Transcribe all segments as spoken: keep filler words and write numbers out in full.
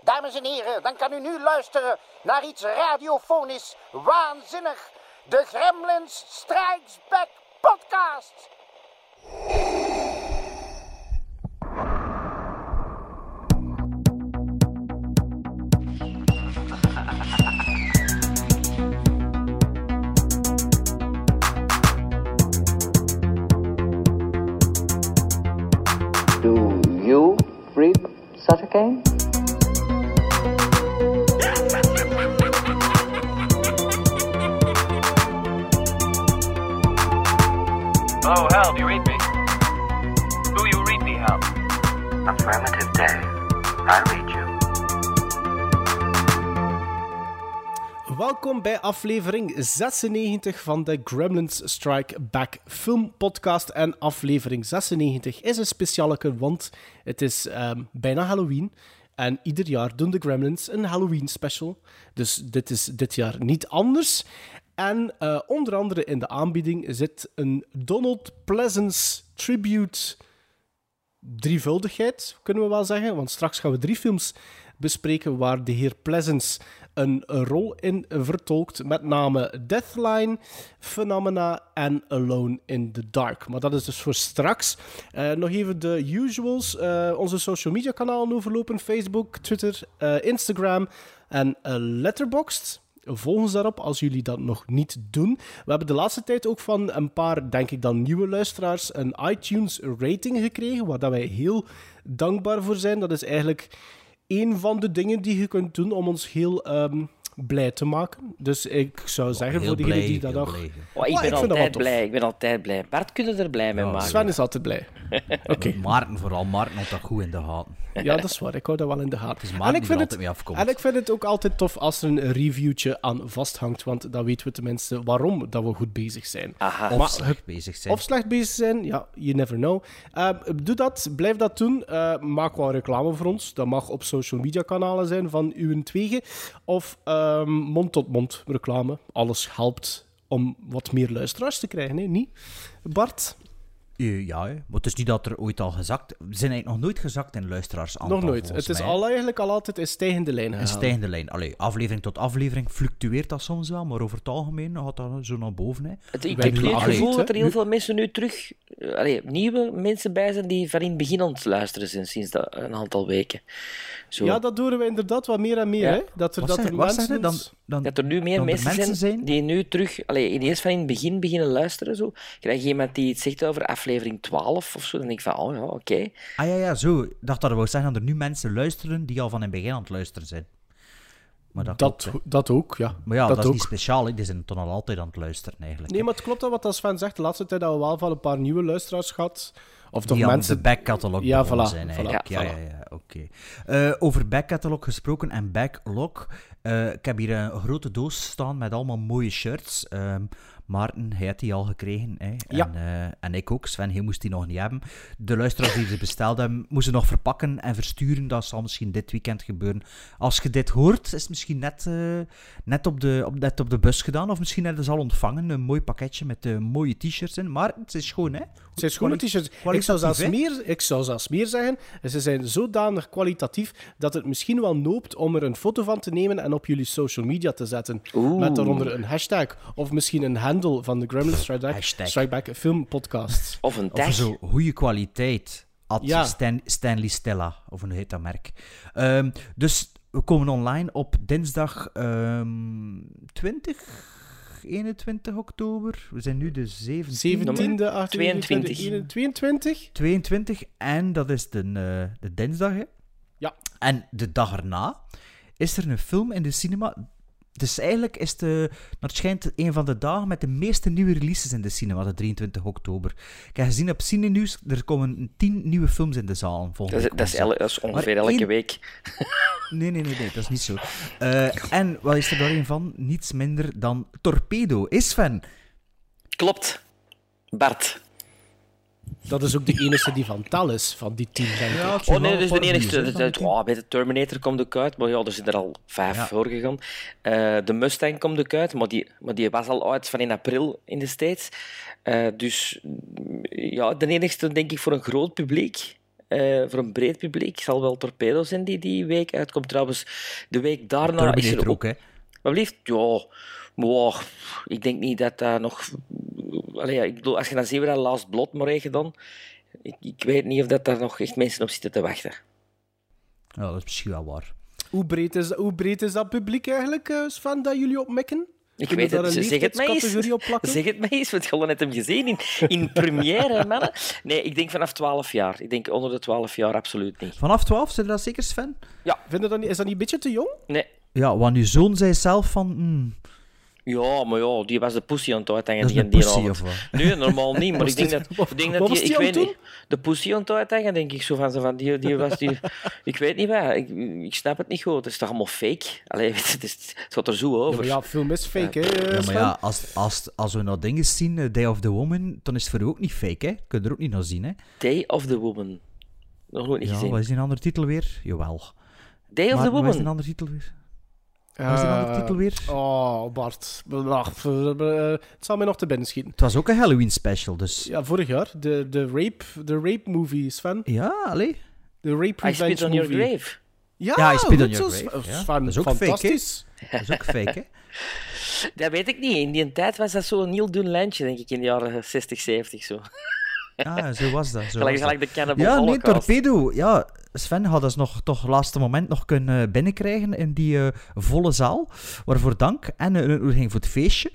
Dames en heren, dan kan u nu luisteren naar iets radiofonisch waanzinnig. De Gremlins Strikes Back podcast. Do you read such a game? Oh, Hal, do you read me? Do you read me, Hal? Affirmative, Dave. I read you. Welkom bij aflevering zesennegentig van de Gremlins Strike Back filmpodcast. En aflevering zesennegentig is een specialeke, want het is um, bijna Halloween. En ieder jaar doen de Gremlins een Halloween special. Dus dit is dit jaar niet anders. En uh, onder andere in de aanbieding zit een Donald Pleasence tribute drievuldigheid, kunnen we wel zeggen. Want straks gaan we drie films bespreken waar de heer Pleasence een rol in vertolkt. Met name Deathline, Phenomena en Alone in the Dark. Maar dat is dus voor straks. Uh, nog even de usuals. Uh, onze social media kanalen overlopen. Facebook, Twitter, uh, Instagram en uh, Letterboxd. Volg ons daarop als jullie dat nog niet doen. We hebben de laatste tijd ook van een paar, denk ik dan, nieuwe luisteraars een iTunes-rating gekregen, waar dat wij heel dankbaar voor zijn. Dat is eigenlijk een van de dingen die je kunt doen om ons heel um, blij te maken. Dus ik zou oh, zeggen, voor degenen die dat nog... Oh, ik oh, ben ik altijd blij, ik ben altijd blij. Bart, kun je er blij mee ja, maken? Sven is altijd blij. Oké. Okay. Maarten vooral, Maarten had dat goed in de gaten. Ja, dat is waar. Ik hou dat wel in de gaten. Dus en, ik vind het, mee en ik vind het ook altijd tof als er een reviewtje aan vasthangt, want dan weten we tenminste waarom dat we goed bezig zijn. Aha. Of maar, slecht bezig zijn. Of slecht bezig zijn, ja, you never know. Uh, doe dat, blijf dat doen. Uh, maak wel reclame voor ons. Dat mag op social media kanalen zijn van uw tweeën. Of um, mond-tot-mond reclame. Alles helpt om wat meer luisteraars te krijgen, hè? Niet? Bart? Uh, ja, maar het is niet dat er ooit al gezakt... We zijn eigenlijk nog nooit gezakt in luisteraarsaantal. Nog nooit. Het is mij. al eigenlijk al altijd in stijgende lijn gegaan. In stijgende lijn. Allee, aflevering tot aflevering fluctueert dat soms wel, maar over het algemeen gaat dat zo naar boven. Hè. Het, ik heb nu het gevoel dat er heel veel mensen nu terug... Allee, nieuwe mensen bij zijn die van in het begin aan het luisteren zijn sinds dat, een aantal weken. Zo. Ja, dat horen we inderdaad wat meer en meer. Ja. Hè? Dat er, Wat dat zeg, er wat mensen... zeg dan, dan, dat er nu meer dan mensen, mensen zijn, zijn die nu terug... Allee, ineens van in het begin beginnen luisteren. Zo. Krijg je iemand die iets zegt over aflevering twaalf of zo, dan denk ik van, oh ja, oké. Okay. Ah ja, ja, zo. Ik dacht dat er wou zeggen dat er nu mensen luisteren die al van in het begin aan het luisteren zijn. Maar dat, dat, klopt, dat ook, ja. Maar ja, dat, dat is ook. niet speciaal. Hè. Die zijn toch al altijd aan het luisteren, eigenlijk. Nee, maar het klopt wel wat Sven zegt. De laatste tijd dat we wel van een paar nieuwe luisteraars gehad. Of toch die mensen... aan de backcatalog ja, begonnen voilà, zijn, voilà, eigenlijk. voilà. Ja, ja, ja, oké. Okay. Uh, over backcatalog gesproken en backlog. Uh, ik heb hier een grote doos staan met allemaal mooie shirts. Um, Maarten, hij had die al gekregen. Hè? Ja. En, uh, en ik ook. Sven, hij moest die nog niet hebben. De luisteraars die ze besteld hebben, moesten nog verpakken en versturen. Dat zal misschien dit weekend gebeuren. Als je dit hoort, is het misschien net, uh, net, op, de, op, net op de bus gedaan. Of misschien hebben ze al ontvangen. Een mooi pakketje met uh, mooie t-shirts in. Maar het is schoon, hè? Het zijn schone t-shirts. Ik zou, zelfs meer, ik zou zelfs meer zeggen. Ze zijn zodanig kwalitatief dat het misschien wel noopt om er een foto van te nemen en op jullie social media te zetten. Oeh. Met daaronder een hashtag. Of misschien een handle van de Gremlins Strike Back, Strike Back Film Podcast. Of een tag. Of zo, goede kwaliteit. At Ja. Stan, Stanley Stella, of hoe heet dat merk. Um, dus we komen online op dinsdag um, twintig, eenentwintig oktober. We zijn nu de zeventiende. zeventiende, achttiende, tweeëntwintig. tweeëntwintig. tweeëntwintig en dat is de, uh, de dinsdag, hè? Ja. En de dag erna is er een film in de cinema. Dus eigenlijk is het, het schijnt een van de dagen met de meeste nieuwe releases in de cinema, de drieëntwintig oktober. Ik heb gezien op Cinenieuws, er komen tien nieuwe films in de zaal. Dat is, dat, is elle, dat is ongeveer elke één... week. Nee, nee, nee, nee, dat is niet zo. Uh, en wat is er daar een van? Niets minder dan Torpedo. Is Sven? Klopt. Bart. Dat is ook de enige die van tel is, van die tien, denk ik. Ja, Oh nee, dat is de enigste. Oh, bij de Terminator komt ook uit, maar ja, er zijn er al vijf Ja. voor gegaan. Uh, de Mustang komt ook uit, maar die, maar die was al uit van in april in de States. Uh, dus ja, de enigste, denk ik, voor een groot publiek. uh, voor een breed publiek. Zal wel Torpedo zijn die die week uitkomt. Trouwens, de week daarna is er ook, hè? Wat blieft? Ja, wow, ik denk niet dat dat nog... Allee, ik bedoel, als je dan ziet we dat Last Blood maar heeft gedaan, ik, ik weet niet of dat daar nog echt mensen op zitten te wachten. Ja, dat is misschien wel waar. Hoe breed is, hoe breed is dat publiek eigenlijk, uh, Sven, dat jullie opmekken? Ik weet het, zeg het mij eens. Zeg het mij eens, want je had net hem gezien in, in première, mannen. Nee, ik denk vanaf twaalf jaar. Ik denk onder de twaalf jaar absoluut niet. Vanaf twaalf, zijn dat zeker, Sven? Ja. Vind je dat niet, is dat niet een beetje te jong? Nee. Ja, want uw zoon zei zelf van... Mm, ja, maar ja, die was de pussy aan het uithangen. dat is een die pussy, die of wat? Nee, normaal niet, maar ik denk dat... Wat- Ik denk wat dat was die, die ik aan weet het niet, de pussy aan het uithangen, denk ik zo van, zo van die, die was die... Ik weet niet waar, ik, ik snap het niet goed. Het is toch allemaal fake? Allee, het, is, het gaat er zo Ja, over. maar ja, film is fake, hè, Ja, maar Sven? ja, als, als, als we nou dingen zien, uh, Day of the Woman, dan is het voor u ook niet fake, hè? Kun je er ook niet naar zien, hè? Day of the Woman. Nog nooit niet Ja, gezien. wat is die andere titel weer? Jawel. Day of Maar the wat is die Woman. andere titel weer? Wat is die andere Eh, titel weer? Oh, Bart. Ach, uh, het zal mij nog te binnen schieten. Het was ook een Halloween special, dus... Ja, vorig jaar. De, de, rape, de rape movie, Sven. Ja, allee. De rape I revenge spit on your movie. grave. Ja, Ja, I Spit on goed Your zo, Grave, ja. Sven, Dat is ook fake, hè? fantastisch. Dat is ook fake, hè? Dat weet ik niet. In die tijd was dat zo'n heel dun lijntje, denk ik, in de jaren zestig, zeventig. Zo. Ja, zo was dat. Zo Gelijk, was dat. gelijk de Cannibal Ja, nee, Holocaust. Torpedo. Ja, Sven had ons nog toch laatste moment nog kunnen binnenkrijgen in die uh, volle zaal. Waarvoor dank. En uh, we gingen voor het feestje.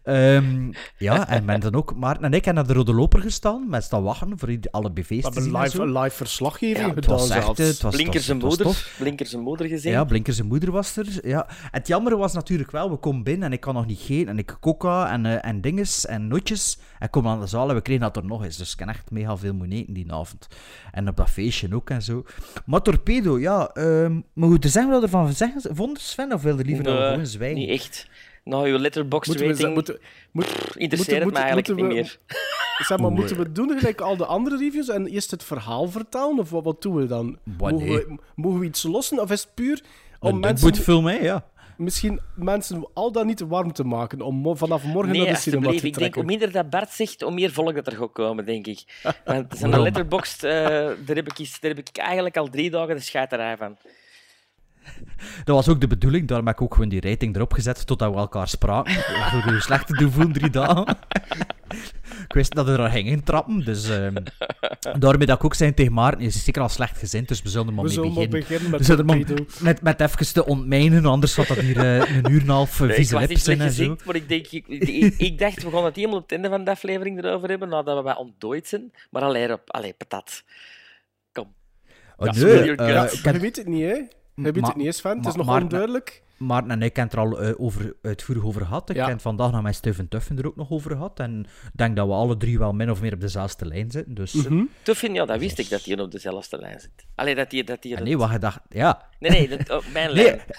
Um, ja, en men dan ook... Maarten en ik hebben naar de Rode Loper gestaan. Met staan wachten voor die- alle B V's We te hebben zien en live, zo. een live verslaggeving Ja, het Het gedaan was echt... zelfs. uh, Het was, Blinker het was- zijn het was moeder, tof. Blinker zijn moeder gezien. Ja, Blinker zijn moeder was er. Ja. Het jammer was natuurlijk wel, we komen binnen en ik kan nog niet geen en ik coca en, uh, en dinges en nootjes. En kom aan de zaal en we kregen dat er nog eens. Dus ik kan echt mega veel moeten eten die avond. En op dat feestje ook en zo. Maar Torpedo, ja... Um, maar goed, zeggen we dat ervan zeggen, vonden, Sven? Of wilde liever dat we Nee, gewoon zwijgen? niet echt. Nou, je letterboxd Moeten we, rating moeten, moet, interesseert moeten- me eigenlijk moeten niet we- meer. zeg maar, Oeh, moeten eh. we doen gelijk al de andere reviews en eerst het verhaal vertellen? Of wat, wat doen we dan? Wat, mogen, nee. we, mogen we iets lossen? Of is het puur om Een mensen, film, hè? Ja. misschien mensen al dan niet warm te maken om mo- vanaf morgen Nee, naar de cinema alsjeblieft. te Ik denk, trekken? hoe minder dat Bart zegt, hoe meer volk dat er gaat komen, denk ik. Want zijn Waarom? letterboxd, uh, daar, heb ik, eens- daar heb ik eigenlijk al drie dagen de scheiterij van. Dat was ook de bedoeling, daarom heb ik ook gewoon die rating erop gezet totdat we elkaar spraken. Voor je slecht te doen voelen, drie dagen. Ik wist dat we er ging intrappen, dus um, daarmee dat ik ook zei tegen Maarten, je is zeker al slecht gezind, dus we zullen er maar We mee zullen maar beginnen. beginnen met We zullen er maar Torpedo. met, met even te ontmijnen, anders had dat hier uh, een uur en een half uh, Nee, ik vieze was niet lips in slecht en zo. gezind, maar ik, denk, ik, ik, ik dacht, we gaan het helemaal op het einde van de aflevering erover hebben, nadat we wat ontdooid zijn. Maar alleen op, allee, patat. Kom. Oh, Ja, nee, your uh, gut. ik heb- Je weet het niet, hè? Je weet Ma- het niet, hè, Sven? Het is ma- nog maar- onduidelijk. Maarten en ik hebben het er al uh, over, uitvoerig over gehad. Ik Ja. heb het vandaag nog met Steven Tuffen er ook nog over gehad. En ik denk dat we alle drie wel min of meer op dezelfde lijn zitten. Dus, uh, Mhm. Tuffin, ja, dat wist ik, dat hij op dezelfde lijn zit. Allee, dat hij... Dat hij en nee, wat je dacht... Ja, Nee, nee, dat, op mijn Nee. lijn.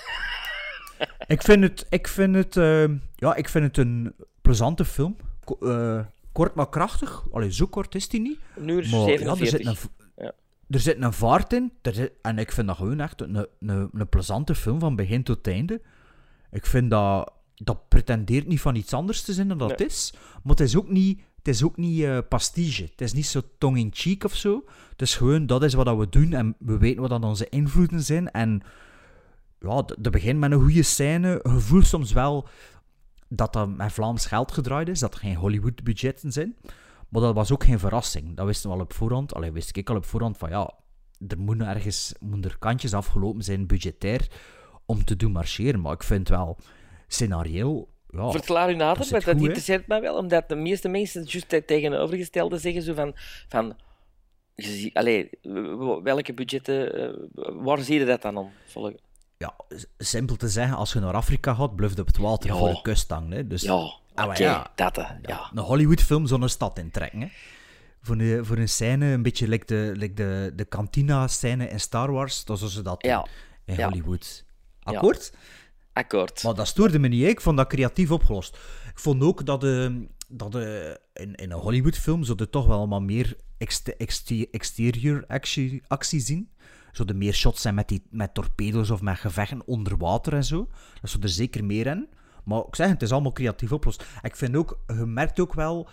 ik vind het, ik vind het, uh, ja, ik vind het een plezante film. Ko- uh, kort maar krachtig. Allee, zo kort is die niet. Een uur Maar ja, er zevenenveertig. zit een, v- Ja. er zit een vaart in. Er zit- en ik vind dat gewoon echt een, een, een plezante film van begin tot einde. Ik vind dat... Dat pretendeert niet van iets anders te zijn dan dat Nee. het is. Maar het is ook niet... Het is ook niet uh, pastiche. Het is niet zo tongue-in-cheek of zo. Het is gewoon, dat is wat dat we doen en we weten wat dat onze invloeden zijn. En ja, d- dat begint met een goede scène. Je voelt soms wel dat dat met Vlaams geld gedraaid is, dat er geen Hollywood-budgetten zijn. Maar dat was ook geen verrassing. Dat wisten we al op voorhand. Allee, wist ik al op voorhand van ja, er moeten ergens moeten er kantjes afgelopen zijn, budgetair, om te doen marcheren. Maar ik vind wel, scenario... Ja, Verklaar u nader, dat zit want dat goed, hè? interesseert mij wel, omdat de meeste mensen juist het tegenovergestelde zeggen, zo van... van je ziet- allee, welke budgetten... eh, waar zie je dat dan om? Volg- ja, s- simpel te zeggen, als je naar Afrika gaat, bluft op het water Ja. voor de kust hangen. Hè. Dus Ja, oké, Ah, maar ja. dat, hè, ja. een Hollywood-film zo'n stad intrekken. Hè. Voor, een, voor een scène, een beetje like de, like de, de kantina-scène in Star Wars, dat is ze dat doen Ja. in Ja. Hollywood. Akkoord? Akkoord. Maar dat stoorde me niet, hè. Ik vond dat creatief opgelost. Ik vond ook dat, de, dat de, in, in een Hollywood-film zou je toch wel wat meer exte- exte- exterior actie, actie zien. Zo de meer shots zijn met, die, met torpedo's of met gevechten onder water en zo. Dat zou er zeker meer in. Maar ik zeg, het is allemaal creatief opgelost. Ik vind ook, je merkt ook wel,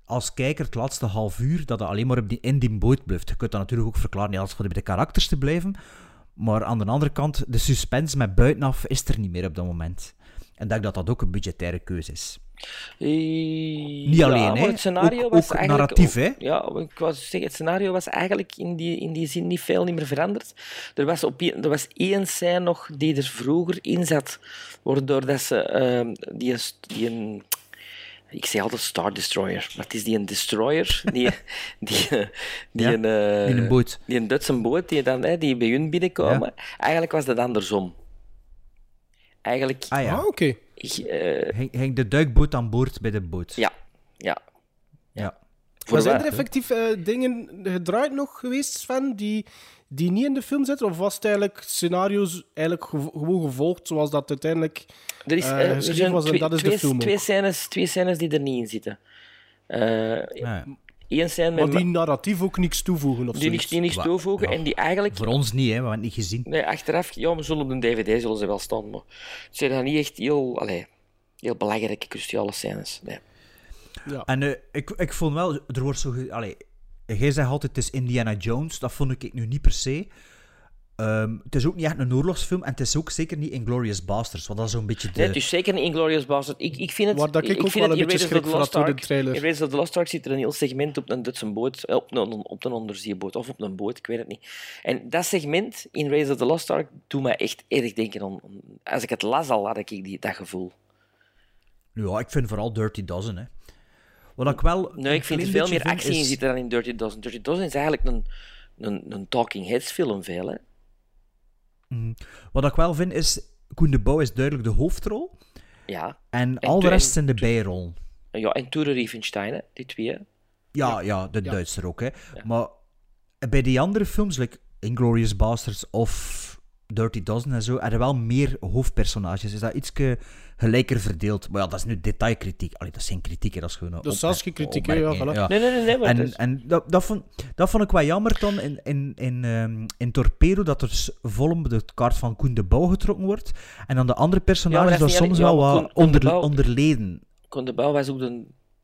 als kijker het laatste half uur dat hij alleen maar op die, in die boot blijft. Je kunt dat natuurlijk ook verklaren, ja, als voor bij de karakters te blijven. Maar aan de andere kant, de suspense met buitenaf is er niet meer op dat moment. En ik denk dat dat ook een budgettaire keuze is. Uh, Niet ja, alleen, maar hè. het scenario Ook, was ook eigenlijk narratief, hè. Ja, ik wou zeggen, het scenario was eigenlijk in die, in die zin niet veel niet meer veranderd. Er was, op, er was één scène nog die er vroeger in zat, waardoor dat ze uh, die, die een... Ik zeg altijd Star Destroyer, maar het is die een destroyer, die, die, die, Ja, een, uh, die een boot. Die een Duitse boot, die, dan, hè, die bij hun binnenkomen. Ja. Eigenlijk was dat andersom. Eigenlijk... Ah ja, Ah, oké. Uh, ging, ging de duikboot aan boord bij de boot. ja, ja. Ja. Maar zijn wa- er effectief eh, dingen gedraaid nog geweest, Sven, die, die niet in de film zitten? Of was het eigenlijk scenario's eigenlijk gevo- gewoon gevolgd zoals dat uiteindelijk Er, is, eh, eh, er geschreven zijn was en twee, dat is de twee, film ook? twee, scènes, twee scènes die er niet in zitten. Uh, Ja. Eén scène Maar met die ma- narratief ook niks toevoegen of die zoiets? niks, die niks Wa- toevoegen ja. en die eigenlijk... Voor ons niet, hè. We hebben het niet gezien. Nee, achteraf... Ja, we zullen op de D V D zullen ze wel staan, maar het zijn dan niet echt heel... Allee, heel belangrijke, cruciale scènes. Nee. Ja. En uh, ik, ik vond wel, er wordt zo... Ge- Allee, jij zegt altijd, het is Indiana Jones. Dat vond ik nu niet per se. Um, het is ook niet echt een oorlogsfilm. En het is ook zeker niet Inglourious Basterds. Want dat is zo'n beetje de... Nee, het is zeker een Inglourious Basterds. Ik, ik vind het... Waar dat ik ook vind wel het een beetje in Raiders of schrik the voor Lost had door de Ark- trailer. In Raiders of the Lost Ark zit er een heel segment op een Duitse boot, eh, op een, op een onderzeeboot, of op een boot, ik weet het niet. En dat segment in Raiders of the Lost Ark doet mij echt erg denken aan... Als ik het las al, had ik die, dat gevoel. Ja, ik vind vooral Dirty Dozen, hè. Wat ik wel... Nee, ik vind er een veel klein meer beetje actie in vind is- zitten dan in Dirty Dozen. Dirty Dozen is eigenlijk een, een, een Talking Heads film, veel, hè. Mm. Wat ik wel vind is... Koen de Bouw is duidelijk de hoofdrol. Ja. En, En al de toen- rest zijn de bijrollen. Ja, en Ture Riefenstein, hè, die twee. hè. Ja, ja, de Ja. Duitser ook, hè. Maar bij die andere films, like Inglourious Basterds of Dirty Dozen en zo, er er wel meer hoofdpersonages. Is dat iets gelijker verdeeld? Maar ja, dat is nu detailkritiek. Allee, dat is geen kritiek, hè, dat is gewoon een Dat is zelfs opmer- geen kritiek, hè, ja, opmerking, voilà. Nee, nee, nee, nee, maar En, het is- en dat, dat, vond, dat vond ik wel jammer dan in, in, in, ehm, in Torpedo, dat er s- volop de kaart van Koen de Bouw getrokken wordt. En dan de andere Ja, personages, maar dat dat is soms niet alleen- wel ja, maar wat Koen- Koen de onder, Bouw- onderleden. Koen de Bouw was ook de,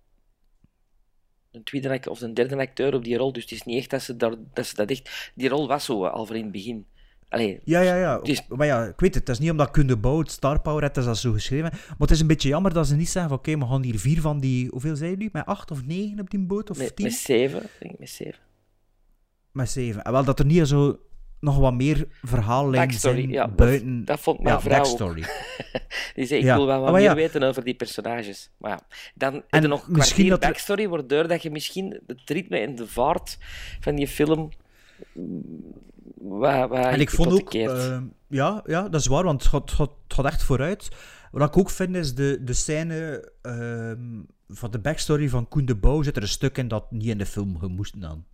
een tweede act- of een derde acteur op die rol, dus het is niet echt dat ze, daar, dat, ze dat echt... Die rol was zo, al voor in het begin. Allee, Ja, ja, ja. Het is- Maar ja, ik weet het. Het is niet omdat Koen de Bouw het star power heeft, dat is dat zo geschreven. Maar het is een beetje jammer dat ze niet zeggen van oké, we gaan hier vier van die... Hoeveel zijn jullie? Met acht of negen op die boot? Of met, tien? met zeven, ik denk met zeven. Met zeven. En wel dat er niet zo nog wat meer verhaallijnen Backstory, zijn ja. dat- buiten... Dat vond mijn ja, vrouw ook. backstory. Die zei, ik Ja. wil wel wat Ah, maar meer ja. weten over die personages. Maar ja, dan heb En je nog een misschien kwartier dat er- backstory, waardoor dat je misschien het ritme en de vaart van die film... mm, Wat, wat En ik vond ook... hypothekeert. eh, ja, ja, dat is waar, want het gaat, het gaat, het gaat echt vooruit. Wat ik ook vind, is de, de scène ehm, van de backstory van Koen de Bouw zit er een stuk in dat niet in de film gemoest dan.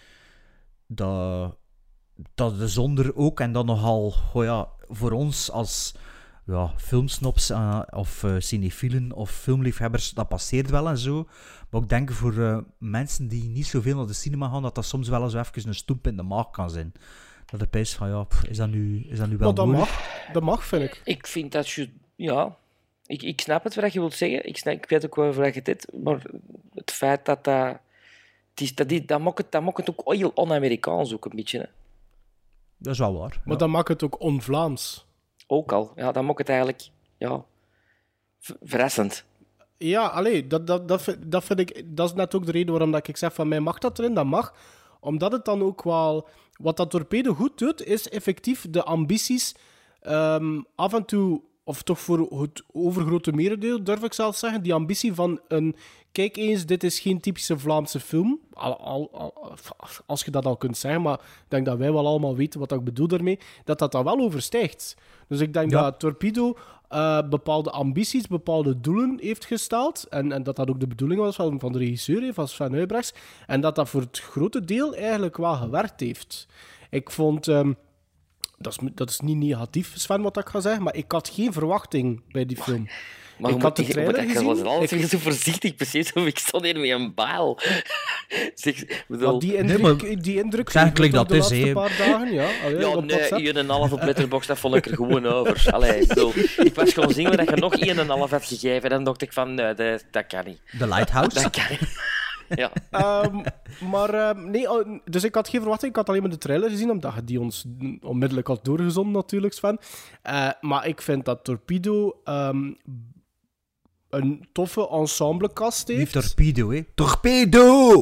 Dat, dat de zonder ook, en dan nogal, oh ja, voor ons als ja, filmsnops eh, of uh, cinefielen of filmliefhebbers, dat passeert wel en zo. Maar ik denk voor uh, mensen die niet zoveel naar de cinema gaan, dat dat soms wel eens even een stoemp in de maag kan zijn. Dat de pijs van, ja, pff, is dat nu, is dat nu wel Maar dat moeilijk? mag, dat mag, vind ik. Ik vind dat je... Ja, ik, ik snap het wat je wilt zeggen. Ik, snap, ik weet ook wel waar je het hebt. Maar het feit dat dat... Het is, dat, die, dat, maakt het, dat maakt het ook heel on-Amerikaans ook een beetje. Hè. Dat is wel waar. Maar ja. dat maakt het ook on-Vlaams. Ook al. Ja, dat maakt het eigenlijk... Ja, v- verrassend. Ja, allee, dat, dat, dat, vind, dat vind ik... Dat is net ook de reden waarom dat ik zeg van mij mag dat erin, dat mag. Omdat het dan ook wel... Wat dat Torpedo goed doet, is effectief de ambities um, af en toe... Of toch voor het overgrote merendeel, durf ik zelfs zeggen. Die ambitie van een... Kijk eens, dit is geen typische Vlaamse film. Al, al, al, als je dat al kunt zeggen, maar ik denk dat wij wel allemaal weten wat ik bedoel daarmee. Dat dat dan wel overstijgt. Dus ik denk Ja. dat Torpedo uh, bepaalde ambities, bepaalde doelen heeft gesteld. En, en dat dat ook de bedoeling was van, van de regisseur, van Sven Huybrechts. En dat dat voor het grote deel eigenlijk wel gewerkt heeft. Ik vond... Um, Dat is, dat is niet negatief, Sven, wat ik ga zeggen, maar ik had geen verwachting bij die film. Maar ik je had de moet- je- trailer maar dat- gezien. Je was altijd Ik- weer zo voorzichtig, precies of ik stond hier met een baal. zeg, ik bedoel... Maar die Nee, indruk, maar- die indruk Zeg, klik toch dat de is, laatste hè. paar dagen, ja. Allee, Ja, op nee, WhatsApp. één komma vijf op Letterboxd, dat vond ik er gewoon over. Allee, ik bedoel, ik was gewoon zien dat je nog één komma vijf had gegeven en dan dacht ik van, nee, dat, dat kan niet. The Lighthouse. Dat kan niet. Ja. Um, maar um, nee, uh, dus ik had geen verwachting. Ik had alleen maar de trailer gezien, omdat je die ons onmiddellijk had doorgezonden, natuurlijk, Sven. Uh, maar ik vind dat Torpedo um, een toffe ensemblekast heeft. Niet Torpedo, hè? Torpedo!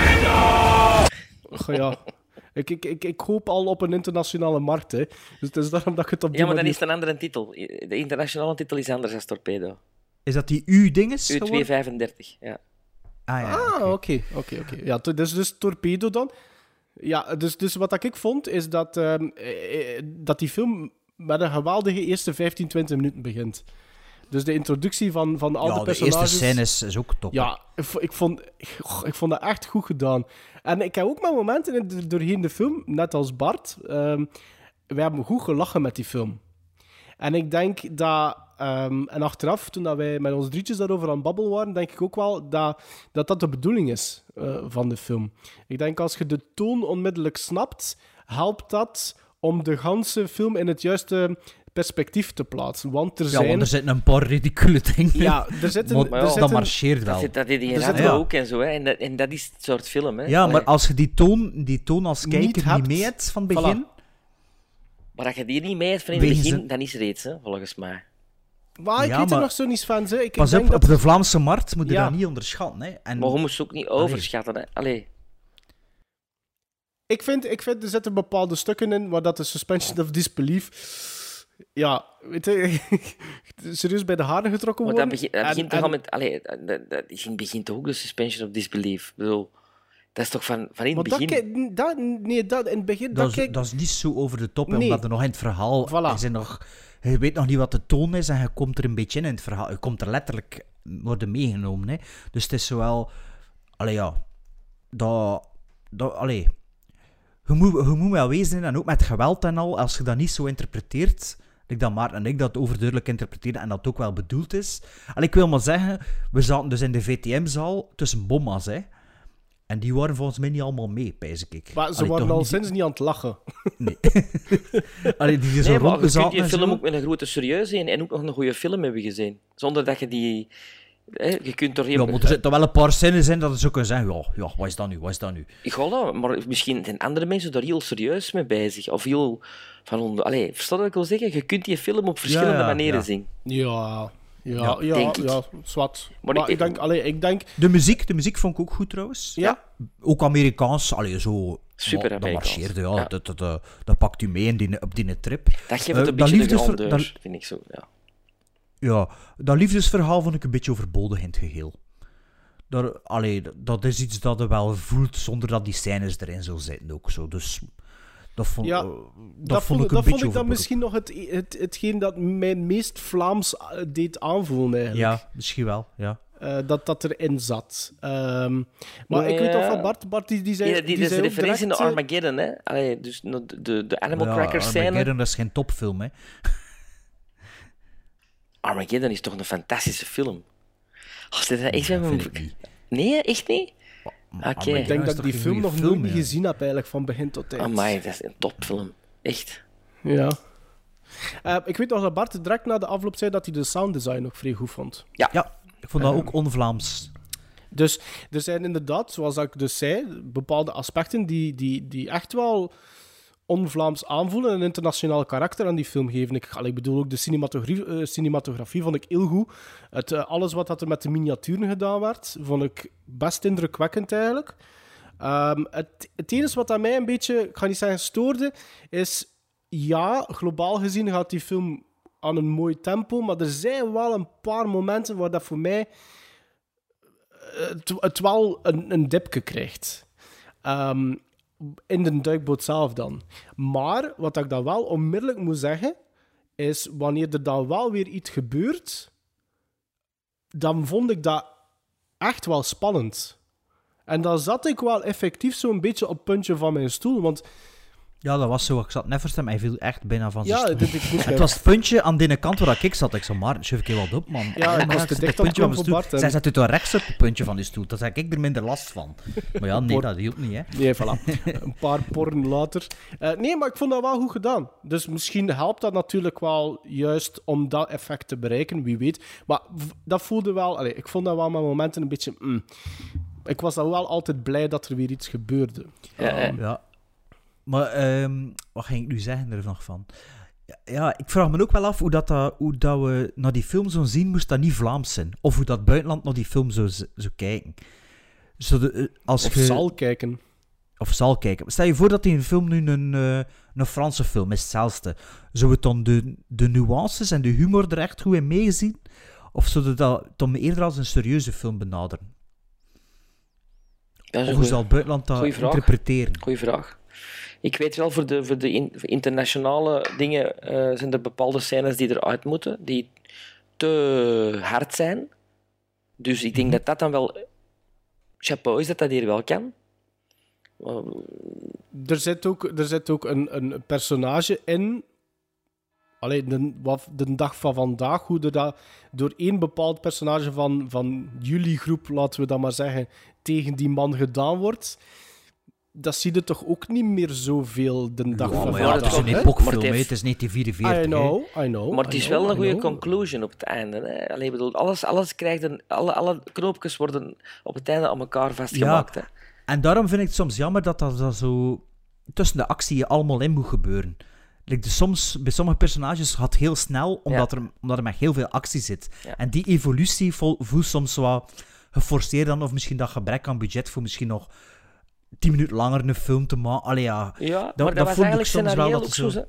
Oh, ja. Ik, ik, ik, ik hoop al op een internationale markt, hè. Dus het is daarom dat ik het op die Ja, maar dan manier... is het een andere titel. De internationale titel is anders dan Torpedo. Is dat die U-dinges U geworden? tweehonderdvijfendertig, ja. Ah ja, Ah, oké, oké, oké. Ja, to- dus, dus Torpedo dan. Ja, dus, dus wat ik vond, is dat, um, eh, dat die film met een geweldige eerste vijftien, twintig minuten begint. Dus de introductie van, van al ja, de de personages... eerste scène is, is ook top. Ja, ik, vo- ik, vond, goh, ik vond dat echt goed gedaan. En ik heb ook mijn momenten in de- doorheen de film, net als Bart. Um, we hebben goed gelachen met die film. En ik denk dat... Um, en achteraf, toen dat wij met ons drietjes daarover aan het babbelen waren, denk ik ook wel dat dat, dat de bedoeling is uh, van de film. Ik denk als je de toon onmiddellijk snapt, helpt dat om de ganse film in het juiste perspectief te plaatsen. Want er Ja, zijn... want er zitten een paar ridicule dingen. Ja, er zitten... Maar er ja, dat zitten marcheert wel. Dat zit dat in die Er zit radio wel- ook en zo, hè. En dat, en dat is het soort film, hè. Ja, maar Allee. als je die toon, die toon als kijker Niet niet, hebt, mee hebt van het begin... Maar als je die niet mee hebt van in het Wegen begin, ze- dan is er iets, hè, volgens mij. Maar ik Ja, weet er maar- nog zo niet van. Hè. Ik Pas denk op, dat... op de Vlaamse markt moet je Ja. dat niet onderschatten. Hè. En, Maar je moet ze ook niet overschatten, hè. Allee. Ik vind, ik vind, er zitten bepaalde stukken in waar dat de suspension of disbelief... Ja, weet je... serieus bij de haren getrokken Want worden. dat begint, dat En- begint toch en- al met... Allee, dat, dat, dat is in het begin toch ook de suspension of disbelief. Ik bedoel, dat is toch van, van in het Maar dat, begin... ki- dat, nee, dat in het begin... dat, Dat, is, kijk, dat is niet zo over de top, hè, Nee. omdat er nog in het verhaal... Voilà. Er zijn nog, je weet nog niet wat de toon is en je komt er een beetje in in het verhaal. Je komt er letterlijk worden meegenomen. Hè. Dus het is zowel... Allee, ja... Dat... dat allee... Je moet, je moet wel wezen, en ook met geweld en al, als je dat niet zo interpreteert... Ik dat Maarten en ik dat overduidelijk interpreteren en dat ook wel bedoeld is. En ik wil maar zeggen, we zaten dus in de V T M-zaal tussen bomma's, hè. En die waren volgens mij niet allemaal mee, pijs ik. maar ze Allee, waren toch al niet- sinds niet aan het lachen. Nee. Allee, die zo Nee, maar rond je kunt zaten die en film zo. ook met een grote serieuze in en ook nog een goede film hebben gezien. Zonder dat je die... Hè, je kunt er... Ja, maar er zitten toch wel een paar scènes in dat ze zo kunnen zeggen, ja, ja, wat is dat nu, wat is dat nu? Ik ga dat, maar misschien zijn andere mensen daar heel serieus mee bezig. Of heel van onder... Allee, versta wat ik wil zeggen? Je kunt die film op verschillende Ja, ja, manieren ja. zien. Ja, ja, ja, Ja, denk ik. ja, zwart. Maar Maar, ik- ik, denk, allee, ik denk... De muziek, de muziek vond ik ook goed trouwens. Ja, Ook Amerikaans, allee, zo... Super dat Amerikaans. marcheerde, ja. Ja. Dat, dat, dat, dat pakt u mee in die, op die trip. Dat geeft Eh, het dat een beetje de liefdesver- grandeur, dat- vind ik zo. Ja. Ja, dat liefdesverhaal vond ik een beetje overbodig in het geheel. Daar, allee, dat- dat is iets dat je wel voelt zonder dat die scènes erin zo zitten ook zo. Dus dat vond, Ja, eh, dat dat, vond vond, ik een dat beetje vond ik dan overbodig. misschien nog het, het, hetgeen dat mij meest Vlaams eh, deed aanvoelen, eigenlijk. Ja, misschien wel, ja. Eh, dat dat erin zat. Ehm, maar ik weet Ja. nog van Bart, Bart die, die zei... Ja, die, die dat is zei de ook referentie naar direct, eh, Armageddon, hè. Allee, dus de, de, de Animal Ja, Cracker scène. Armageddon, dat is geen topfilm, hè. Armageddon is toch een fantastische film. Als dit echt Dat met vind mijn... ik niet. Nee, echt niet? Oké. Armageddon Ik denk is dat ik toch die geen film goeie nog film, nooit ja. gezien heb, eigenlijk, van begin tot eind. Amai, dat is een topfilm. Echt. Ja. Eh, ik weet nog dat Bart direct na de afloop zei dat hij de sounddesign nog vrij goed vond. Ja, ik vond dat ook on-Vlaams. Dus er zijn inderdaad, zoals ik dus zei, bepaalde aspecten die, die, die echt wel on-Vlaams aanvoelen en een internationaal karakter aan die film geven. Ik, allee, ik bedoel ook de cinematografie, eh, cinematografie vond ik heel goed. Het, eh, alles wat dat er met de miniaturen gedaan werd, vond ik best indrukwekkend eigenlijk. Ehm, het, het enige wat aan mij een beetje, ik ga niet zeggen stoorde, is ja, globaal gezien gaat die film aan een mooi tempo, maar er zijn wel een paar momenten waar dat voor mij het, het wel een, een dipje krijgt. Ehm, in de duikboot zelf dan. Maar wat ik dan wel onmiddellijk moet zeggen, is wanneer er dan wel weer iets gebeurt, dan vond ik dat echt wel spannend. En dan zat ik wel effectief zo'n beetje op het puntje van mijn stoel, want Ja, dat was zo. Ik zat net verstaan, maar hij viel echt bijna van zijn ja, stoel. dit, ik moest Het was het puntje aan de kant waar ik zat. Ik zei, maar schuif ik je wat op, man. Ja, ik Maar was te het dicht puntje aan van het mijn Bart, stoel. hè. Zij zat u toch rechts op het puntje van die stoel. Dan heb ik er minder last van. Maar ja, nee, Por- dat hielp niet, hè. Nee, voilà. Een paar porren later. Uh, nee, maar ik vond dat wel goed gedaan. Dus misschien helpt dat natuurlijk wel juist om dat effect te bereiken, wie weet. Maar v- dat voelde wel... Allee, ik vond dat wel met momenten een beetje... Mm. ik was dan wel altijd blij dat er weer iets gebeurde. Ja, Um, Ja. Maar, ehm, wat ging ik nu zeggen er nog van? Ja, ja, ik vraag me ook wel af hoe, dat, dat, hoe dat we naar die film zo zien, moest dat niet Vlaams zijn. Of hoe dat buitenland naar die film zou, zou kijken. Zo de, eh, als of je, zal kijken. Of zal kijken. Stel je voor dat die een film nu een, uh, een Franse film is, hetzelfde. Zou het dan de, de nuances en de humor er echt goed in meegezien? Of zou het dat dan eerder als een serieuze film benaderen? Dat is Of een hoe goeie- zal het buitenland dat goeie vraag. interpreteren? Goeie vraag. Ik weet wel, voor de, voor de in- voor internationale dingen eh, zijn er bepaalde scènes die eruit moeten, die te hard zijn. Dus ik denk Mhm. dat dat dan wel... Chapeau is dat dat hier wel kan. Uh, Er zit ook, er zit ook een, een personage in. Allee, de, wat, de dag van vandaag, hoe er dat door één bepaald personage van, van jullie groep, laten we dat maar zeggen, tegen die man gedaan wordt. Dat zie je toch ook niet meer zoveel de dag Ja, van maar ja, het vandaag. is een hè? epochfilm, Maar het hè. heeft- Het is negentien vierenveertig. I hè. know, I know. maar het I is know, wel een I goede know. conclusion op het einde. Hè? Allee, ik bedoel, alles, alles krijgt een, alle, alle knoopjes worden op het einde aan elkaar vastgemaakt. Hè? En daarom vind ik het soms jammer dat dat, dat zo tussen de actie allemaal in moet gebeuren. Like de soms, bij sommige personages gaat het heel snel, omdat, er, omdat er met heel veel actie zit. Ja. En die evolutie vol- voelt soms wat geforceerd dan, of misschien dat gebrek aan budget voor misschien nog tien minuten langer een film te maken. Allee, ja. Ja, dat maar dat was vond ik eigenlijk soms wel scenario dat ook zo- zo. hè.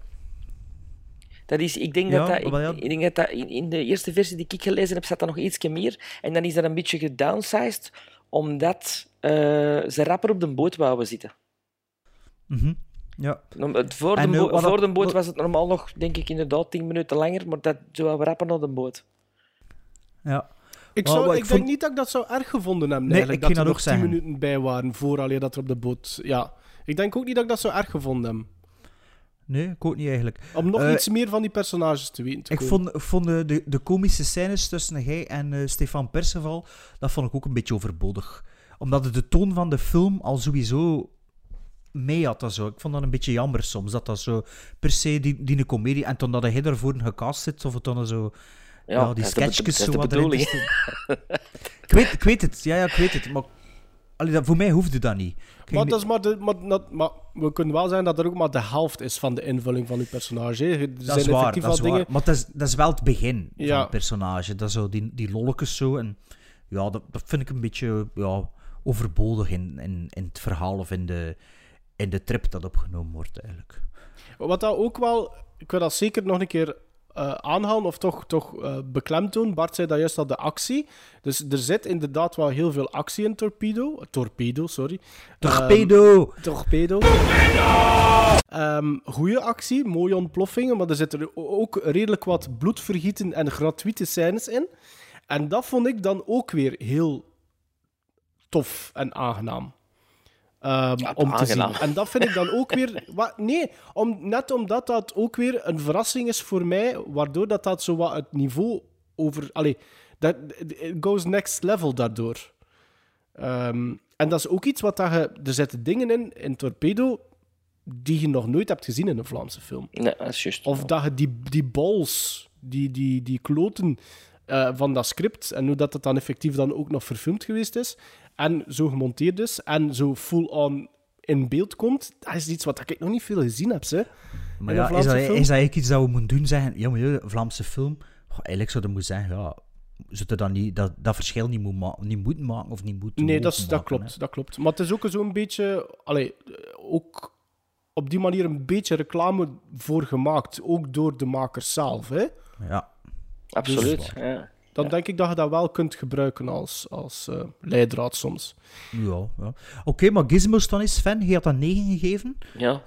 Dat is, ik denk Ja, dat, dat, maar ik, ja. ik denk dat, dat in, in de eerste versie die ik gelezen heb, zat dat nog ietsje meer. En dan is dat een beetje gedownsized, omdat eh, ze rapper op de boot wouden zitten. Mhm. Ja. Nom- het- Voor, En, de, eh, bo- wat voor dat- de boot wat- was het normaal nog, denk ik, inderdaad tien minuten langer, maar dat zo wel rapper naar de boot. Ja. Ik, Maar zou, wat ik ik denk vond- niet dat ik dat zo erg gevonden heb. Nee, eigenlijk, ik ging dat er dat nog ook tien zeggen. minuten bij waren voor alleen dat er op de boot... Ja. Ik denk ook niet dat ik dat zo erg gevonden heb. Nee, ik ook niet eigenlijk. Om nog Eh, iets meer van die personages te weten te Ik komen. vond, ik vond de, de, de komische scènes tussen hij en eh, Stefan Perceval, dat vond ik ook een beetje overbodig. Omdat het de toon van de film al sowieso mee had. Dat zo. Ik vond dat een beetje jammer soms, dat dat zo per se die, die een komedie... En toen dat hij daarvoor gecast zit, of het dan zo... Ja, Ja, die dat is de be- sketchjes dat is zo de wat erin bedoeling. te- ik, weet, ik weet het, ja, ja, ik weet het. Maar allee, dat, voor mij hoefde dat niet. Ik ging Maar, niet- dat is maar, de, maar, dat- maar we kunnen wel zeggen dat er ook maar de helft is van de invulling van uw personage. hè. Er Dat zijn is waar, effectief dat is wel waar. dingen... Maar dat is, dat is wel het begin van Ja. het personage. Dat is zo die, die lolletjes zo. En ja, dat, dat vind ik een beetje ja, overbodig in, in, in het verhaal of in de, in de trip dat opgenomen wordt, eigenlijk. Wat dat ook wel... Ik wil dat zeker nog een keer eh, aanhalen, of toch, toch eh, beklemtonen. Bart zei dat juist al, de actie. Dus er zit inderdaad wel heel veel actie in Torpedo. Torpedo, sorry. Torpedo! Ehm, torpedo. Ehm goeie actie, mooie ontploffingen, maar er zitten ook redelijk wat bloedvergieten en gratuite scènes in. En dat vond ik dan ook weer heel tof en aangenaam. Ehm, Ja, om te aangenaam. zien. En dat vind ik dan ook weer... Wat, nee, om, net omdat dat ook weer een verrassing is voor mij, waardoor dat, dat zo wat het niveau over... Allee, dat, it goes next level daardoor. Ehm, en dat is ook iets wat dat je... Er zitten dingen in, in Torpedo, die je nog nooit hebt gezien in een Vlaamse film. Nee, dat is juist. Of dat je die, die balls, die, die, die kloten eh, van dat script, en hoe dat het dan effectief dan ook nog verfilmd geweest is, en zo gemonteerd is, en zo full-on in beeld komt, dat is iets wat ik nog niet veel gezien heb. Hè. Maar In ja, een is dat, Vlaamse is film? dat eigenlijk iets dat we moeten doen? Zeggen, ja, maar ja, een Vlaamse film... Goh, eigenlijk zou dat moeten zeggen, ja... Zou je dat, niet, dat, dat verschil niet, moet ma- niet moeten maken of niet moeten Nee, dat, mogen is, dat maken, klopt, dat klopt. Maar het is ook zo'n beetje... Allee, ook op die manier een beetje reclame voor gemaakt, ook door de makers zelf. Hè. hè. Ja. Absoluut. Ja. Dan denk ik dat je dat wel kunt gebruiken als, als uh, leidraad soms. Ja, ja. Oké, okay, maar Gizmos dan is Sven, je had dat negen gegeven. Ja.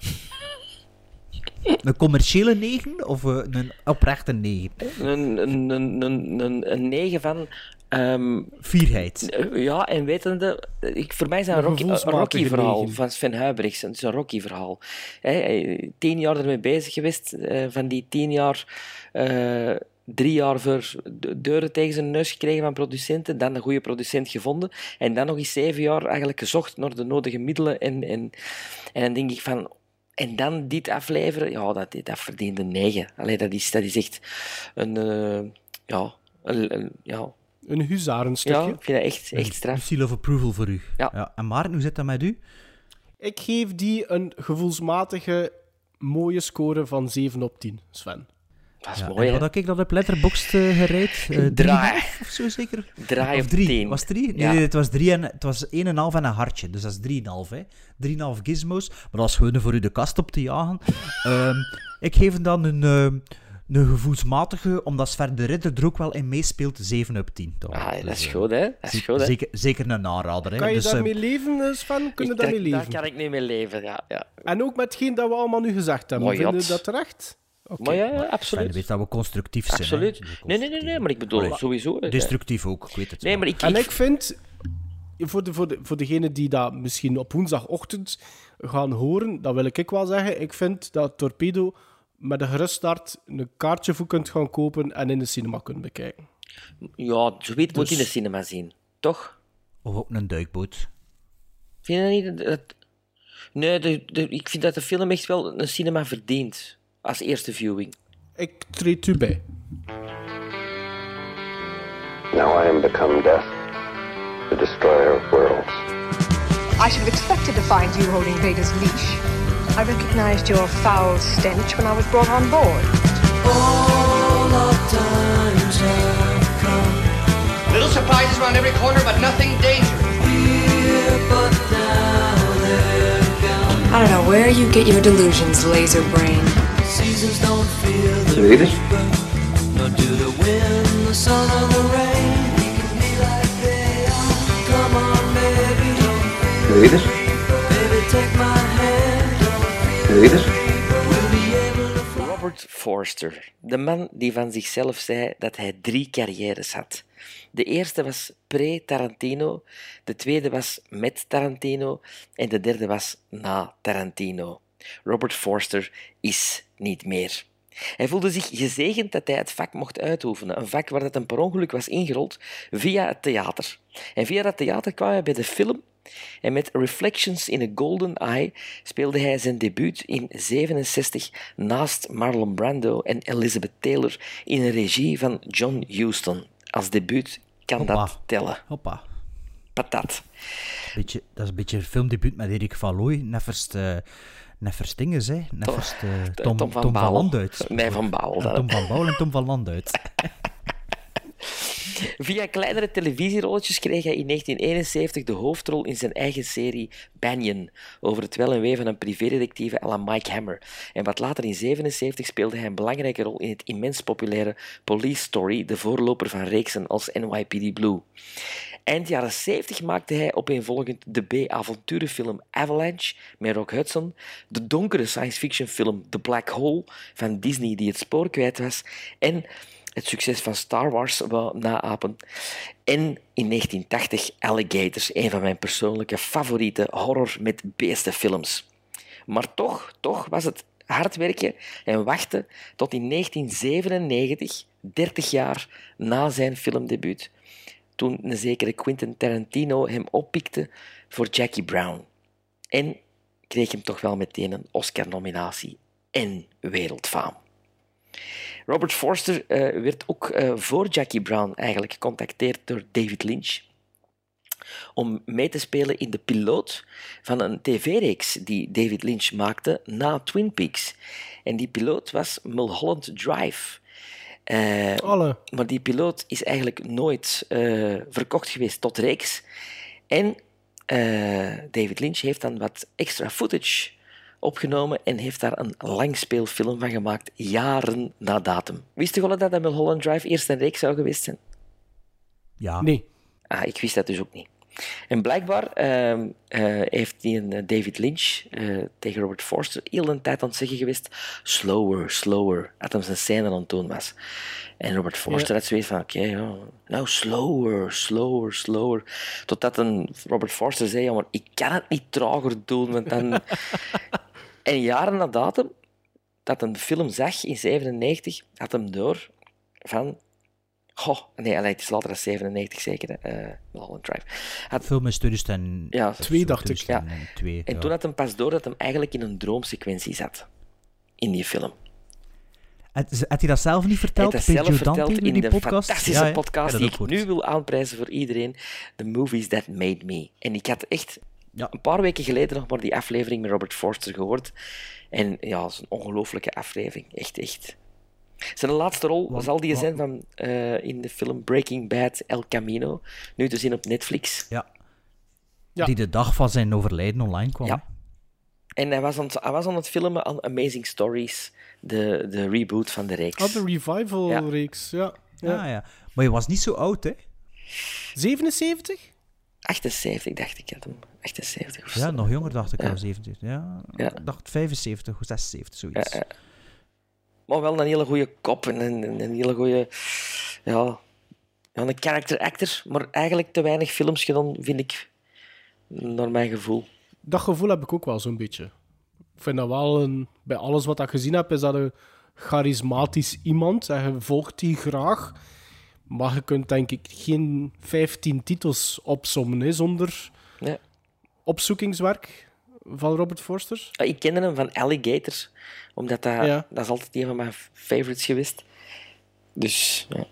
Een commerciële negen of uh, een oprechte negen? Een, een, een, een, een, een negen van... ehm, Vierheid. ja, en wetende... Ik, voor mij is dat een Een Rocky, een gevoelsmatige Rocky-verhaal negen. van Sven Huybrechts. Het is een Rocky-verhaal. Hè, hij- tien jaar ermee bezig geweest. eh, van die tien jaar... eh, drie jaar voor de deuren tegen zijn neus gekregen van producenten, dan een goede producent gevonden, en dan nog eens zeven jaar eigenlijk gezocht naar de nodige middelen. En, en, en dan denk ik van... En dan dit afleveren, ja, dat, dat verdient een negen. Allee, dat, is, dat is echt een... Uh, ja, een, een, ja... Een huzarenstukje. Ja, ik vind dat echt, echt Een straf. seal of approval voor u. Ja. En Maarten, hoe zit dat met u? Ik geef die een gevoelsmatige mooie score van zeven op tien, Sven. Dat is Ja, mooi, en hè? wat had ik dat op Letterboxd uh, gereid? Uh, Draai. Of zo zeker? Draai Of op drie? tien. Was het drie? Nee, Ja. nee, het was drie en het was één en een half en een hartje. Dus dat is drieënhalf, hè. Drieënhalf gizmos. Maar dat is gewoon voor u de kast op te jagen. um, ik geef hem dan een, uh, een gevoelsmatige, omdat Sven de Ridder er ook wel in meespeelt, zeven op tien. Toch? Ah, dat Dus, is uh, goed, hè? Dat is zeker, goed, hè? zeker, zeker een aanrader, hè. Kan je dus, daarmee uh, leven, eh, Sven? Kun je Ik daarmee trek- daar leven? kan ik niet mee leven, ja. ja. En ook met hetgeen dat we allemaal nu gezegd hebben. Mooi, Vinden jat. we dat terecht? Oké. Maar ja, ja, Sven absoluut. weet dat we constructief zijn. Absoluut. Hè. Nee, nee, nee, nee, maar ik bedoel Allee, sowieso. hè. Destructief ook, ik weet het Nee, wel. maar ik... En ik vind, voor, de, voor, de, voor degenen die dat misschien op woensdagochtend gaan horen, dat wil ik wel zeggen, ik vind dat Torpedo met een gerust start een kaartje voor kunt gaan kopen en in de cinema kunt bekijken. Ja, zoiets moet Dus- in de cinema zien. Toch? Of op een duikboot. Vind je dat niet? Dat... Nee, de, de, ik vind dat de film echt wel een cinema verdient. Als eerste viewing. Ik treed u bij. Now I am become death, the destroyer of worlds. I should have expected to find you holding Vader's leash. I recognized your foul stench when I was brought on board. Little surprises around every corner, but nothing dangerous. I don't know where you get your delusions, laser brain. Read it. Read it. Read it. Robert Forster. De man die van zichzelf zei dat hij drie carrières had. De eerste was pre-Tarantino, de tweede was met Tarantino en de derde was na Tarantino. Robert Forster is niet meer. Hij voelde zich gezegend dat hij het vak mocht uitoefenen, een vak waar dat hem per ongeluk was ingerold via het theater. En via dat theater kwam hij bij de film en met Reflections in a Golden Eye speelde hij zijn debuut in zevenenzestig naast Marlon Brando en Elizabeth Taylor in een regie van John Huston. Als debuut kan Hoppa. dat tellen. Hoppa. Patat. Beetje, dat is een beetje een filmdebuut met Erik van Looy. Neffers, uh, Neffers dinges, hè. Neffers uh, Tom, Tom, van Tom van Bouwel. Landuit. Nee, Van Bouwel. En dat. Tom van Bouwel en Tom van Landuit. Via kleinere televisierolletjes kreeg hij in negentien eenenzeventig de hoofdrol in zijn eigen serie Banyan, over het wel en wee van een privédetectieve à la Mike Hammer. En wat later in zevenenzeventig speelde hij een belangrijke rol in het immens populaire Police Story, de voorloper van reeksen als N Y P D Blue. Eind jaren zeventig maakte hij opeenvolgend de B-avonturenfilm Avalanche met Rock Hudson, de donkere science-fiction film The Black Hole van Disney die het spoor kwijt was en het succes van Star Wars wou naapen. En in negentien tachtig Alligators, een van mijn persoonlijke favoriete horror met beestenfilms. Maar toch, toch was het hard werken en wachten tot in negentien zevenennegentig, dertig jaar na zijn filmdebuut, toen een zekere Quentin Tarantino hem oppikte voor Jackie Brown. En kreeg hem toch wel meteen een Oscar-nominatie en wereldfaam. Robert Forster uh, werd ook uh, voor Jackie Brown eigenlijk gecontacteerd door David Lynch om mee te spelen in de piloot van een tv-reeks die David Lynch maakte na Twin Peaks. En die piloot was Mulholland Drive. Uh, Alle. Maar die piloot is eigenlijk nooit uh, verkocht geweest tot reeks. En uh, David Lynch heeft dan wat extra footage opgenomen en heeft daar een langspeelfilm van gemaakt, jaren na datum. Wist je wel dat dat Mulholland Drive eerst een reeks zou geweest zijn? Ja. Nee. Ah, ik wist dat dus ook niet. En blijkbaar uh, uh, heeft die een David Lynch uh, tegen Robert Forster heel een tijd aan het zeggen geweest slower, slower, dat hem zijn scène aan het doen was. En Robert Forster ja. had zoiets van, oké, okay, ja, nou, slower, slower, slower. Totdat een Robert Forster zei, ja, maar ik kan het niet trager doen, want dan... En jaren na datum, dat een film zag in zevenennegentig, had hem door van... Goh, nee, het is later dan zevenennegentig zeker, uh, Mulholland Drive. Had... Film is tweeduizend twee, ja, dacht ik. Ja. twee, en ja. toen had hem pas door dat hem eigenlijk in een droomsequentie zat. In die film. Had hij dat zelf niet verteld? Hij heeft dat zelf Pedro Dante, verteld in die de podcast? fantastische Ja, ja. podcast Ja, die dat ik ook nu hoort. wil aanprijzen voor iedereen. The Movies That Made Me. En ik had echt Ja. een paar weken geleden nog maar die aflevering met Robert Forster gehoord. En ja, dat is een ongelooflijke aflevering. Echt, echt. Zijn laatste rol Wat- zal die wat- zijn van, eh, in de film Breaking Bad El Camino. Nu te zien op Netflix. Ja. Ja. Die de dag van zijn overlijden online kwam. Ja. En hij was, aan het, hij was aan het filmen aan Amazing Stories, de, de reboot van de reeks. Ah, de revival-reeks, ja. hè? ja. Ja, ja. Maar je was niet zo oud, hè? zevenenzeventig? achtenzeventig, dacht ik. Had hem. achtenzeventig of zo. Ja, nog jonger dacht ik Ja. al, zeventig. Ja, Ja. ik dacht vijfenzeventig of zesenzeventig, zoiets. Ja, ja. Maar wel een hele goede kop en een, een, een hele goede... Ja, ja, een character actor. Maar eigenlijk te weinig films gedaan, vind ik, naar mijn gevoel. Dat gevoel heb ik ook wel zo'n beetje. Ik vind dat wel een... Bij alles wat ik gezien heb, is dat een charismatisch iemand. En je volgt die graag. Maar je kunt denk ik geen vijftien titels opsommen hè, zonder Ja. opzoekingswerk van Robert Forster. Ah, ik kende hem van Alligator, omdat dat, Ja. dat is altijd een van mijn favorites geweest. Dus, ja.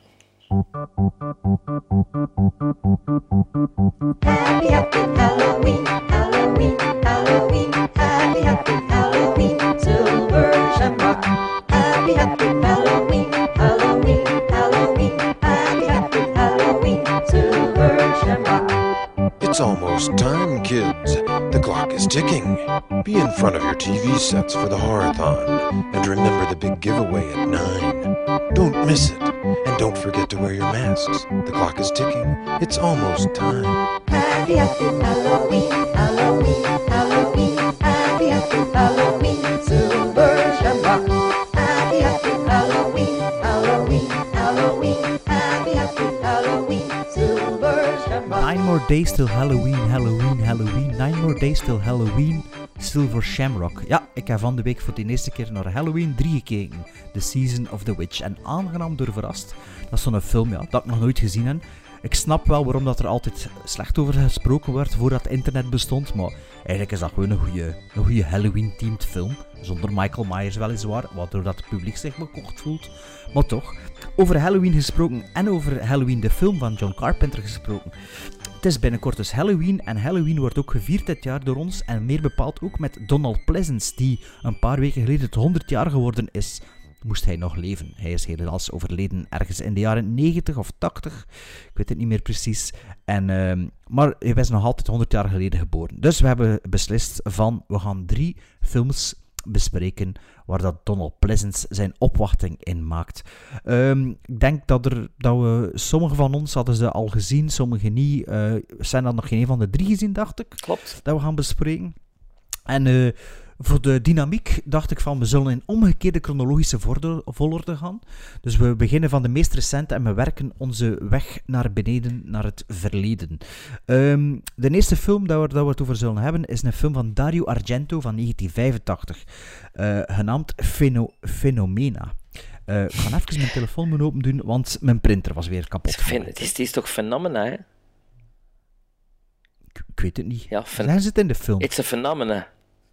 Happy, happy Halloween, Halloween, Halloween. Happy, happy Halloween, Silver Shamrock. Happy, happy Halloween, Halloween, Halloween. Happy, happy Halloween, Silver Shamrock. It's almost time, kids. The clock is ticking. Be in front of your T V sets for the Horathon. And remember the big giveaway at nine. Don't miss it. And don't forget to wear your masks. The clock is ticking. It's almost time. Happy, happy Halloween, Halloween, Halloween. Happy, happy Halloween, Silver Shamrock. Happy, happy Halloween, Halloween, Halloween. Happy, happy Halloween, Silver Shamrock. Nine more days till Halloween, Halloween, Halloween. Nine more days till Halloween, Silver Shamrock. Ja, ik heb van de week voor de eerste keer naar Halloween drie gekeken. The Season of the Witch. En aangenaam door verrast. Dat is zo'n film ja, dat ik nog nooit gezien heb. Ik snap wel waarom dat er altijd slecht over gesproken werd voordat het internet bestond. Maar eigenlijk is dat gewoon een goede, een goede Halloween-themed film. Zonder Michael Myers weliswaar, waardoor dat het publiek zich bekocht voelt. Maar toch, over Halloween gesproken en over Halloween de film van John Carpenter gesproken. Het is binnenkort dus Halloween en Halloween wordt ook gevierd dit jaar door ons en meer bepaald ook met Donald Pleasence, die een paar weken geleden het honderd jaar geworden is. Moest hij nog leven. Hij is helaas overleden ergens in de jaren negentig of tachtig. Ik weet het niet meer precies. En, uh, maar hij was nog altijd honderd jaar geleden geboren. Dus we hebben beslist van, we gaan drie films bespreken waar dat Donald Pleasence zijn opwachting in maakt. Um, ik denk dat, er, dat we, sommige van ons hadden ze al gezien, sommige niet. Uh, zijn er nog geen een van de drie gezien, dacht ik. Klopt. Dat we gaan bespreken. En uh, voor de dynamiek dacht ik van, we zullen in omgekeerde chronologische volgorde gaan. Dus we beginnen van de meest recente en we werken onze weg naar beneden, naar het verleden. Um, de eerste film dat we, dat we het over zullen hebben, is een film van Dario Argento van negentien vijfentachtig. Uh, genaamd Pheno- Phenomena. Uh, ik ga even mijn telefoon moeten open doen, want mijn printer was weer kapot. Het is, het is, het is toch Phenomena, hè? Ik, ik weet het niet. Ja, fen- Zijn ze het in de film? It's a Phenomena.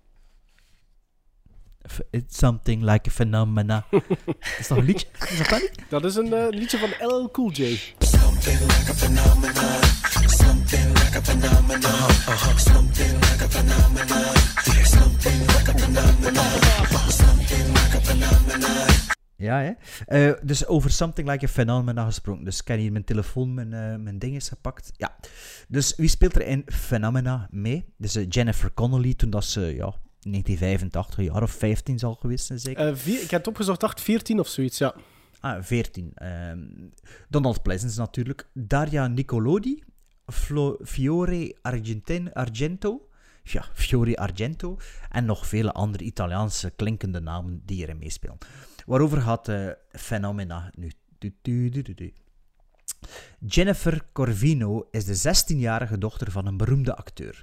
It's something like a phenomena. Is dat een liedje? Is dat dat niet? Dat is een uh, liedje van L L Cool J. Something like a phenomenon. Something like a phenomenon. Uh-huh, uh-huh. Something like a phenomenon. Something like a phenomenon. Something like a phenomenon. Ja, hè? Uh, dus over Something Like a Phenomena gesproken. Dus ik heb hier mijn telefoon, mijn, uh, mijn ding is gepakt. Ja. Dus wie speelt er in Phenomena mee? Dus uh, Jennifer Connelly, toen dat ze, ja, negentien vijfentachtig, een jaar of vijftien zal geweest zijn, zeker? Uh, vier, ik heb het opgezocht, dacht veertien of zoiets, ja. Ah, veertien. Um, Donald Pleasence natuurlijk. Daria Nicolodi. Flo- Fiore Argentin- Argento. Ja, Fiore Argento. En nog vele andere Italiaanse klinkende namen die erin meespelen. Waarover gaat uh, Phenomena nu? Du, du, du, du, du. Jennifer Corvino is de zestienjarige dochter van een beroemde acteur.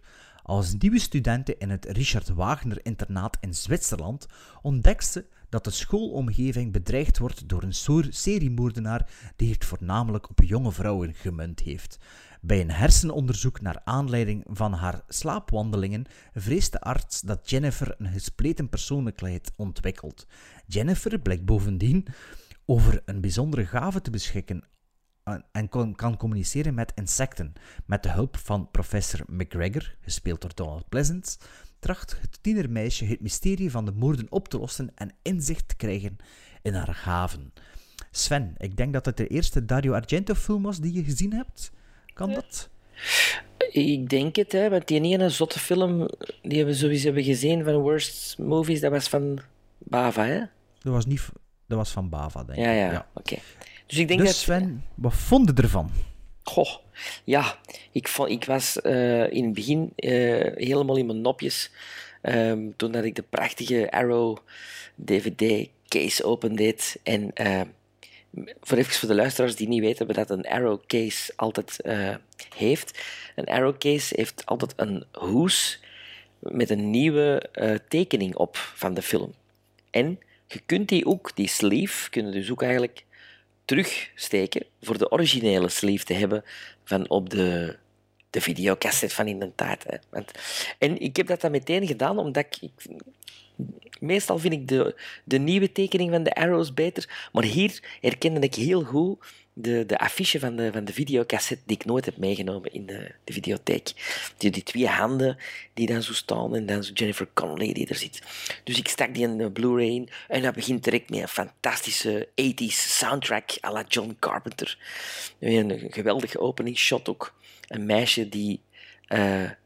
Als nieuwe studenten in het Richard Wagner-internaat in Zwitserland ontdekt ze dat de schoolomgeving bedreigd wordt door een soort seriemoordenaar die het voornamelijk op jonge vrouwen gemunt heeft. Bij een hersenonderzoek naar aanleiding van haar slaapwandelingen vreest de arts dat Jennifer een gespleten persoonlijkheid ontwikkelt. Jennifer blijkt bovendien over een bijzondere gave te beschikken en kan communiceren met insecten. Met de hulp van professor McGregor, gespeeld door Donald Pleasence, tracht het tienermeisje het mysterie van de moorden op te lossen en inzicht te krijgen in haar gaven. Sven, ik denk dat het de eerste Dario Argento-film was die je gezien hebt. Kan dat? Ik denk het, hè, want die ene zotte film die we sowieso hebben gezien van Worst Movies, dat was van Bava, hè? Dat was, niet, dat was van Bava, denk ik. Ja, ja, ja. oké. Okay. Dus ik denk dus dat... Sven, wat vond je ervan? Goh, ja, ik, vond, ik was uh, in het begin uh, helemaal in mijn nopjes um, toen dat ik de prachtige Arrow D V D-case opendeed. En uh, voor even voor de luisteraars die niet weten wat een Arrow-case altijd uh, heeft. Een Arrow-case heeft altijd een hoes met een nieuwe uh, tekening op van de film. En je kunt die ook, die sleeve, kun je dus ook eigenlijk terugsteken voor de originele sleeve te hebben van op de, de videocassette van in de tijd. Hè. Want, en ik heb dat dan meteen gedaan, omdat ik... ik meestal vind ik de, de nieuwe tekening van de Arrows beter, maar hier herkende ik heel goed de, de affiche van de, van de videocassette die ik nooit heb meegenomen in de, de videotheek. Die, die twee handen die dan zo staan en dan zo Jennifer Connelly die er zit. Dus ik stak die in de Blu-ray in en dat begint direct met een fantastische eighties soundtrack à la John Carpenter. Een geweldige openingsshot ook. Een meisje die uh, uh,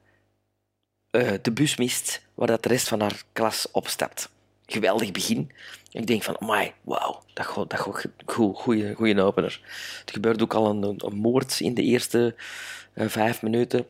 de bus mist waar dat de rest van haar klas opstapt. Geweldig begin. Ik denk van, amai, wauw, dat gaat dat goed, goeie, goeie opener. Er gebeurt ook al een, een moord in de eerste uh, vijf minuten.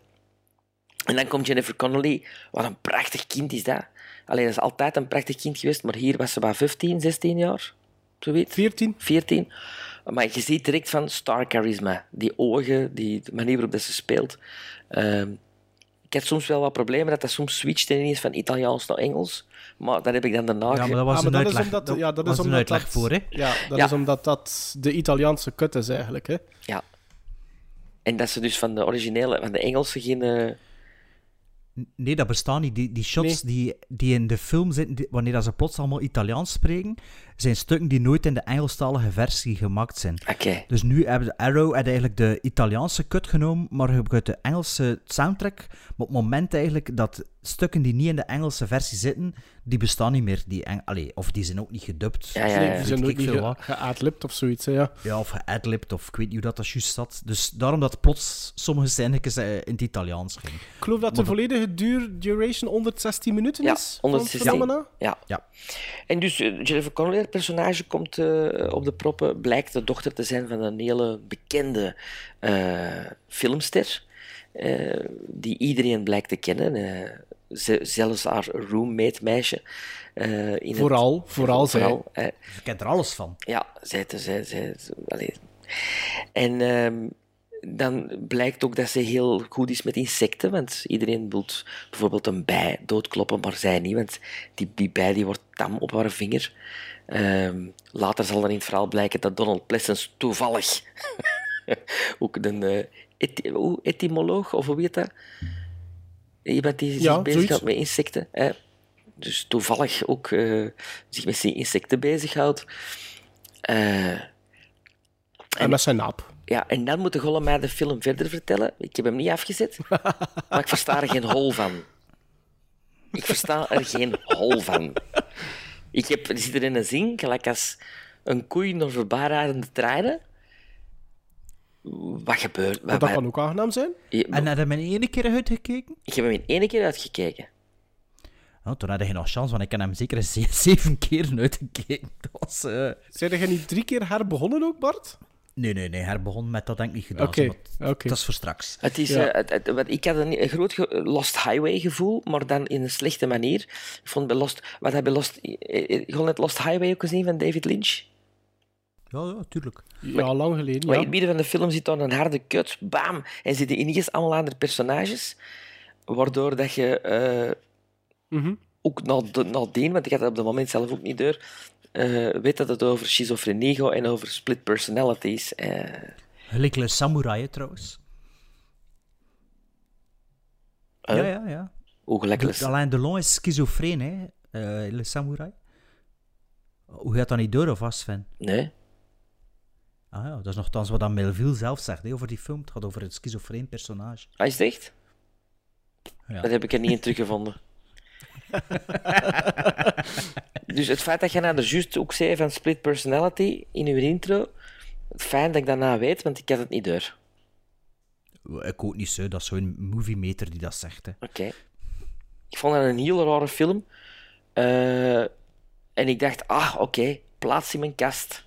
En dan komt Jennifer Connelly. Wat een prachtig kind is dat. Alleen dat is altijd een prachtig kind geweest, maar hier was ze bij vijftien, zestien jaar. Zoiets. veertien. veertien. Maar je ziet direct van star charisma. Die ogen, die, de manier waarop dat ze speelt. Uh, Ik had soms wel wat problemen dat dat soms switchte ineens van Italiaans naar Engels. Maar dat heb ik dan daarna... Ja, maar dat was ah, een dat uitleg, is omdat, dat ja, dat was is een omdat uitleg dat, voor, hè? Ja, dat ja. is omdat dat de Italiaanse kut is eigenlijk, hè? Ja. En dat ze dus van de originele, van de Engelse geen... Uh... Nee, dat bestaat niet. Die, die shots nee. die, die in de film zitten, die, wanneer dat ze plots allemaal Italiaans spreken, zijn stukken die nooit in de Engelstalige versie gemaakt zijn. Okay. Dus nu hebben de Arrow had eigenlijk de Italiaanse cut genomen, maar gebruikt de Engelse soundtrack. Maar op het moment eigenlijk dat stukken die niet in de Engelse versie zitten, die bestaan niet meer. Die Eng- Allee, of die zijn ook niet gedubt. Ja, ja, ja. Nee, die zijn nooit niet ge- geadlipt of zoiets, hè, ja. Ja, of geadlibt, of ik weet niet hoe dat, dat juist zat. Dus daarom dat plots sommige scènes in het Italiaans gingen. Ik geloof dat de volledige duur, duration honderdzestien minuten ja, is. honderdzestien. Ja. ja. En dus uh, Jennifer Connelly, het personage, komt uh, op de proppen, blijkt de dochter te zijn van een hele bekende uh, filmster. Uh, die iedereen blijkt te kennen. Uh, ze, zelfs haar roommate meisje. Uh, in vooral, het, vooral, vooral zij. Uh, je kent er alles van. Ja, zij... zij, zij, zij en uh, dan blijkt ook dat ze heel goed is met insecten, want iedereen wil bijvoorbeeld een bij doodkloppen, maar zij niet, want die, die bij die wordt tam op haar vinger. Uh, later zal dan in het verhaal blijken dat Donald Pleasence toevallig ook een uh, ety- oh, etymoloog, of hoe weet dat? Iemand die zich ja, bezighoudt met insecten. Hè? Dus toevallig ook uh, zich met die insecten bezighoudt. Uh, en, en met zijn naap. Ja, en dan moet de Gollum mij de film verder vertellen. Ik heb hem niet afgezet, maar ik versta er geen hol van. Ik versta er geen hol van. Ik heb, er zit er in een zin, gelijk als een koei naar voorbijrijdende treinen. Wat gebeurt? Wat, dat wat, kan ook aangenaam zijn. Je, en heb je hem in één keer uitgekeken? Ik heb hem in één keer uitgekeken. Oh, toen had je nog chance, want ik heb hem zeker ze- zeven keer uitgekeken. Dat was... Uh... Zijn jij niet drie keer herbegonnen ook, Bart? Nee, nee, nee. Herbegon met dat denk ik niet gedaan. Oké, okay, okay. Dat is voor straks. Het is, ja. uh, het, het, wat, ik had een, een groot ge- Lost Highway gevoel, maar dan in een slechte manier. Ik vond bij Lost... Wat heb je Lost... Je had net Lost Highway ook gezien van David Lynch? Ja, ja, tuurlijk. Ja, maar, lang geleden, maar ja. in het midden van de film zit dan een harde kut, bam, en zitten ineens allemaal andere personages. waardoor dat je uh, mm-hmm. ook nadien, want ik had het op dat moment zelf ook niet door, uh, weet dat het over schizofrenie gaat en over split personalities. Uh... Gelijk Le Samurai, trouwens. Uh? Ja, ja, ja. Hoe gelijk Le Alain Delon is schizofreen, hè? Uh, Le Samurai. Hoe gaat dat niet door, of was, Sven? Nee. Ah ja, dat is nogthans wat dan Melville zelf zegt, hè, over die film. Het gaat over het schizofreen personage. Hij is het echt? Ja. Dat heb ik er niet in teruggevonden. Dus het feit dat je nou er juist ook zei van split personality in uw intro, het fijn dat ik dat nou weet, want ik had het niet door. Ik ook niet zo, dat is zo'n moviemeter die dat zegt. Oké. Okay. Ik vond het een heel rare film. Uh, en ik dacht, ah, oké, okay, plaats in mijn kast.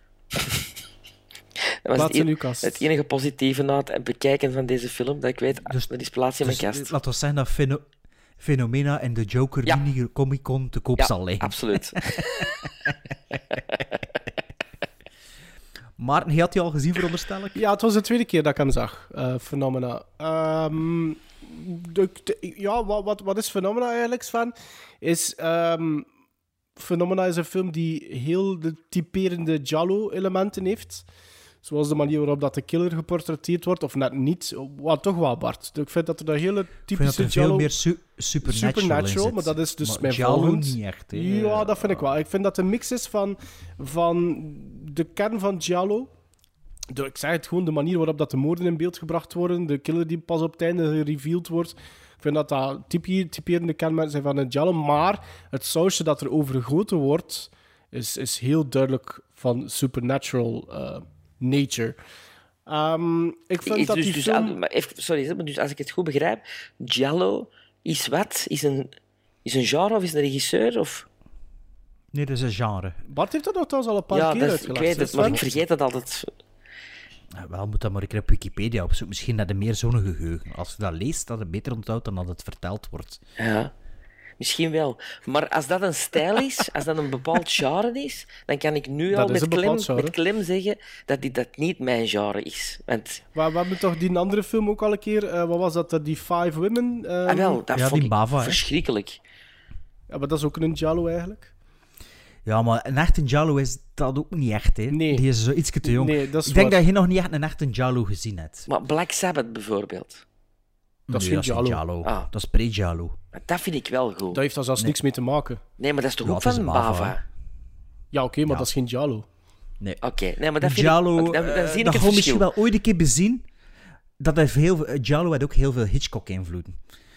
Dat was het, en- kast. het enige positieve na het bekijken van deze film, dat ik weet, dus, dat is plaats in dus, mijn kast. Laten we zeggen dat Pheno- Phenomena en de Joker ja. mini Comic Con te koop ja, zal liggen. Absoluut. Maarten, je had die al gezien, veronderstel ik? Ja, het was de tweede keer dat ik hem zag. Uh, Phenomena. Um, de, de, ja, wat, wat, wat is Phenomena eigenlijk, Sven? Is... Um, Phenomena is een film die heel de typerende Giallo-elementen heeft. Zoals de manier waarop dat de killer geportretteerd wordt, of net niet. Wat toch wel, Bart. Ik vind dat er een hele typische ik vind dat er Giallo... veel meer su- supernatural, supernatural maar dat is dus maar mijn Giallo volgend. niet echt. Hè. Ja, dat vind ik wel. Ik vind dat een mix is van, van de kern van Giallo. De, ik zeg het gewoon, de manier waarop dat de moorden in beeld gebracht worden, de killer die pas op het einde gereveeld wordt. Ik vind dat dat type, typerende kenmerken zijn van een Giallo, maar het sausje dat er overgoten wordt, is, is heel duidelijk van supernatural uh, nature. Um, ik vind is dat dus, die dus, film... maar even, sorry, dus als ik het goed begrijp, Giallo is wat? Is een, is een genre of is een regisseur? Of... Nee, dat is een genre. Bart heeft dat nog trouwens al een paar ja, keer dat is, uitgelegd. Ik weet het, maar ik vergeet dat altijd. Ja, wel, moet dat maar een keer op Wikipedia opzoeken. Misschien net een meer zo'n geheugen. Als je dat leest, dat het beter onthoudt dan dat het verteld wordt. Ja, misschien wel. Maar als dat een stijl is, als dat een bepaald genre is, dan kan ik nu al met klem, met klem zeggen dat dit dat niet mijn genre is. Want... Maar we hebben toch die andere film ook al een keer... Uh, wat was dat? Die Five Women? Um... Ah, wel, dat ja, vond die ik Bava, verschrikkelijk. Ja, maar dat is ook een Giallo eigenlijk. Ja, maar een echte Giallo is dat ook niet echt, hè. Nee. Die is zo iets te jong. Nee, dat is ik denk waar. dat je nog niet echt een echte Giallo gezien hebt. Maar Black Sabbath bijvoorbeeld. Dat is nee, geen dat is Giallo. Ah. Dat is pre-Giallo. Maar dat vind ik wel goed. Dat heeft daar zelfs nee. niks mee te maken. Nee, maar dat is toch ja, ook van Bava? Bava ja, oké, okay, maar ja. dat is geen Giallo. Nee. Oké, okay. nee, maar dat vind Giallo, ik... Dan, dan zie ik dat het ga je misschien verschil. wel ooit een keer bezien. Dat heeft heel, Giallo had ook heel veel Hitchcock-invloeden.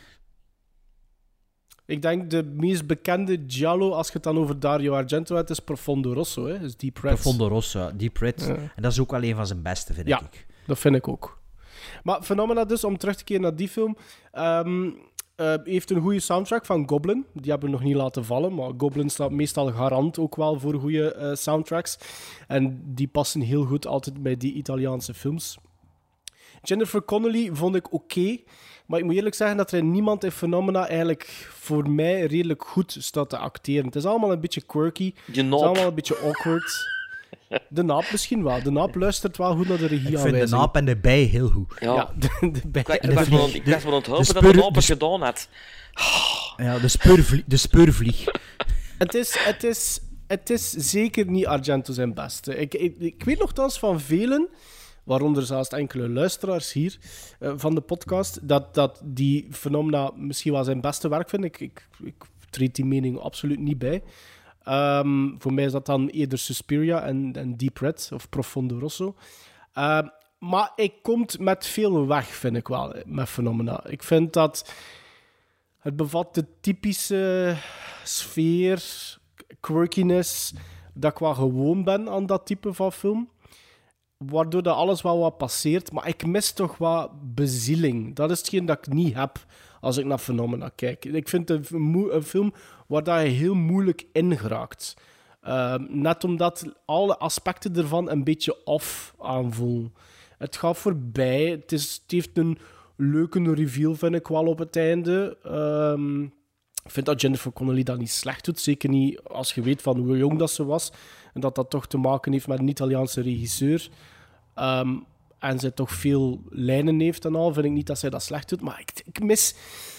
Ik denk de meest bekende Giallo, als je het dan over Dario Argento hebt, is Profondo Rosso, hè? Is Deep Red. Profondo Rosso, Deep Red. Ja. En dat is ook wel een van zijn beste, vind ja, ik. dat vind ik ook. Maar Phenomena dus, om terug te keren naar die film, um, uh, heeft een goede soundtrack van Goblin. Die hebben we nog niet laten vallen, maar Goblin staat meestal garant ook wel voor goede uh, soundtracks. En die passen heel goed altijd bij die Italiaanse films. Jennifer Connelly vond ik oké. Okay, maar ik moet eerlijk zeggen dat er niemand in Phenomena eigenlijk voor mij redelijk goed staat te acteren. Het is allemaal een beetje quirky. De Het is allemaal een beetje awkward. De naap misschien wel. De naap luistert wel goed naar de regieaanwijzing. Ik vind de naap en de bij heel goed. Ja, ja de, de bij. Ik, ik was wel aan het hopen speur, dat de naap het gedaan had. Ja, de speurvlieg. De speurvlieg. het, is, het, is, het is zeker niet Argento zijn beste. Ik, ik, ik weet nogthans van velen, waaronder zelfs enkele luisteraars hier uh, van de podcast, dat, dat die Phenomena misschien wel zijn beste werk vinden. Ik, ik, ik treed die mening absoluut niet bij. Um, voor mij is dat dan eerder Suspiria en, en Deep Red of Profondo Rosso. Uh, maar ik kom met veel weg, vind ik wel, met Phenomena. Ik vind dat het bevat de typische sfeer, quirkiness, dat ik wel gewoon ben aan dat type van film. Waardoor dat alles wel wat passeert, maar ik mis toch wat bezieling. Dat is hetgeen dat ik niet heb als ik naar Phenomena kijk. Ik vind het een, een film waar dat je heel moeilijk in geraakt. Uh, net omdat alle aspecten ervan een beetje off aanvoelen. Het gaat voorbij. Het, is, het heeft een leuke reveal, vind ik wel, op het einde. Um, ik vind dat Jennifer Connelly dat niet slecht doet. Zeker niet als je weet van hoe jong dat ze was. En dat dat toch te maken heeft met een Italiaanse regisseur. Um, en zij toch veel lijnen heeft en al, vind ik niet dat zij dat slecht doet. Maar ik, ik mis...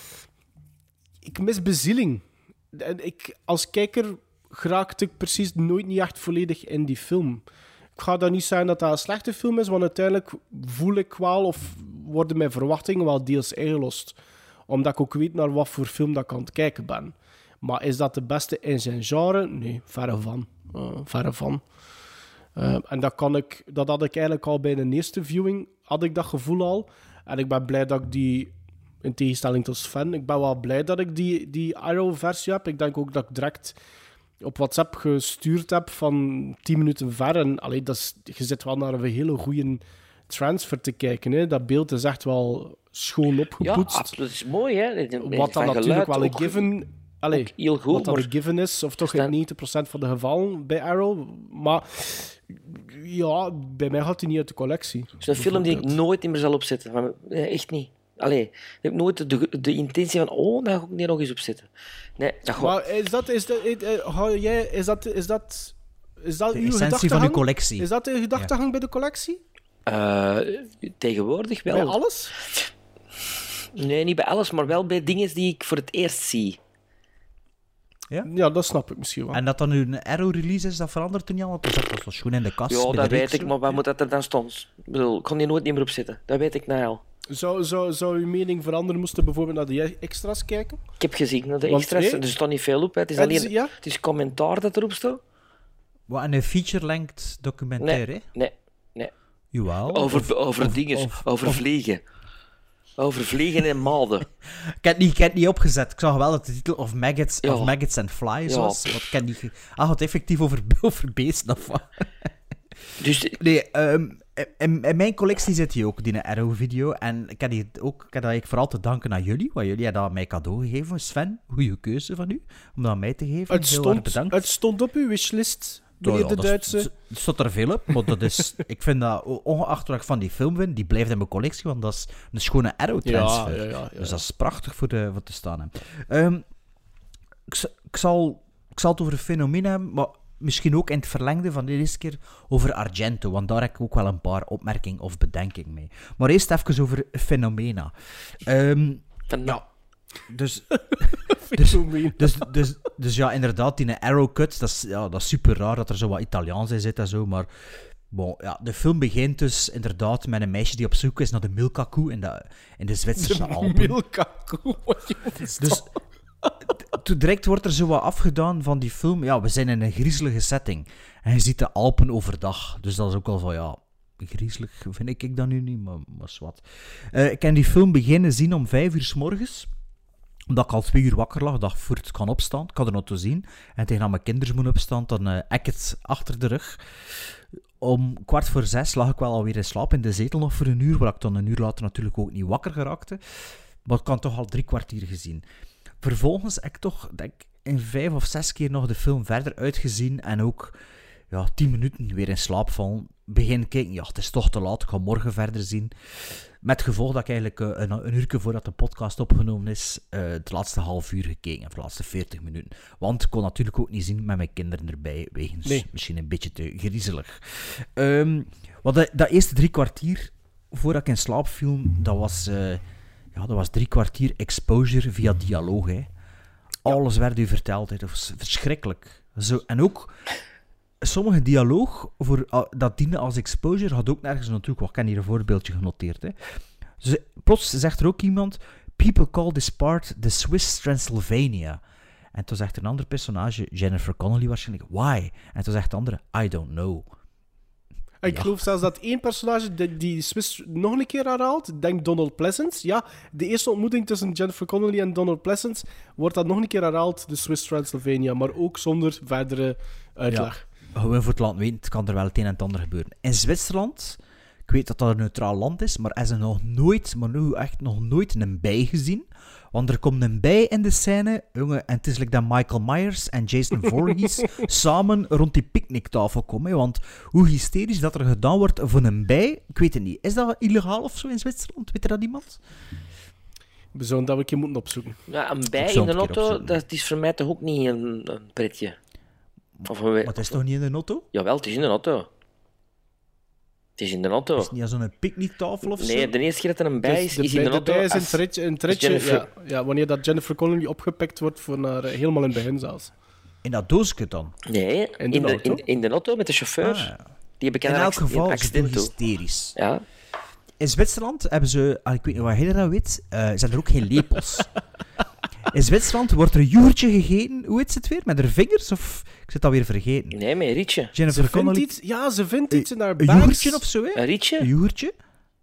Ik mis bezieling. En ik, als kijker geraakte ik precies nooit niet echt volledig in die film. Ik ga dan niet zeggen dat dat een slechte film is, want uiteindelijk voel ik wel, of worden mijn verwachtingen wel deels ingelost. Omdat ik ook weet naar wat voor film dat ik aan het kijken ben. Maar is dat de beste in zijn genre? Nee, verre van. Uh, verre van. Uh, en dat, kan ik, dat had ik eigenlijk al bij de eerste viewing, had ik dat gevoel al. En ik ben blij dat ik die, in tegenstelling tot Sven, ik ben wel blij dat ik die, die Arrow-versie heb. Ik denk ook dat ik direct op WhatsApp gestuurd heb van tien minuten ver. En allee, dat is, je zit wel naar een hele goede transfer te kijken. Hè. Dat beeld is echt wel schoon opgepoetst. Ja, absoluut. Dat is mooi, hè. Wat dan natuurlijk wel een given... Allee, heel goed, wat dat maar... een given is, of toch in negentig procent van de gevallen bij Arrow. Maar ja, bij mij gaat hij niet uit de collectie. Het is een film die ik nooit meer zal opzetten. Maar, nee, echt niet. Allee, ik heb nooit de, de intentie van, oh, daar ga ik niet nog eens opzetten. Nee, dat gewoon... Maar is dat, is dat, is, jij, is dat, is dat, is dat de uw essentie van uw collectie? Is dat de gedachtegang ja. bij de collectie? Uh, tegenwoordig wel. Bij alles? Nee, niet bij alles, maar wel bij dingen die ik voor het eerst zie. Ja? Ja, dat snap ik misschien wel. En dat dan nu een Arrow-release is, dat verandert toen niet al? Want dat zat was gewoon in de kast. Ja, dat weet reeks, ik, maar wat moet dat er dan stond? Ik bedoel, ik kon die nooit meer opzetten. Dat weet ik nou al. Zou, zou, zou uw mening veranderen, moesten bijvoorbeeld naar de extra's kijken? Ik heb gezien naar de Want, extra's, hey, er staat niet veel op. Hè. Het is alleen ja? het is commentaar dat erop staat. Wat, een feature-length documentaire? Nee, nee, nee. Jawel. Over, of, over of, dingen, of, over of, vliegen. Over vliegen en maalden. ik, heb niet, ik heb het niet opgezet. Ik zag wel dat de titel of Maggots, ja. of Maggots and Flies ja. was. Wat ik heb niet... Ah, het effectief over, over beesten of wat? Dus... Nee, um, in, in mijn collectie zit hier ook, die Arrow-video. En ik heb, die ook, ik heb dat eigenlijk vooral te danken aan jullie, want jullie hebben dat mij cadeau gegeven. Sven, goede keuze van u, om dat aan mij te geven. Het stond, het stond op uw wishlist, meneer ja, de Duitse. Er stond er veel op, maar dat is, ik vind dat, ongeacht wat ik van die film vind, die blijft in mijn collectie, want dat is een schone Arrow-transfer. Ja, ja, ja, ja. Dus dat is prachtig voor, de, voor te staan. Um, ik, ik, zal, ik zal het over een fenomeen hebben, maar misschien ook in het verlengde van de eerste keer over Argento, want daar heb ik ook wel een paar opmerkingen of bedenkingen mee. Maar eerst even over fenomena. Um, ja, dus, dus, dus, dus, dus ja, inderdaad, die Arrow Cut, dat is, ja, dat is super raar dat er zo wat Italiaans in zit en zo, maar bon, ja, de film begint dus inderdaad met een meisje die op zoek is naar de Milka-koe in de, in de Zwitserse de Alpen. Milka-koe, wat je dus toen direct wordt er zo wat afgedaan van die film. Ja, we zijn in een griezelige setting. En je ziet de Alpen overdag. Dus dat is ook al van, ja, griezelig vind ik dat nu niet, maar, maar zwart. Uh, ik heb die film beginnen zien om vijf uur 's morgens. Omdat ik al twee uur wakker lag, dacht voor het kan opstaan. Ik had er nog te zien. En tegen dat mijn kinderen moeten opstaan, dan uh, ik het achter de rug. Om kwart voor zes lag ik wel alweer in slaap in de zetel nog voor een uur, waar ik dan een uur later natuurlijk ook niet wakker geraakte. Maar ik had toch al drie kwartier gezien. Vervolgens heb ik toch, denk ik, in vijf of zes keer nog de film verder uitgezien en ook ja, tien minuten weer in slaap vallen. Begin kijken, ja, het is toch te laat, ik ga morgen verder zien. Met het gevolg dat ik eigenlijk uh, een, een uur voordat de podcast opgenomen is, uh, het laatste half uur gekeken, of de laatste veertig minuten. Want ik kon natuurlijk ook niet zien met mijn kinderen erbij, wegens nee. misschien een beetje te griezelig. Um, wat de, dat eerste drie kwartier, voordat ik in slaap viel, dat was... Uh, Ja, dat was drie kwartier exposure via dialoog. Hè. Alles ja. werd u verteld. Hè. Dat was verschrikkelijk. Zo, en ook sommige dialoog, voor, uh, dat diende als exposure, had ook nergens natuurlijk, wat ik heb hier een voorbeeldje genoteerd. Hè. Dus, plots zegt er ook iemand, people call this part the Swiss Transylvania. En toen zegt een ander personage, Jennifer Connelly waarschijnlijk, why? En toen zegt de andere, I don't know. Ik ja. geloof zelfs dat één personage die, die Swiss nog een keer herhaalt, ik denk Donald Pleasence. Ja, de eerste ontmoeting tussen Jennifer Connelly en Donald Pleasence wordt dat nog een keer herhaald, de Swiss Transylvania, maar ook zonder verdere uitleg. Ja, gewoon voor het laten weten, het kan er wel het een en het ander gebeuren. In Zwitserland, ik weet dat dat een neutraal land is, maar er is er nog nooit, maar nu echt nog nooit een bij gezien. Want er komt een bij in de scène, jongen, en het is like dat Michael Myers en Jason Voorhees samen rond die picknicktafel komen. Want hoe hysterisch dat er gedaan wordt voor een bij, ik weet het niet. Is dat illegaal of zo in Zwitserland? Weet er dat iemand? We zouden dat een keer moeten opzoeken. Ja, een bij in de auto, dat is voor mij toch ook niet een, een pretje. Of een... Maar het is toch niet in de auto? Jawel, het is in de auto. Het is in de auto. Is het niet aan zo'n picknicktafel of zo? Nee, de eerste keer dat er een bij is, de, is in de de auto. bij is in als- het ritje, in het als ritje, Jennifer- ja, ja, wanneer dat Jennifer Connelly opgepikt wordt voor naar, eh, helemaal in het begin zelfs. In dat doosje dan? Nee, In in de de, auto? in, in de auto met de chauffeur. Ah, ja. Die heb ik In aan elk acc- in geval is het accident toe. hysterisch. Ja. In Zwitserland hebben ze, ah, ik weet niet wat jij dat weet, eh, zijn er ook geen lepels. In Zwitserland wordt er een joertje gegeten, hoe heet het weer? Met haar vingers? Of ik zit dat weer vergeten. Nee, met een rietje. Jennifer Ze vindt Connelly. iets, ja, ze vindt iets in haar Een bags. joertje of zo, hè? Een rietje? Een joertje?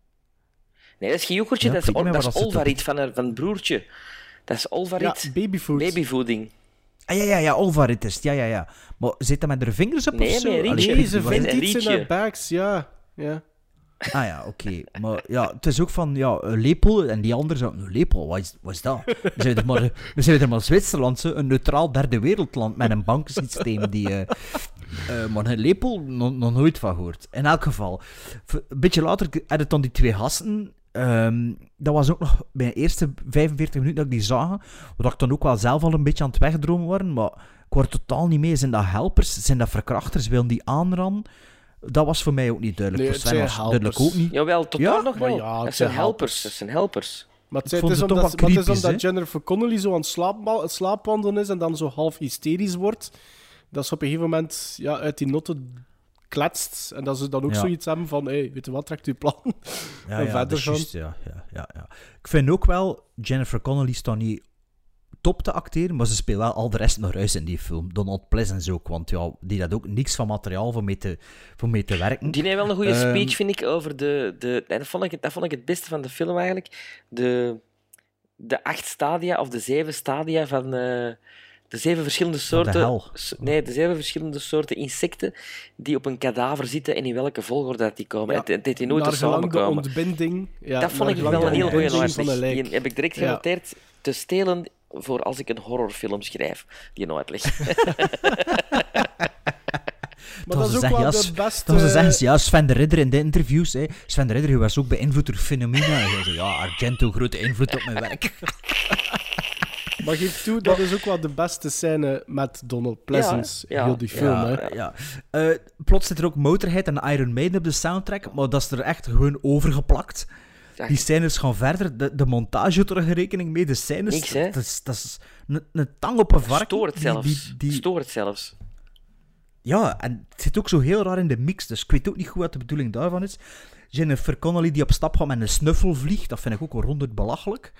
Nee, dat is geen yoghurtje, Ja, dat is, ik weet niet dat meer is wat dat Olvarit van, haar- van het broertje. Dat is Ja, Olvarit babyfood. babyvoeding. Ah ja, ja, ja, Olvarit is het. Ja, ja, ja. Maar zit dat met haar vingers op Nee, of zo? met een Allee, rietje. ik Nee, weet ze niet wat- vindt een iets in rietje. haar bags, ja. ja. Ah ja, oké. Maar ja, het is ook van, ja, een lepel. En die andere zo, een lepel, wat is, wat is dat? Dan zijn we er maar, dan zijn we er maar Zwitserland, zo, een neutraal derde wereldland met een bankensysteem die... eh eh, maar een lepel, nog, nog nooit van gehoord. In elk geval. V- Een beetje later had het dan die twee gasten. Ehm, dat was ook nog bij de eerste vijfenveertig minuten dat ik die zag. Wat ik dan ook wel zelf al een beetje aan het wegdromen waren. Maar ik word totaal niet mee. Zijn dat helpers? Zijn dat verkrachters? Willen die aanran? Dat was voor mij ook niet duidelijk. Nee, voor het Sven zijn was duidelijk helpers. ook niet. Jawel, totaal Ja? nog Maar wel. ja, het dat zijn zijn helpers. helpers. Dat zijn helpers. Maar het, Ik het vond is het omdat, toch wel maar het is creepy, omdat Jennifer Connelly zo aan het slaapbal- het slaapwandelen is en dan zo half hysterisch wordt, dat ze op een gegeven moment ja, uit die noten kletst en dat ze dan ook Ja. zoiets hebben van, hé, hey, weet je wat, trekt uw plan? Ja, en ja, verder dat is gaan. juist, ja, ja, ja, ja. Ik vind ook wel, Jennifer Connelly staat niet top te acteren, maar ze speelt wel al de rest nog ruis in die film. Donald Pleasence ook, want ja, die had ook niks van materiaal voor mee te, voor mee te werken. Die heeft wel een goede Ehm, speech, vind ik, over de... de en dat, vond ik, dat vond ik het beste van de film, eigenlijk. De, de acht stadia, of de zeven stadia van... eh, de zeven verschillende soorten... hel. s- Nee, de zeven verschillende soorten insecten die op een kadaver zitten en in welke volgorde dat die komen. Ja, Het, het, het die nooit naar te gelang de samenkomen. ontbinding. Ja, dat vond naar ik gelang wel de een heel goede ontbinding van uitleg. een lijk. Die heb ik direct Ja. genoteerd te stelen voor als ik een horrorfilm schrijf. Die een uitleg. Maar dat is ook zeggen, wel ja, de S- beste... dat ze zeggen, ja, Sven de Ridder in de interviews. Hè. Sven de Ridder was ook beïnvloed door Phenomena. En hij zei, ja, Argento, grote invloed op mijn werk. Maar geef toe, dat is ook wel de beste scène met Donald Pleasence Ja, ja. in heel die film. ja, hè. ja. Eh, plots zit er ook Motorhead en Iron Maiden op de soundtrack, maar dat is er echt gewoon overgeplakt. Die scènes gaan verder, de, de montage doet er een rekening mee, de scènes... Niks, hè? Dat is, dat is een, een tang op een varken. Stoort die- zelfs. die- die- Stoort zelfs. Ja, en het zit ook zo heel raar in de mix, dus ik weet ook niet goed wat de bedoeling daarvan is. Jennifer Connelly die op stap gaat met een snuffelvlieg, dat vind ik ook wel ronduit belachelijk.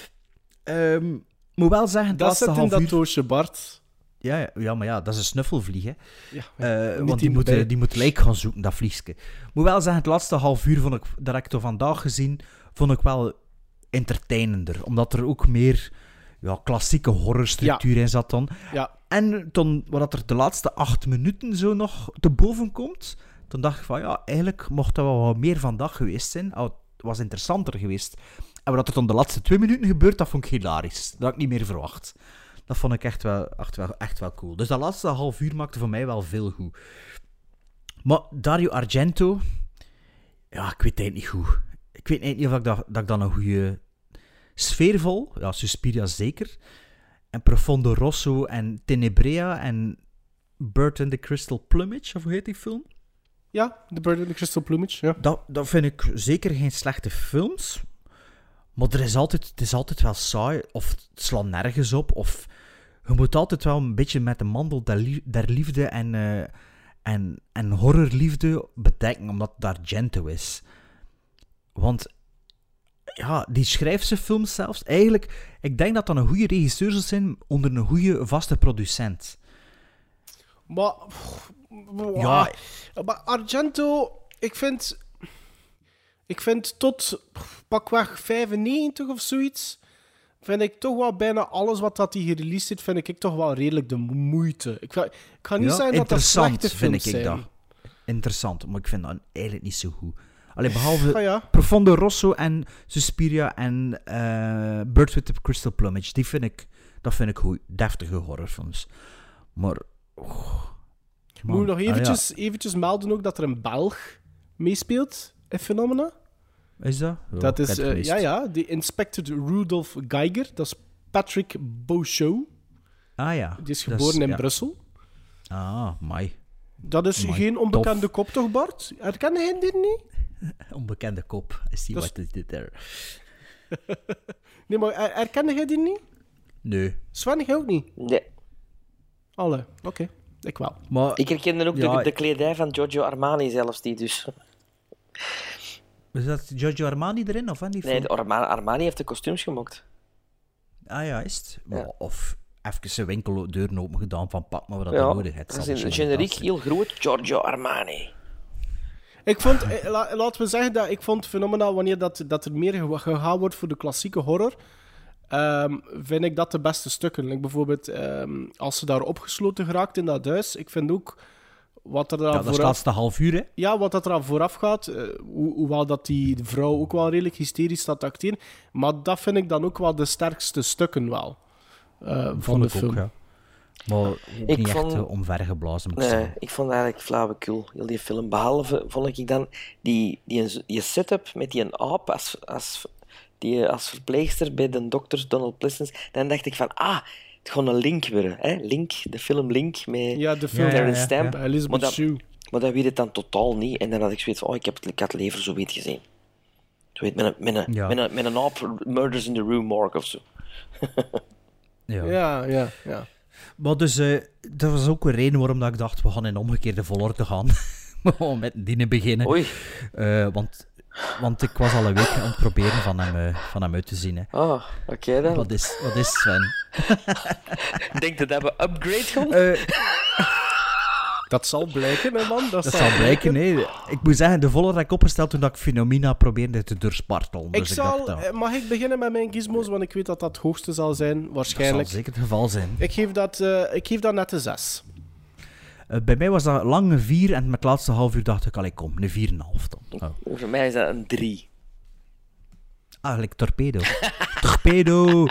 Ehm moet wel zeggen, het Dat laatste zit in half dat uur... doosje, Bart. Ja, ja, ja, maar ja, dat is een snuffelvlieg, hè. Ja, Eh, niet want die moet, erbij. eh, die moet lijk gaan zoeken, dat vliegske. Moet wel zeggen, het laatste half uur vond ik, dat ik toch vandaag gezien, vond ik wel entertainender. Omdat er ook meer ja, klassieke horrorstructuur in zat dan. Ja. En toen, wat er de laatste acht minuten zo nog te boven komt, toen dacht ik van, ja, eigenlijk mocht dat wel wat meer vandaag geweest zijn. Oh, het was interessanter geweest. En wat er dan de laatste twee minuten gebeurt, dat vond ik hilarisch. Dat had ik niet meer verwacht. Dat vond ik echt wel, echt wel, echt wel cool. Dus dat laatste half uur maakte voor mij wel veel goed. Maar Dario Argento... Ja, ik weet het eigenlijk niet goed. Ik weet eigenlijk niet of ik dat, dat ik dan een goede sfeer vol... Ja, Suspiria zeker. En Profondo Rosso en Tenebrea en Bird and the Crystal Plumage, of hoe heet die film? Ja, The Bird and the Crystal Plumage, ja. Dat, dat vind ik zeker geen slechte films. Maar er is altijd, het is altijd wel saai, of het slaat nergens op, of je moet altijd wel een beetje met de mandel der, lie- der liefde en, eh, en, en horrorliefde bedekken, omdat het Argento is. Want ja, die schrijft zijn films zelfs. Eigenlijk, ik denk dat dat een goede regisseur zou zijn onder een goede vaste producent. Maar... Ja. Maar Argento, ik vind... Ik vind tot pakweg vijfennegentig of zoiets... vind ik toch wel bijna alles wat dat hij gereleased heeft, vind ik toch wel redelijk de moeite. Ik, ga- ik ga niet Ja, zeggen dat dat interessant slechte films vind ik zijn. dat. Interessant, maar ik vind dat eigenlijk niet zo goed. Alleen behalve Ah, ja. Profondo Rosso en Suspiria en eh Bird with the Crystal Plumage, die vind ik, dat vind ik goed. Deftige horrorfilms. Maar... oh, man. Moet ik nog Ah, ja. eventjes, eventjes melden ook dat er een Belg meespeelt in Phenomena? Is dat? Ja, dat ik is, heb het eh, gemist. ja, ja, die Inspector Rudolf Geiger. Dat is Patrick Beauchot. Ah ja. Die is Dat geboren in ja. Brussel. Ah, mai. Dat is Amai, geen onbekende tof. kop, toch, Bart? Herkende hij dit niet? Onbekende kop. I see Dat what they did there. Nee, maar her- herkende jij die niet? Nee. Sven, jij ook niet? Nee. Alle, oké. Okay. Ik wel. Maar, Ik herkende ook ja, de, de kledij van Giorgio Armani zelfs die dus. is dat Giorgio Armani erin? Of aan die Nee, film? de Armani, Armani heeft de kostuums gemaakt. Ah ja, is het? Ja. Maar, of even een winkeldeur open gedaan van pak maar wat dat Ja, je nodig hebt. dat zal is een misschien generiek dat heel groot Giorgio Armani. Ik vond, eh, la- laten we zeggen dat ik vond fenomenaal wanneer dat, dat er meer ge- gegaan wordt voor de klassieke horror. ehm, vind ik dat de beste stukken. Like bijvoorbeeld ehm, als ze daar opgesloten geraakt in dat huis. Ik vind ook wat er zijn. aan Ja, dat is het vooraf... laatste half uur, hè? Ja, wat dat eraan vooraf gaat, eh, ho- hoewel dat die vrouw ook wel redelijk hysterisch staat te acteren, maar dat vind ik dan ook wel de sterkste stukken wel, eh, van Vond de ik film. ook, ja. Maar ook Ik niet vond- echt uh, omvergeblazen, moet ik Nee, zeggen. ik vond het eigenlijk flauwekul, heel die film. Behalve vond ik dan die, die, die setup met die een aap als, als, die, als verpleegster bij de dokter Donald Pleasence. Dan dacht ik van, ah, het gewoon een Link weer. Hè? Link, de film Link met Ja, de film Ja, ja, Terence ja, Stamp. ja. bij Elizabeth Maar dat- Shue. Maar dat weet het dan totaal niet. En dan had ik zoiets van, oh, ik, heb het, ik had liever zo weet gezien. Zo weet, met een, met een, Ja. met een, met een aap Murders in the Rue Morgue of zo. Ja. Ja, ja, ja. Maar dus, eh, dat was ook een reden waarom dat ik dacht, we gaan in omgekeerde volgorde gaan. We gaan met die beginnen. Oei. Eh, want, want ik was al een week aan het proberen van hem, eh, van hem uit te zien. Hè. Ah, oké dan. Wat is, wat is Sven? Denk je dat we upgrade gaan? Eh, Dat zal blijken, hè, man. Dat, dat zal blijken, hè. Ik moet zeggen, de volgorde had ik opgesteld toen dat ik Phenomena probeerde te doorspartelen. Ik Dus ik zal, dacht, nou, eh, mag ik beginnen met mijn gizmos, want ik weet dat dat het hoogste zal zijn, dat zal waarschijnlijk. zeker het geval zijn. Ik geef dat, eh, ik geef dat net een zes. Eh, bij mij was dat lang een vier en met het laatste half uur dacht ik, allee kom, een vier komma vijf dan. Oh. Voor mij is dat een drie. Eigenlijk torpedo. Torpedo!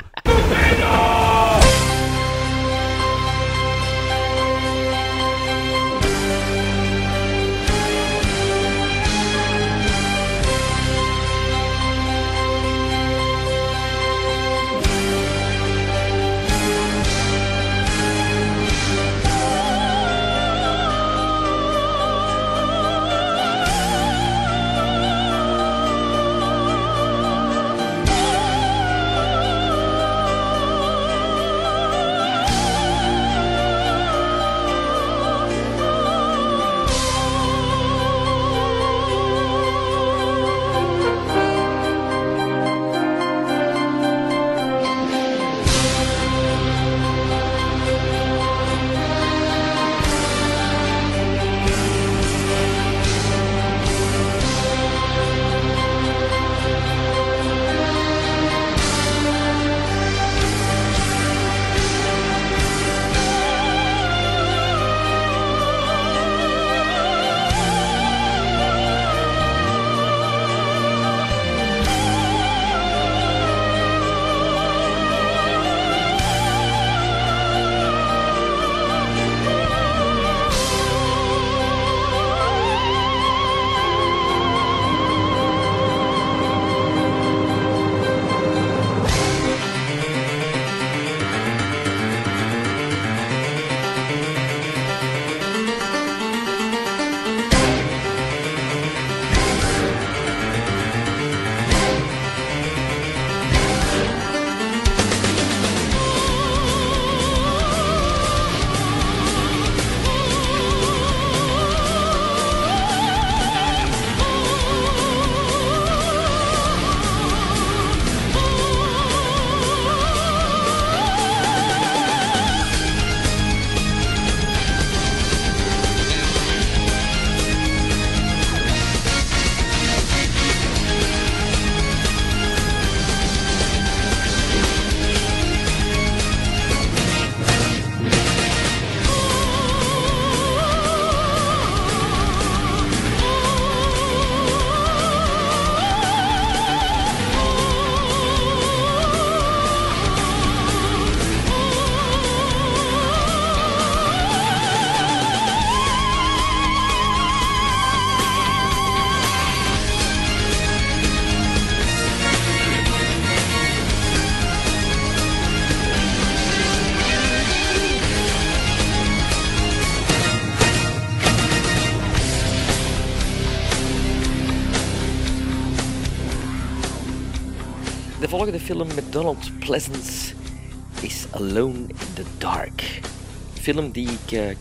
De volgende film met Donald Pleasence is Alone in the Dark. Een film die ik uh,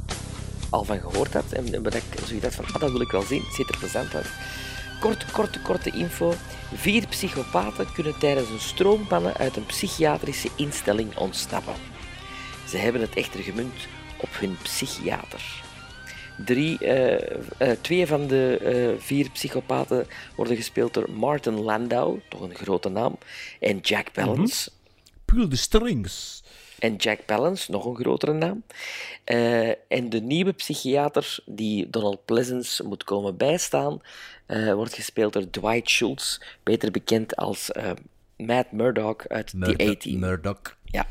al van gehoord had en waar ik zoiets had van, ah, dat wil ik wel zien, het ziet er plezant uit. Korte, korte, korte info. Vier psychopaten kunnen tijdens een stroompanne uit een psychiatrische instelling ontsnappen. Ze hebben het echter gemunt op hun psychiater. Drie, uh, uh, twee van de uh, vier psychopaten worden gespeeld door Martin Landau, toch een grote naam, en Jack Palance. Mm-hmm. Pull the strings. En Jack Palance, nog een grotere naam. Uh, en de nieuwe psychiater die Donald Pleasence moet komen bijstaan, uh, wordt gespeeld door Dwight Schultz, beter bekend als uh, Matt Murdock uit Murdo- The A-Team. Murdoch. Ja.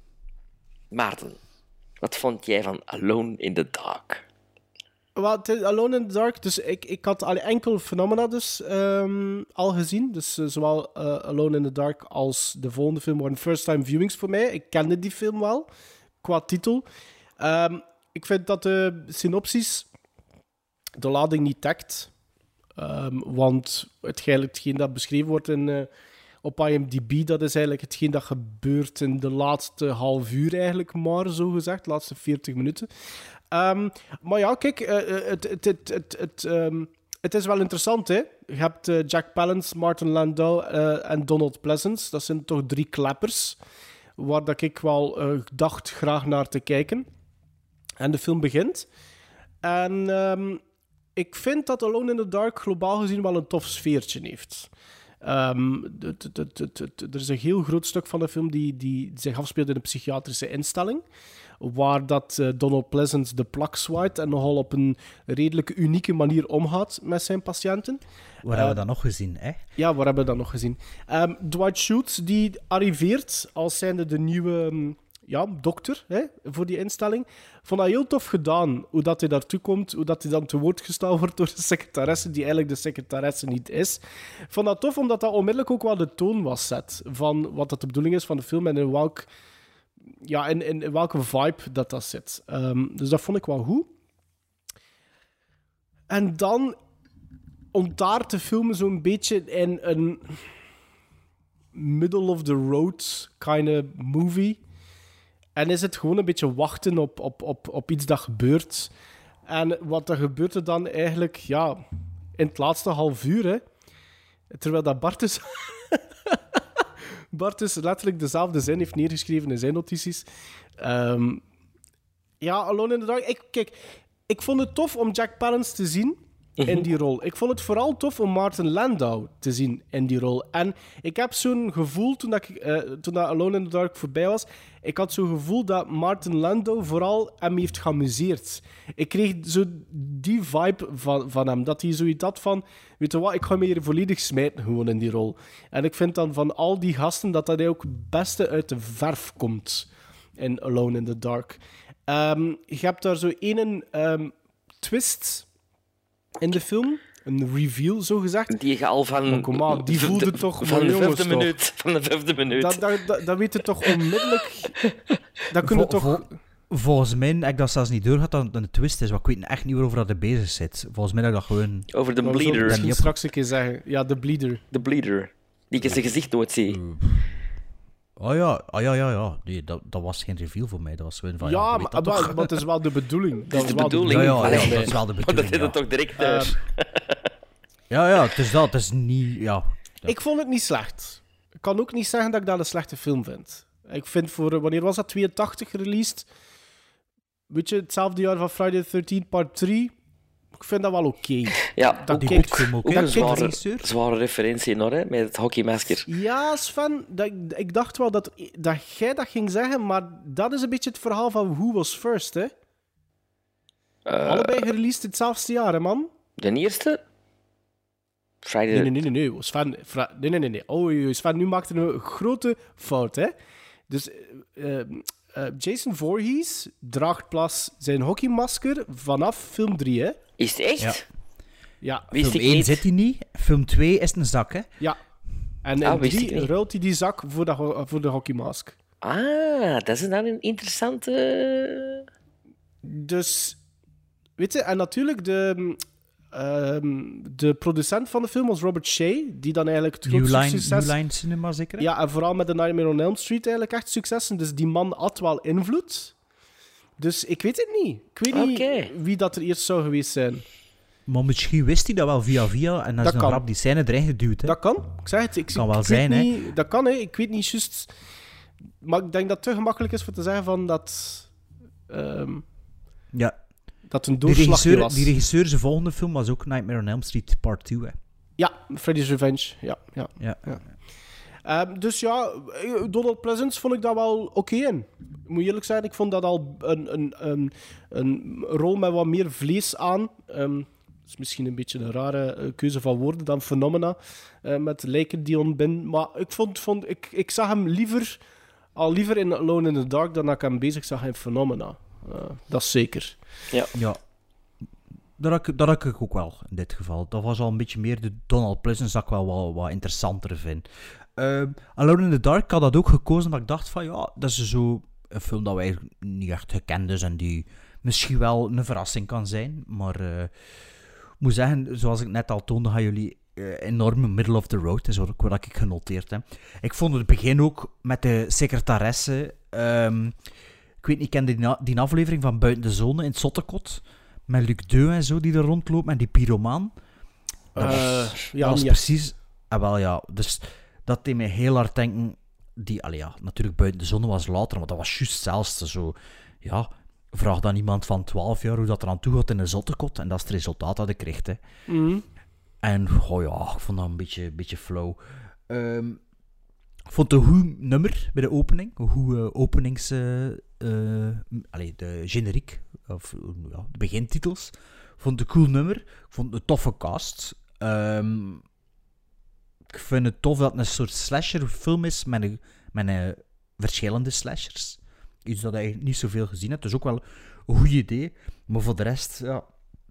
Maarten, wat vond jij van Alone in the Dark? Well, het is Alone in the Dark, dus ik, ik had al enkel Phenomena dus um, al gezien. Dus uh, zowel uh, Alone in the Dark als de volgende film waren first time viewings voor mij. Ik kende die film wel, qua titel. Um, ik vind dat de synopsis de lading niet dekt. Um, want hetgeen, hetgeen dat beschreven wordt in, uh, op I M D B, dat is eigenlijk hetgeen dat gebeurt in de laatste half uur eigenlijk maar, zo gezegd. De laatste veertig minuten. Um, maar ja, kijk, uh, het, het, het, het, het, um, het is wel interessant, hè. Je hebt uh, Jack Palance, Martin Landau uh, en Donald Pleasence. Dat zijn toch drie kleppers, waar dat ik wel uh, dacht graag naar te kijken. En de film begint. En um, ik vind dat Alone in the Dark globaal gezien wel een tof sfeertje heeft. Um, het, het, het, het, het, er is een heel groot stuk van de film die, die zich afspeelt in een psychiatrische instelling, waar dat uh, Donald Pleasence de plak zwaait en nogal op een redelijk unieke manier omgaat met zijn patiënten. Waar uh, hebben we dat nog gezien, hè? Ja, waar hebben we dat nog gezien? Um, Dwight Schultz, die arriveert als zijnde de nieuwe um, ja, dokter, hè, voor die instelling. Vond dat heel tof gedaan, hoe dat hij daartoe komt, hoe dat hij dan te woord gesteld wordt door de secretaresse, die eigenlijk de secretaresse niet is. Vond dat tof, omdat dat onmiddellijk ook wel de toon was zet van wat dat de bedoeling is van de film en in welk... Ja, in, in, in welke vibe dat dat zit. Um, dus dat vond ik wel goed. En dan ontaart de film zo'n beetje in een middle-of-the-road kind of movie. En is het gewoon een beetje wachten op, op, op, op iets dat gebeurt. En wat er gebeurt er dan eigenlijk, ja, in het laatste half uur, hè. Terwijl dat Bart is... Bart dus letterlijk dezelfde zin heeft neergeschreven in zijn notities. Um, ja, Alone in the Dark. Ik, kijk, ik vond het tof om Jack Palance te zien in die rol. Ik vond het vooral tof om Martin Landau te zien in die rol. En ik heb zo'n gevoel, toen, dat ik, uh, toen dat Alone in the Dark voorbij was, ik had zo'n gevoel dat Martin Landau vooral hem heeft geamuseerd. Ik kreeg zo die vibe van, van hem, dat hij zoiets had van, weet je wat, ik ga me hier volledig smijten gewoon in die rol. En ik vind dan van al die gasten dat dat ook het beste uit de verf komt in Alone in the Dark. Um, je hebt daar zo één um, twist in de film, een reveal, zo gezegd. Die je al van... Maar kom aan, die voelde de, toch... Van de vijfde minuut. Van de vijfde minuut. Dat, dat, dat, dat weet je toch onmiddellijk... Dat kunnen Vol, toch... vol, volgens mij, ik dat zelfs niet doorgehad dat het een twist is, want ik weet echt niet waarover dat er bezig zit. Volgens mij dat ik dat gewoon... Over de dat bleeder. Ik misschien straks een keer zeggen. Ja, de bleeder. De bleeder. Die ik zijn gezicht nooit zie. Uh. Oh ja, oh ja, ja, ja. Nee, dat, dat was geen reveal voor mij. Dat was gewoon van... Ja, ja maar, maar, maar het is wel de bedoeling. Dat is de bedoeling. Ja, ja, ja, dat is wel de bedoeling. Maar dat is het toch direct thuis. Uh, ja, ja, het is dat. Het is niet... Ja. Ik vond het niet slecht. Ik kan ook niet zeggen dat ik dat een slechte film vind. Ik vind voor... Wanneer was dat? tweeëntachtig released? Weet je, hetzelfde jaar van Friday the thirteenth part drie. Ik vind dat wel oké. Okay. Ja, dat die kijkt, boekfilm ook. Ook een zware, zware referentie nog, hè, met het hockeymasker. Ja, Sven, dat, ik dacht wel dat, dat jij dat ging zeggen, maar dat is een beetje het verhaal van Who Was First, hè? Uh, Allebei gereleased hetzelfde jaar, hè, man? De eerste? Friday... Nee, nee, nee, nee, nee. Sven, fra... nee, nee, nee, nee. Oh, Sven, nu maakte een grote fout, hè? Dus... Uh, Uh, Jason Voorhees draagt plas zijn hockeymasker vanaf film drie, hè? Is het echt? Ja. Ja. Wist film ik één niet. zit hij niet, film twee is een zak, hè? Ja. En in ah, drie ruilt hij die zak voor de, voor de hockeymask. Ah, dat is dan een interessante... Dus, weet je, en natuurlijk, de, Um, de producent van de film was Robert Shea, die dan eigenlijk het New grootste Line, succes... New Line Cinema zeker? Hè? Ja, en vooral met de Nightmare on Elm Street eigenlijk echt successen. Dus die man had wel invloed. Dus ik weet het niet. Ik weet Okay. niet wie dat er eerst zou geweest zijn. Maar misschien wist hij dat wel via via en dat, Dat is een kan. grap die scène erin geduwd. Hè? Dat kan. Ik zeg het. Ik, Kan ik, wel ik zijn, weet hè. niet, dat kan, hè. Ik weet niet juist... Maar ik denk dat het te gemakkelijk is voor te zeggen van dat... Um, Ja. dat een Die doorslag regisseur, was. die regisseur, zijn volgende film was ook Nightmare on Elm Street Part twee. Hè? Ja, Freddy's Revenge. Ja, ja. Ja. ja. Um, dus ja, Donald Pleasence vond ik daar wel oké okay in. Ik moet eerlijk zijn, ik vond dat al een, een, een, een rol met wat meer vlees aan. Um, dat is misschien een beetje een rare uh, keuze van woorden dan Phenomena. Uh, met lijken die ontbinden. Maar ik, vond, vond, ik, ik zag hem liever, al liever in Alone in the Dark dan dat ik hem bezig zag in Phenomena. Uh, dat is zeker. Ja. ja. Dat had, ik, dat had ik ook wel, in dit geval. Dat was al een beetje meer de Donald Pleasence dat ik wel wat, wat interessanter vind. Uh, Alone in the Dark, ik had dat ook gekozen omdat ik dacht van, ja, dat is zo een film dat wij niet echt gekend is en die misschien wel een verrassing kan zijn. Maar uh, ik moet zeggen, zoals ik net al toonde, gaan jullie uh, enorm middle of the road, is ook wat ik genoteerd heb. Ik vond het begin ook met de secretaresse... Um, ik weet niet, ik ken die, na- die aflevering van Buiten de Zone in het Zottekot, met Luc Deux en zo, die er rondloopt, met die pyromaan. Dat was, Uh, ja, dat was niet precies... Ah, wel ja, dus dat deed mij heel hard denken... Die, allee, ja, natuurlijk Buiten de Zone was later, maar dat was juist hetzelfde. Zo, ja, vraag dan iemand van twaalf jaar hoe dat er aan toe gaat in een Zottekot, en dat is het resultaat dat ik kreeg. Hè. Mm-hmm. En, oh ja, ik vond dat een beetje, beetje flauw. Um, ik vond het een goed nummer bij de opening. Een goede uh, openings... Uh, uh, allee, de generiek, of ja, de begintitels. Ik vond het een cool nummer. Ik vond het een toffe cast. Um, ik vind het tof dat het een soort slasherfilm is met, een, met een verschillende slashers. Iets dat ik niet zoveel gezien heb. Dus ook wel een goed idee. Maar voor de rest, ja...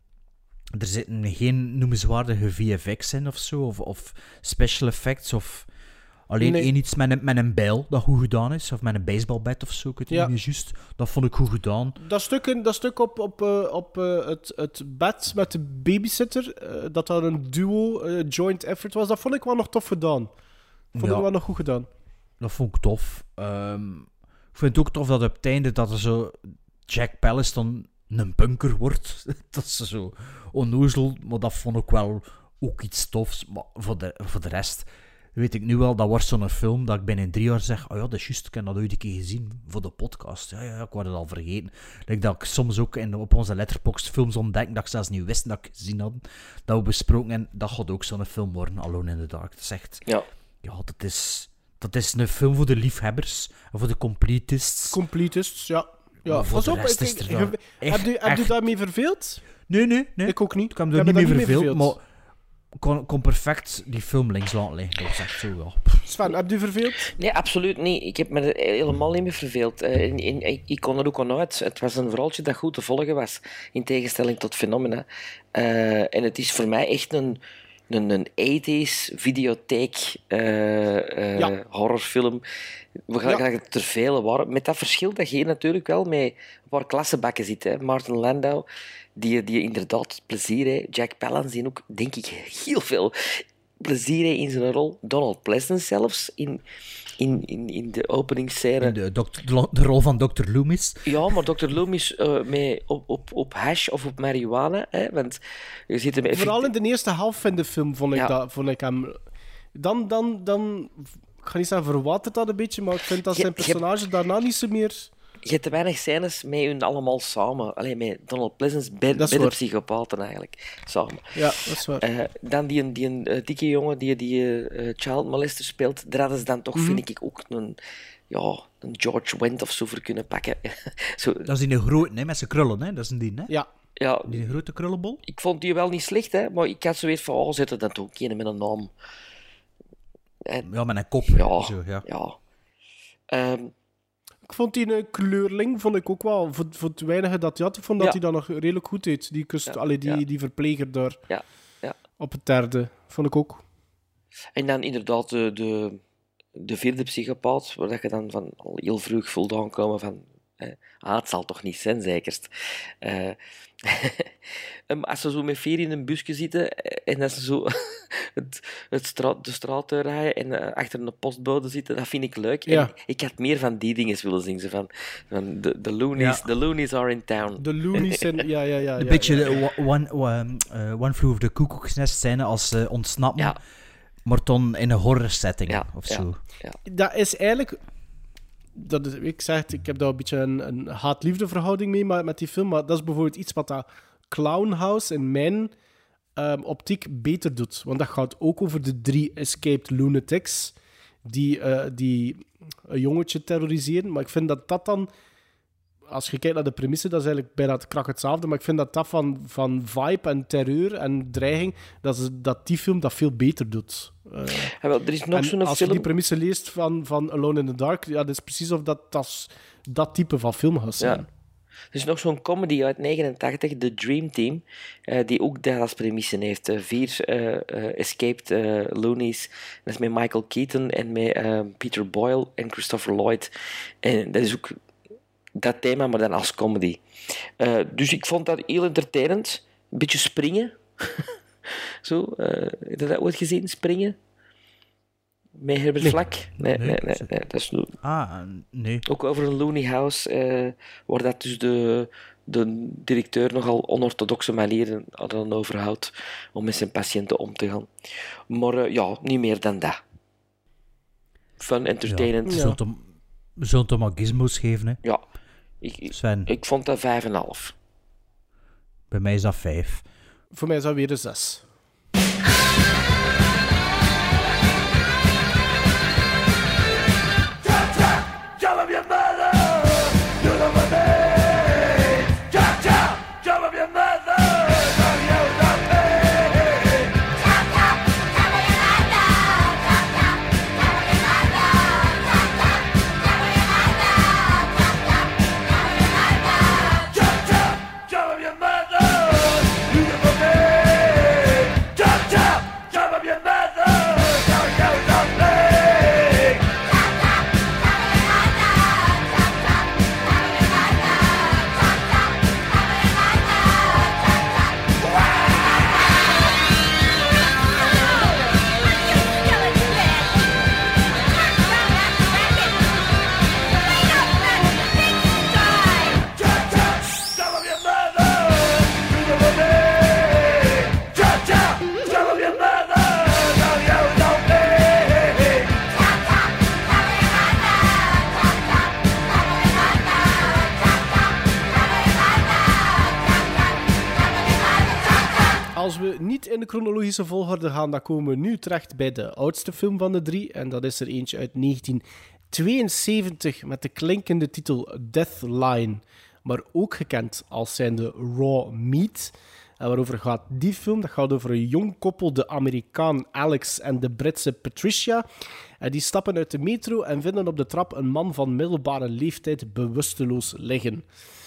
Er zitten geen noemenswaardige V F X in of zo. Of, of special effects. Of alleen Nee. één iets met een, met een bijl dat goed gedaan is. Of met een baseballbat of zo. Ik weet het Ja. niet meer juist. Dat vond ik goed gedaan. Dat stuk, in, dat stuk op, op, uh, op uh, het, het bed met de babysitter, uh, dat dat een duo, uh, joint effort was, dat vond ik wel nog tof gedaan. Vond Ja. ik wel nog goed gedaan. Dat vond ik tof. Um, ik vind het ook tof dat op het einde dat er zo Jack Palance dan een bunker wordt. Dat is zo onnozel, maar dat vond ik wel ook iets tofs. Maar voor de, voor de rest weet ik nu wel, dat wordt zo'n film dat ik binnen drie jaar zeg, oh ja, dat is juist, ik heb dat ooit een keer gezien voor de podcast. Ja, ja, ik word het al vergeten. Like dat ik soms ook in, op onze Letterboxd films ontdek dat ik zelfs niet wist dat ik gezien had, dat we besproken en dat gaat ook zo'n film worden, Alone in the Dark. Dat is echt, Ja. ja, dat is, dat is een film voor de liefhebbers, voor de completists. Completists, ja. Ja, Maar voor pas de op, rest ik- is er ik- dan heb, echt- heb, je, heb je echt- daarmee verveeld? Nee, nee, nee. Ik ook niet. Ik heb me Ik er heb niet me mee daar niet mee verveeld, verveeld. maar ik kon, kon perfect die film links laten liggen. Dat is echt zo, ja. Sven, heb je verveeld? Nee, absoluut niet. Ik heb me er helemaal niet meer verveeld. Uh, in, in, ik, ik kon er ook aan uit. Het was een verhaaltje dat goed te volgen was, in tegenstelling tot Phenomena. Uh, en het is voor mij echt een, een, een tachtiger videotheek uh, uh, Ja. horrorfilm. We gaan Ja. ja. er vele waren. Met dat verschil dat je hier natuurlijk wel met een paar klassenbakken zit. Hè. Martin Landau, die, die inderdaad plezier heeft. Jack Palance, die ook, denk ik, heel veel plezier heeft in zijn rol. Donald Pleasence zelfs, in, in, in, in de openingsscène. De, dokter, de, de rol van dokter Loomis. Ja, maar dokter Loomis uh, mee op, op, op hash of op marihuana. Hè, want je ziet hem even... Vooral in de eerste helft van de film vond ik, Ja. dat, vond ik hem... Dan, dan, dan... Ik ga niet zeggen verwatert dat een beetje, maar ik vind dat Je- zijn je- personage daarna niet zo meer... Je hebt te weinig scènes met hun allemaal samen. Alleen met Donald Pleasence bij, Dat is bij de waar. psychopaten eigenlijk. Samen. Ja, dat is waar. Uh, dan die, die een uh, dikke jongen die die uh, child molester speelt, daar hadden ze dan toch, Mhm. vind ik, ook een, ja, een George Wendt of zo voor kunnen pakken. zo, Dat is die een grote, hè, met zijn krullen, hè. Dat is een die, hè. Ja. ja, Die een grote krullenbol. ik vond die wel niet slecht, hè, maar ik had zoiets van, oh, zet er dan toch een keer met een naam. En, Ja, met een kop. ja, Zo, ja. ja. Um, Ik vond die een kleurling, vond ik ook wel, voor, voor het weinige dat hij had, ik vond dat Ja. hij dat nog redelijk goed deed. Die, kust, Ja, allee, die, ja. die verpleger daar ja, ja. op het derde, vond ik ook. En dan inderdaad de, de, de vierde psychopaat, waar dat je dan van al heel vroeg voelt aankomen van... Eh, ah, het zal toch niet zijn, zekerst. Eh, um, als ze zo met vier in een busje zitten en dat ze zo het, het straat, de straat rijden en uh, achter een postbode zitten, dat vind ik leuk. Ja. En ik had meer van die dingen willen zien. Zo van, van de, de, loonies, Ja. de Loonies are in town. De Loonies zijn... Ja, ja, ja. Een ja, beetje ja. de one, one, uh, one Flew Over the Cuckoo's Nest scène als ze ontsnappen, Ja. maar dan in een horror setting Ja, of ja. zo. Dat is eigenlijk... Dat is, ik zeg het, ik heb daar een beetje een, een haat-liefde verhouding mee maar, met die film, maar dat is bijvoorbeeld iets wat dat Clownhouse in mijn um, optiek beter doet. Want dat gaat ook over de drie escaped lunatics die, uh, die een jongetje terroriseren. Maar ik vind dat dat dan... Als je kijkt naar de premisse, dat is eigenlijk bijna het krak hetzelfde. Maar ik vind dat dat van, van vibe en terreur en dreiging, dat, is, dat die film dat veel beter doet. Uh, Ja, wel, er is nog en zo'n als je film... die premisse leest van, van Alone in the Dark, ja, dat is precies of dat, dat, is dat type van film gaat zijn. Ja. Er is nog zo'n comedy uit negenentachtig, The Dream Team, uh, die ook dat als premisse heeft. Uh, vier uh, uh, escaped uh, loonies. Dat is met Michael Keaton en met uh, Peter Boyle en Christopher Lloyd. En dat is ook dat thema, maar dan als comedy. Uh, dus ik vond dat heel entertainend. Een beetje springen. Zo, uh, heb je dat ooit gezien, springen? Met Herbert Nee. Vlak? Nee, nee, Nee. nee. nee, Dat is Ah, nee. ook over een Looney House, uh, waar dat dus de, de directeur nogal onorthodoxe manieren aan overhoudt om met zijn patiënten om te gaan. Maar uh, ja, niet meer dan dat. Fun, entertainend. We Ja, zullen het hem- we zullen het hem maar gizmos geven, hè. ja. Ik, ik, Sven, ik vond dat vijf en een half. bij mij is dat vijf. Voor mij is dat weer een zes. Als we niet in de chronologische volgorde gaan, dan komen we nu terecht bij de oudste film van de drie. En dat is er eentje uit negentien tweeënzeventig met de klinkende titel Deathline. Maar ook gekend als zijnde Raw Meat. En waarover gaat die film? Dat gaat over een jong koppel, de Amerikaan Alex en de Britse Patricia. En die stappen uit de metro en vinden op de trap een man van middelbare leeftijd bewusteloos liggen.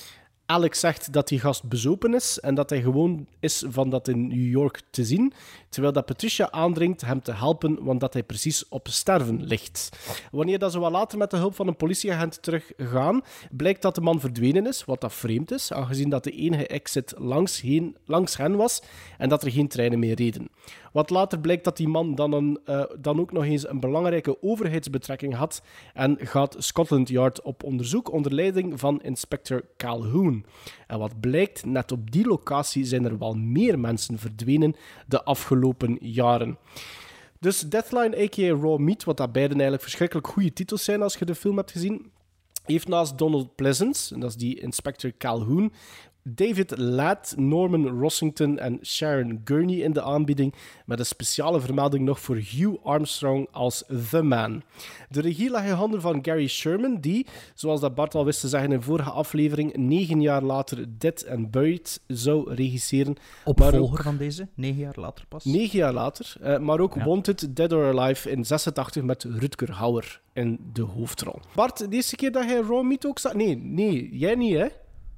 Alex zegt dat die gast bezopen is en dat hij gewoon is van dat in New York te zien, terwijl dat Patricia aandringt hem te helpen, want dat hij precies op sterven ligt. Wanneer dat ze wat later met de hulp van een politieagent teruggaan, blijkt dat de man verdwenen is, wat dat vreemd is, aangezien dat de enige exit langs, heen, langs hen was en dat er geen treinen meer reden. Wat later blijkt dat die man dan, een, uh, dan ook nog eens een belangrijke overheidsbetrekking had en gaat Scotland Yard op onderzoek onder leiding van inspecteur Calhoun. En wat blijkt, net op die locatie zijn er wel meer mensen verdwenen de afgelopen jaren. Dus Deathline, a k a. Raw Meat, wat dat beiden eigenlijk verschrikkelijk goede titels zijn als je de film hebt gezien, heeft naast Donald Pleasence, en dat is die inspecteur Calhoun, David Ladd, Norman Rossington en Sharon Gurney in de aanbieding, met een speciale vermelding nog voor Hugh Armstrong als The Man. De regie lag in handen van Gary Sherman, die, zoals dat Bart al wist te zeggen in vorige aflevering, negen jaar later Dead and Buried zou regisseren. Opvolger ook, van deze, negen jaar later pas. Negen jaar later, uh, maar ook Ja. Wanted, Dead or Alive in zesentachtig met Rutger Hauer in de hoofdrol. Bart, de eerste keer dat jij Raw Meat ook zag? Nee, nee, jij niet, hè?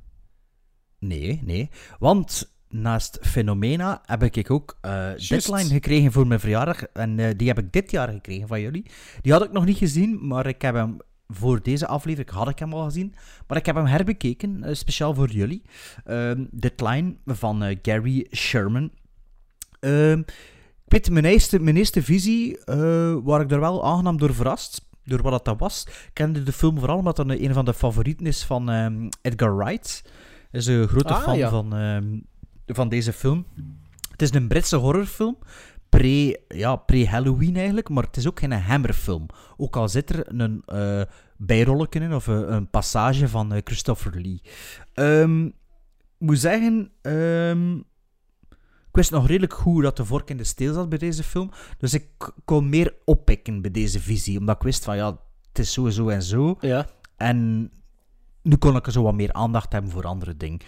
Nee, nee. Want naast Phenomena heb ik ook uh, Juist. Deadline gekregen voor mijn verjaardag. En uh, die heb ik dit jaar gekregen van jullie. Die had ik nog niet gezien, maar ik heb hem voor deze aflevering had ik hem al gezien, maar ik heb hem herbekeken, uh, speciaal voor jullie. Uh, Deadline van uh, Gary Sherman. Uh, ik weet, mijn eerste, mijn eerste visie uh, waar ik er wel aangenaam door verrast, door wat dat was. Ik kende de film vooral omdat dat een van de favorieten is van um, Edgar Wright. Hij is een grote ah, fan ja. van, um, van deze film. Het is een Britse horrorfilm. Pre, ja, pre-Halloween eigenlijk, maar het is ook geen Hammerfilm. Ook al zit er een uh, bijrolletje in, of een, een passage van uh, Christopher Lee. Um, ik moet zeggen, um, ik wist nog redelijk goed hoe dat de vork in de steel zat bij deze film, dus ik kon meer oppikken bij deze visie, omdat ik wist van, ja, het is zo en zo en zo. Ja. En nu kon ik er zo wat meer aandacht hebben voor andere dingen.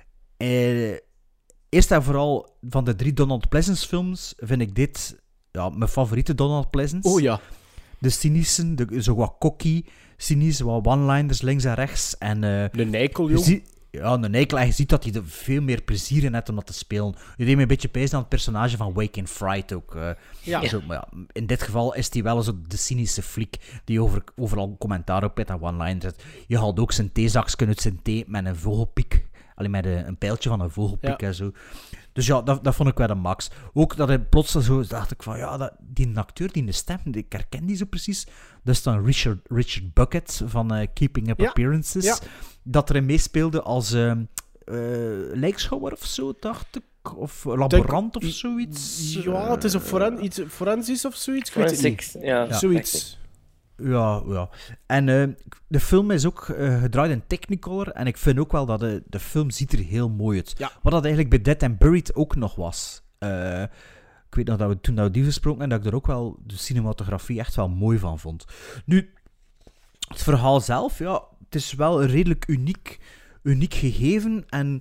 Uh, Eerst en vooral, van de drie Donald Pleasence films vind ik dit ja, mijn favoriete Donald Pleasence. Oh ja. De cynische, de, zo wat cocky, cynisch, wat one-liners links en rechts. En, uh, de neikel, je joh. zie, ja, de neikel. En je ziet dat hij er veel meer plezier in heeft om dat te spelen. Je deed me een beetje pijzen aan het personage van Waking Fright ook. Uh, ja. Zo, maar ja, in dit geval is hij wel zo de cynische fliek die over, overal commentaar op heeft en one-liners. Je haalt ook zijn theezakje uit zijn thee met een vogelpiek. Alleen met een, een pijltje van een vogelpiek ja. en zo. Dus ja, dat, dat vond ik wel de max. Ook dat hij plots zo dacht ik van, ja, dat, die acteur, die de stem, ik herken die zo precies. Dat is dan Richard, Richard Bucket van uh, Keeping Up ja. Appearances. Ja. Dat erin meespeelde als uh, uh, lijkschouwer of zo, dacht ik. Of laborant of zoiets. Ja, het is een foren, iets forensisch of zoiets. Ik weet het niet. Ja, ja. Zoiets. Ja, ja. En uh, de film is ook uh, gedraaid in Technicolor. En ik vind ook wel dat de, de film ziet er heel mooi uit. Ja. Wat dat eigenlijk bij Dead and Buried ook nog was. Uh, ik weet nog dat we toen dat we die gesproken en dat ik er ook wel de cinematografie echt wel mooi van vond. Nu, het verhaal zelf, ja, het is wel een redelijk uniek, uniek gegeven. En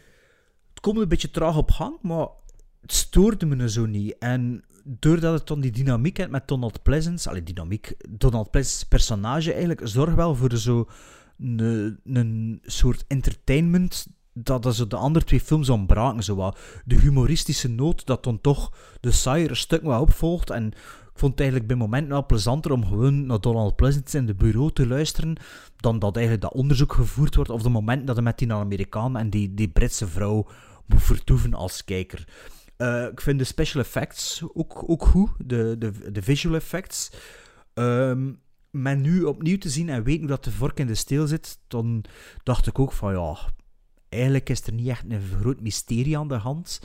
het komt een beetje traag op gang, maar het stoorde me zo niet. En doordat het dan die dynamiek heeft met Donald Pleasence, allee, dynamiek, Donald Pleasence personage eigenlijk, zorgt wel voor zo een, een soort entertainment dat, dat zo de andere twee films ontbraken. Zo wat. De humoristische noot dat dan toch de saaiere stuk wat opvolgt. En ik vond het eigenlijk bij momenten wel plezanter om gewoon naar Donald Pleasence in de bureau te luisteren, dan dat eigenlijk dat onderzoek gevoerd wordt, of de momenten dat hij met die Amerikaan en die, die Britse vrouw moet vertoeven als kijker. Uh, ik vind de special effects ook, ook goed, de, de, de visual effects. Um, maar nu opnieuw te zien en weten hoe dat de vork in de steel zit, dan dacht ik ook van ja, eigenlijk is er niet echt een groot mysterie aan de hand.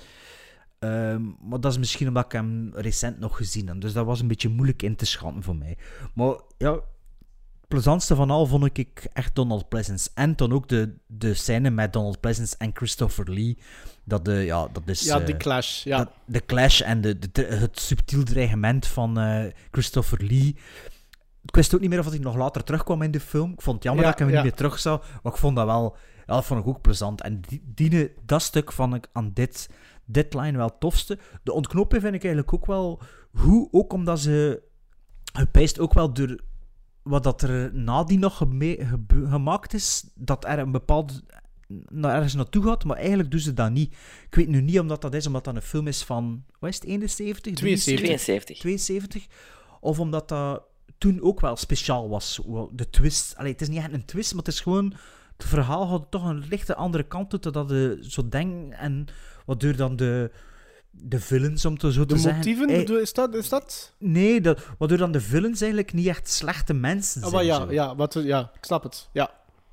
Um, maar dat is misschien omdat ik hem recent nog gezien heb. Dus dat was een beetje moeilijk in te schatten voor mij. Maar ja, het plezantste van al vond ik echt Donald Pleasence. En dan ook de, de scène met Donald Pleasence en Christopher Lee. Dat de, ja, dat is... Ja, de uh, clash, ja. Dat, de clash en de, de, het subtiel dreigement van uh, Christopher Lee. Ik wist ook niet meer of hij nog later terugkwam in de film. Ik vond het jammer ja, dat ik hem ja. niet meer terug zou. Maar ik vond dat wel... Ja, dat vond ik ook plezant. En die, die, dat stuk vond ik aan dit Deadline wel het tofste. De ontknoping vind ik eigenlijk ook wel goed. Ook omdat ze... Gepijst ook wel door... Wat dat er nadien nog geme- gebe- gemaakt is, dat er een bepaalde naar ergens naartoe gaat, maar eigenlijk doen ze dat niet. Ik weet nu niet omdat dat is, omdat dat een film is van, wat is het, eenenzeventig? tweeënzeventig. tweeënzeventig. Of omdat dat toen ook wel speciaal was. De twist, allee, het is niet echt een twist, maar het is gewoon, het verhaal had toch een lichte andere kant toe, dat je zo denkt, en waardoor dan de... De villains, om het zo te de zeggen... motieven, Hey, bedoel, is, dat, is dat? Nee, dat, waardoor dan de villains eigenlijk niet echt slechte mensen zijn. Oh, maar ja, zo. ja, wat, ja, ik snap het. Ja.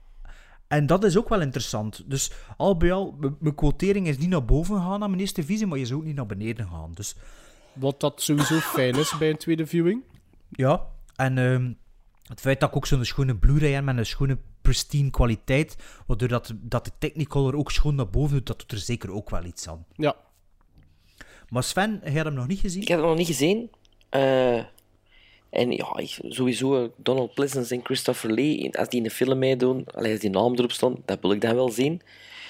En dat is ook wel interessant. Dus al bij al, m- mijn quotering is niet naar boven gegaan naar mijn eerste visie, maar je zou ook niet naar beneden gaan. Dus Wat dat sowieso fijn is bij een tweede viewing. ja, en um, het feit dat ik ook zo'n schone Blu-ray heb met een schone pristine kwaliteit, waardoor dat, dat de Technicolor ook schoon naar boven doet, dat doet er zeker ook wel iets aan. Ja. Maar Sven, heb je hem nog niet gezien? Ik heb hem nog niet gezien. Uh, en ja, ik, sowieso Donald Pleasence en Christopher Lee, als die in de film meedoen, als die naam erop stond, dat wil ik dan wel zien.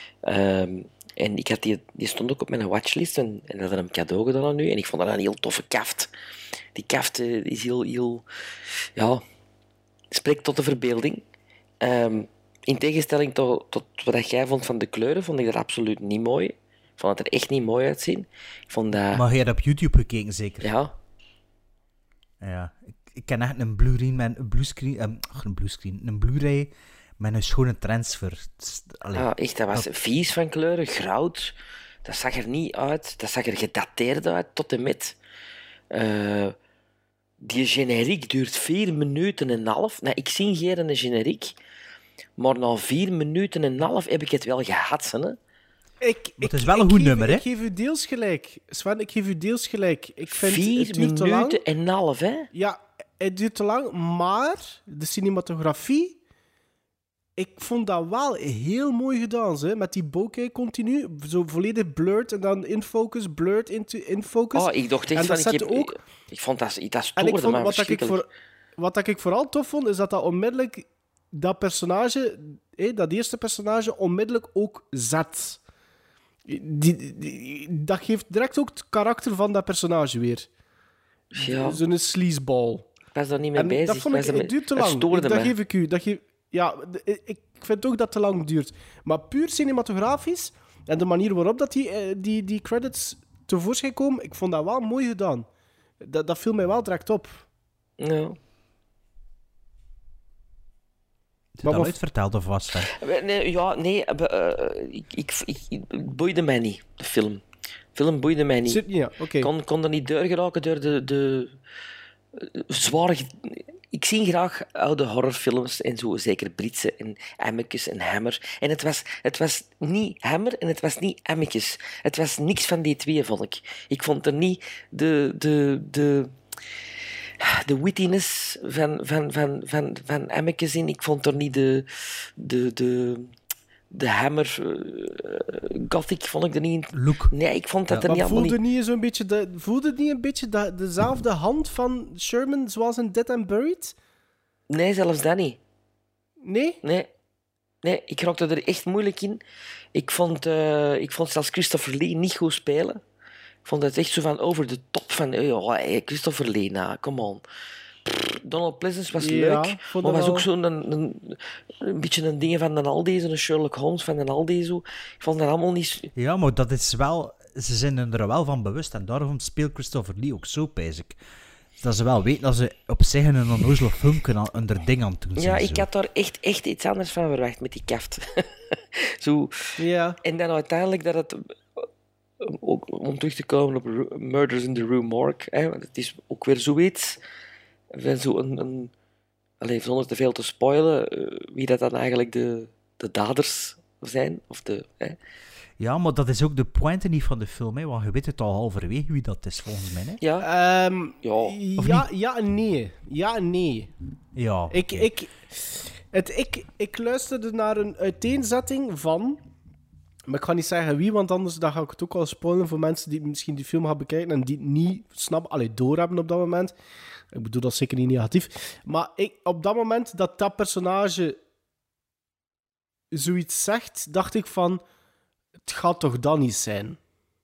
Um, en ik had die, die stond ook op mijn watchlist en, en dat had hem cadeau gedaan aan nu. En ik vond dat een heel toffe kaft. Die kaft uh, is heel, heel... Ja, spreekt tot de verbeelding. Um, in tegenstelling tot, tot wat jij vond van de kleuren, vond ik dat absoluut niet mooi. Ik vond het er echt niet mooi uitzien. Ik vond dat... Maar je hebt op YouTube gekeken, zeker? Ja. Ja, ik, ik ken echt een Blu-ray met een bluescreen, um, ach, een bluescreen, een Blu-ray met een schone transfer. Dus, ah, echt, dat was vies van kleuren, goud. Dat zag er niet uit. Dat zag er gedateerd uit, tot en met. Uh, die generiek duurt vier minuten en een half. Nou, ik zie geen een generiek, maar na vier minuten en een half heb ik het wel gehad, hè. Ik, het is wel een goed geef, nummer, hè? Ik geef u deels gelijk. Sven, ik geef u deels gelijk. Ik vind Vier het duurt te lang. minuten en een half, hè? Ja, het duurt te lang, maar de cinematografie... Ik vond dat wel heel mooi gedaan, hè? Met die bokeh continu. Zo volledig blurred en dan in focus, blurred into in focus. Oh, ik dacht echt en van... Ik, heb, ook... ik vond dat... Dat en ik stoorde vond, me wat, ik verschrikkelijk. voor, wat ik vooral tof vond, is dat dat onmiddellijk... Dat personage, hé, dat eerste personage, onmiddellijk ook zet. Die, die, dat geeft direct ook het karakter van dat personage weer. Ja. Zo'n sleazeball. Ik was daar niet mee en bezig. Dat vond ik, het duurt te lang. Ik, dat geef ik u. Dat geef, ja, ik vind ook dat het te lang duurt. Maar puur cinematografisch en de manier waarop dat die, die, die credits tevoorschijn komen, ik vond dat wel mooi gedaan. Dat, dat viel mij wel direct op. Ja. Is dat ooit verteld of was dat? Nee, ja, nee. Uh, ik, ik, ik, het boeide mij niet, de film. De film boeide mij niet. Zit, ja, oké. Ik kon, kon er niet doorgeraken door de... de uh, zware... Ik zie graag oude horrorfilms en zo, zeker Britse en Amicus en Hammer. En het was, het was niet Hammer en het was niet Amicus. Het was niks van die twee, vond ik. Ik vond er niet de... de, de de wittiness van, van, van, van, van Amicus in. Ik vond er niet de... de, de de Hammer uh, gothic vond ik er niet in. Look. Nee, ik vond dat ja, er niet voelde allemaal niet... niet zo'n beetje de, voelde het niet een beetje de, dezelfde hand van Sherman zoals in Dead and Buried? Nee, zelfs dat niet. Nee? Nee. Nee, ik raakte er echt moeilijk in. Ik vond, uh, ik vond zelfs Christopher Lee niet goed spelen. Ik vond het echt zo van over de top van... Oh, hey, Christopher Lee, nou, come on. Donald Pleasence was ja, leuk, maar was wel... ook zo'n een, een, een beetje een ding van een Aldi, zo'n Sherlock Holmes van een Aldi. Zo. Ik vond dat allemaal niet... Ja, maar dat is wel... Ze zijn er wel van bewust en daarom speelt Christopher Lee ook zo, pijs ik. Dat ze wel weten dat ze op zich een onnozele film kunnen een ding aan doen zijn. Ja, ik zo. had daar echt, echt iets anders van verwacht met die kaft. zo. Ja. En dan uiteindelijk dat het... Ook om terug te komen op Murders in the Rue Morgue, hè, want het is ook weer zoiets... Van zo een, een, allez, zonder te veel te spoilen, uh, wie dat dan eigenlijk de, de daders zijn. Of de, hè. Ja, maar dat is ook de pointe niet van de film, hè, want je weet het al halverwege wie dat is, volgens mij. Hè? Ja. Um, ja. Ja, ja en nee. Ja en nee. Ja. Ik, okay. ik, het, ik, ik luisterde naar een uiteenzetting van... Maar ik ga niet zeggen wie, want anders dan ga ik het ook al spoilen voor mensen die misschien die film gaan bekijken en die het niet snappen, allee, doorhebben op dat moment. Ik bedoel dat zeker niet negatief. Maar ik, op dat moment dat dat personage zoiets zegt, dacht ik van... Het gaat toch dan niet zijn?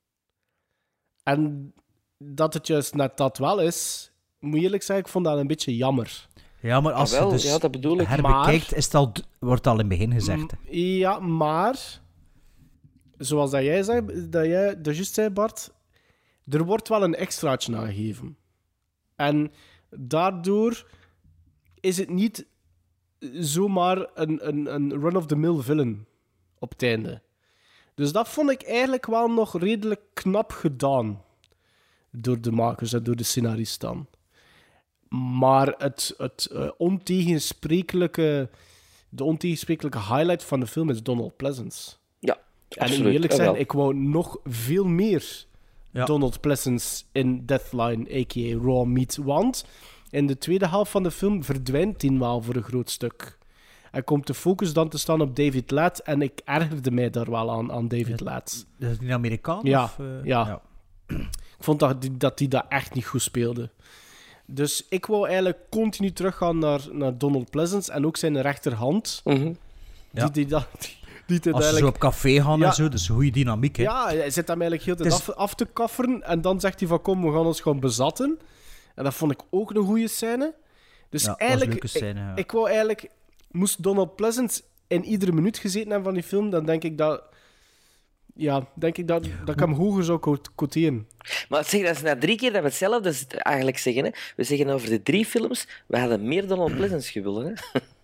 En dat het juist net dat wel is, moet je eerlijk zeggen, ik vond dat een beetje jammer. Ja, maar als ah, wel, je dus ja, dat bedoel ik. herbekijkt, Maar, is het al, wordt het al in het begin gezegd. Hè? Ja, maar... Zoals dat jij zei, dat jij dat juist zei, Bart, er wordt wel een extraatje aangegeven. En daardoor is het niet zomaar een, een, een run-of-the-mill villain op het einde. Dus dat vond ik eigenlijk wel nog redelijk knap gedaan door de makers en door de scenaristen. Maar het, het uh, ontegensprekelijke, de ontegensprekelijke highlight van de film is Donald Pleasence. Ja, en absoluut. ik moet eerlijk zijn, Jawel. ik wou nog veel meer ja. Donald Pleasence in Deathline, a k a. Raw Meat. Want in de tweede helft van de film verdwijnt hij wel voor een groot stuk. En komt de focus dan te staan op David Ladd. En ik ergerde mij daar wel aan, aan David Ladd. Dat is niet Amerikaan? Ja, of, uh, ja. ja. Ik vond dat hij dat, dat echt niet goed speelde. Dus ik wou eigenlijk continu teruggaan naar, naar Donald Pleasence en ook zijn rechterhand. Mm-hmm. Ja. Die, die, dat, die, die Als ze eigenlijk... zo op café gaan Ja. en zo, dat is een goede dynamiek. Hè? Ja, hij zit hem eigenlijk heel de tijd is... af, af te kafferen. En dan zegt hij van, kom, we gaan ons gaan bezatten. En dat vond ik ook een goede scène. Dus ja, eigenlijk... leuke scène, ja. ik, ik wou eigenlijk... Moest Donald Pleasence in iedere minuut gezeten hebben van die film, dan denk ik dat... ja, denk ik dat, dat ik hem hoger zou quot- quoteren. Maar zeg, dat is na drie keer dat we hetzelfde z- eigenlijk zeggen. Hè. We zeggen over de drie films, we hadden meer Donald Pleasence gewild. Hè.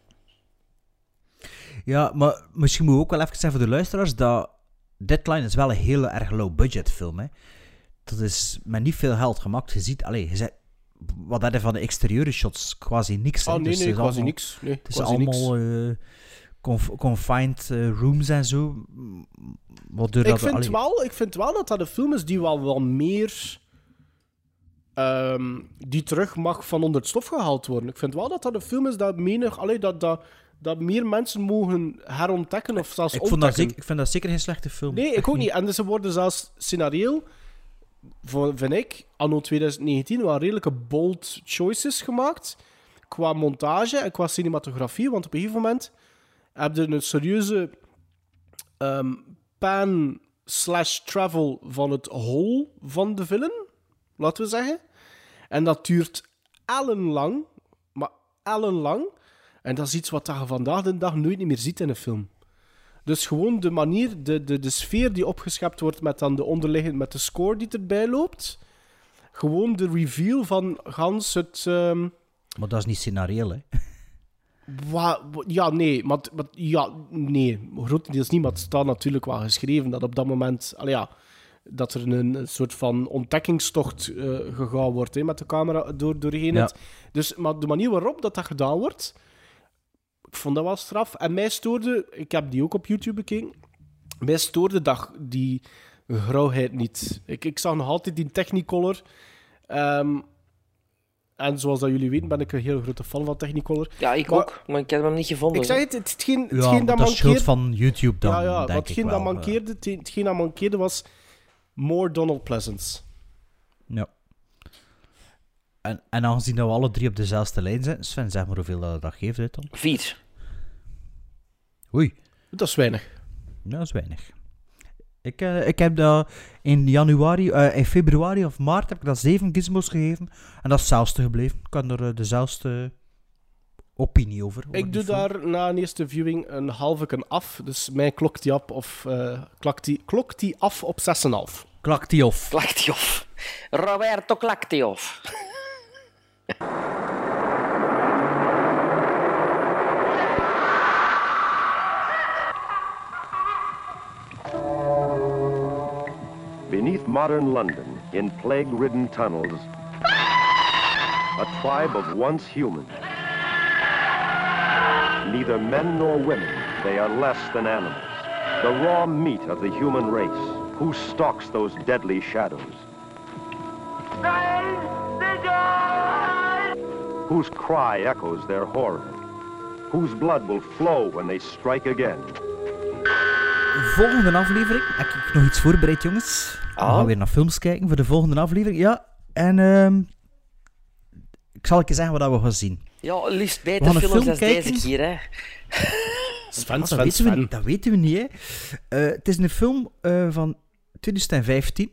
Ja, maar misschien moet we ook wel even zeggen voor de luisteraars dat Deadline is wel een hele erg low-budget film. Hè. Dat is met niet veel geld gemaakt. Je ziet, allez, je ziet wat dat er van de exterieur shots quasi niks. Hè. Oh nee, Dus nee, het is quasi allemaal, niks. Nee, Het is quasi niks. allemaal uh, conf- confined uh, rooms en zo. Waardoor Ik dat, vind, allee, wel, ik vind wel dat dat een film is die wel, wel meer... ehm, die terug mag van onder het stof gehaald worden. Ik vind wel dat dat een film is dat, menig, allee, dat, dat, dat meer mensen mogen herontdekken of zelfs ik, vond dat ontdekken. zeker, ik vind dat zeker geen slechte film. Nee, ik Echt ook niet. En ze worden zelfs scenario, voor- vind ik, anno twintig negentien, wel redelijke bold choices gemaakt. Qua montage en qua cinematografie. Want op een gegeven moment heb je een serieuze ehm, pan slash travel van het hol van de film, laten we zeggen. En dat duurt ellenlang, maar ellenlang. En dat is iets wat je vandaag de dag nooit meer ziet in een film. Dus gewoon de manier, de, de, de sfeer die opgeschept wordt met dan de onderliggende, met de score die erbij loopt. Gewoon de reveal van gans het... ehm, Maar dat is niet scenarioel, hè. wa- wa- ja, nee, maar, maar ja, nee, grotendeels niet, maar het staat natuurlijk wel geschreven dat op dat moment, allee, ja, dat er een, een soort van ontdekkingstocht uh, gegaan wordt hè, met de camera door, doorheen Ja. het. Dus, maar de manier waarop dat, dat gedaan wordt, ik vond dat wel straf. En mij stoorde, ik heb die ook op YouTube bekeken, mij stoorde dat, die grauwheid niet. Ik, ik zag nog altijd die Technicolor. Ehm, en zoals dat jullie weten, ben ik een heel grote fan van Technicolor. Ja, ik Maar- ook, maar ik heb hem niet gevonden. Ik zeg het, het, hetgeen, Ja, hetgeen dat dat is schuld mankeerde... van YouTube dan, Ja, ja, denk wat ik hetgeen wel. dat mankeerde, hetgeen- hetgeen dat mankeerde was more Donald Pleasence. Ja. En, en aangezien dat we alle drie op dezelfde lijn zijn, Sven, zeg maar hoeveel dat, dat geeft uit dan? Vier. Oei. Dat is weinig. Ja, dat is weinig. Ik, eh, ik heb dat in januari, eh, in februari of maart heb ik dat zeven gizmos gegeven. En dat is hetzelfde gebleven. Ik kan er eh, dezelfde opinie over. over Ik die doe film. daar na een eerste viewing een halve af. Dus mij klokt die, op of, eh, klokt die, klokt die af op zes komma vijf. Klakt die of? Klakt die of. Roberto klakt die of. Beneath modern London, in plague-ridden tunnels, a tribe of once human. Neither men nor women, they are less than animals. The raw meat of the human race, who stalks those deadly shadows. Whose cry echoes their horror. Whose blood will flow when they strike again. Volgende aflevering. Heb ik nog iets voorbereid, jongens? We Ah. gaan weer naar films kijken voor de volgende aflevering. Ja, en ehm ik zal je zeggen wat we gaan zien. Ja, liefst We beter gaan een films film als kijken. deze keer, hè. Sven, dat, Sven, weten we, Sven. niet- dat weten we niet, hè. Eh, het is een film eh, van twintig vijftien.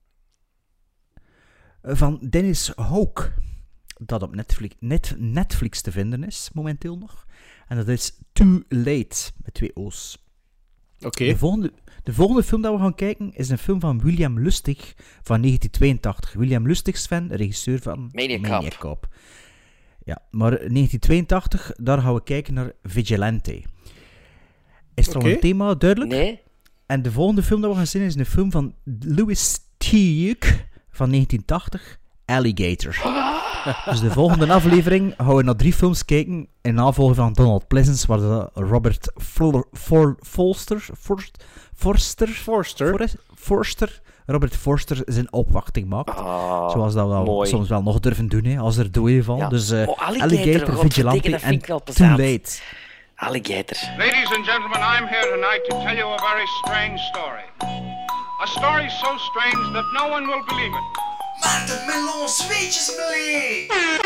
Eh, van Dennis Hook. Dat op Netflix, net, Netflix te vinden is, momenteel nog. En dat is Too Late, met twee O's. Oké. De, volgende, de volgende film dat we gaan kijken is een film van William Lustig van negentien tweeëntachtig. William Lustig, Sven, regisseur van Maniac Cop. Ja, maar negentien tweeëntachtig, daar gaan we kijken naar Vigilante. Is er al Oké. een thema duidelijk? Nee. En de volgende film dat we gaan zien is een film van Louis Teague van negentien tachtig, Alligator. Dus de volgende aflevering gaan we naar drie films kijken in navolging van Donald Pleasence, waar de Robert Flo- For- Forster, Forst- Forster, Forster. Forrest- Forster, Robert Forster zijn opwachting maakt. Ah, Zoals dat we wel mooi. soms wel nog durven doen, hè, als er doden vallen. Ja. Dus eh, Oh, Alligator, Alligator, godverdikke, Vigilante dat en vind ik wel Too plezant. Late. Alligator. Ladies and gentlemen, I'm here tonight to tell you a very strange story. A story so strange that no one will believe it. Maar de melon zweetjes beleefd.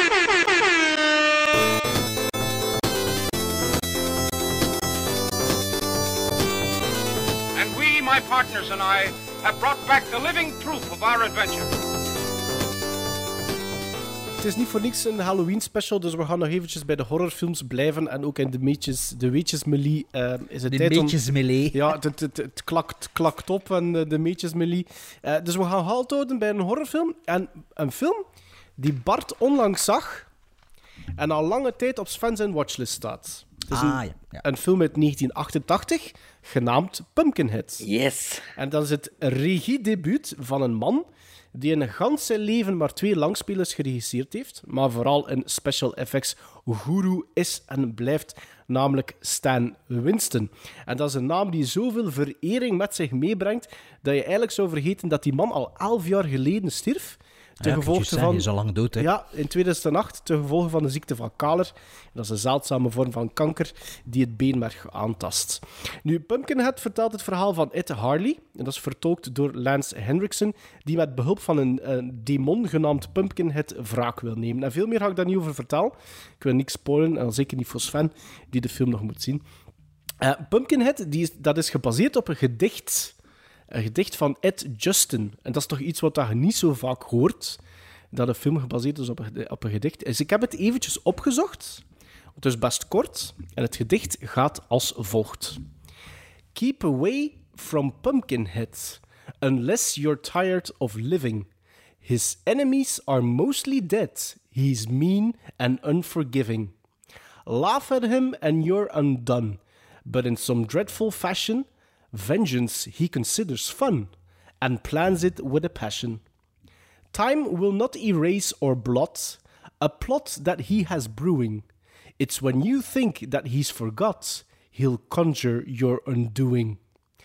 And we, my partners and I, have brought back the living proof of our adventure. Het is niet voor niks een Halloween special, dus we gaan nog eventjes bij de horrorfilms blijven en ook in de meetjes, de weetjesmelie uh, is het de tijd om... meetjesmelie. Ja, het, het, het, het klakt, klakt op en uh, de meetjesmelie. Uh, dus we gaan halt houden bij een horrorfilm. En een film die Bart onlangs zag en al lange tijd op Sven zijn watchlist staat. Het is ah, een, ja, ja. een film uit negentien achtentachtig, genaamd Pumpkinhead. Yes. En dat is het regiedebuut van een man die in gans zijn leven maar twee langspelers geregisseerd heeft, maar vooral een special effects guru is en blijft, namelijk Stan Winston. En dat is een naam die zoveel verering met zich meebrengt, dat je eigenlijk zou vergeten dat die man al elf jaar geleden stierf. Ten Ja, gevolge van... van... Hij is al lang dood, hè? Ja, in tweeduizend acht, ten gevolge van de ziekte van Kaler. Dat is een zeldzame vorm van kanker die het beenmerg aantast. Nu, Pumpkinhead vertelt het verhaal van Ed Harley. En dat is vertolkt door Lance Henriksen, die met behulp van een, een demon genaamd Pumpkinhead wraak wil nemen. En veel meer ga ik daar niet over vertellen. Ik wil niks spoilen, en zeker niet voor Sven, die de film nog moet zien. Uh, Pumpkinhead, die is, dat is gebaseerd op een gedicht... Een gedicht van Ed Justin. En dat is toch iets wat je niet zo vaak hoort, dat een film gebaseerd is op een, op een gedicht. Dus ik heb het eventjes opgezocht. Het is best kort. En het gedicht gaat als volgt. Keep away from Pumpkinhead, unless you're tired of living. His enemies are mostly dead. He's mean and unforgiving. Laugh at him and you're undone. But in some dreadful fashion... vengeance he considers fun, and plans it with a passion. Time will not erase or blot a plot that he has brewing. It's when you think that he's forgot, he'll conjure your undoing.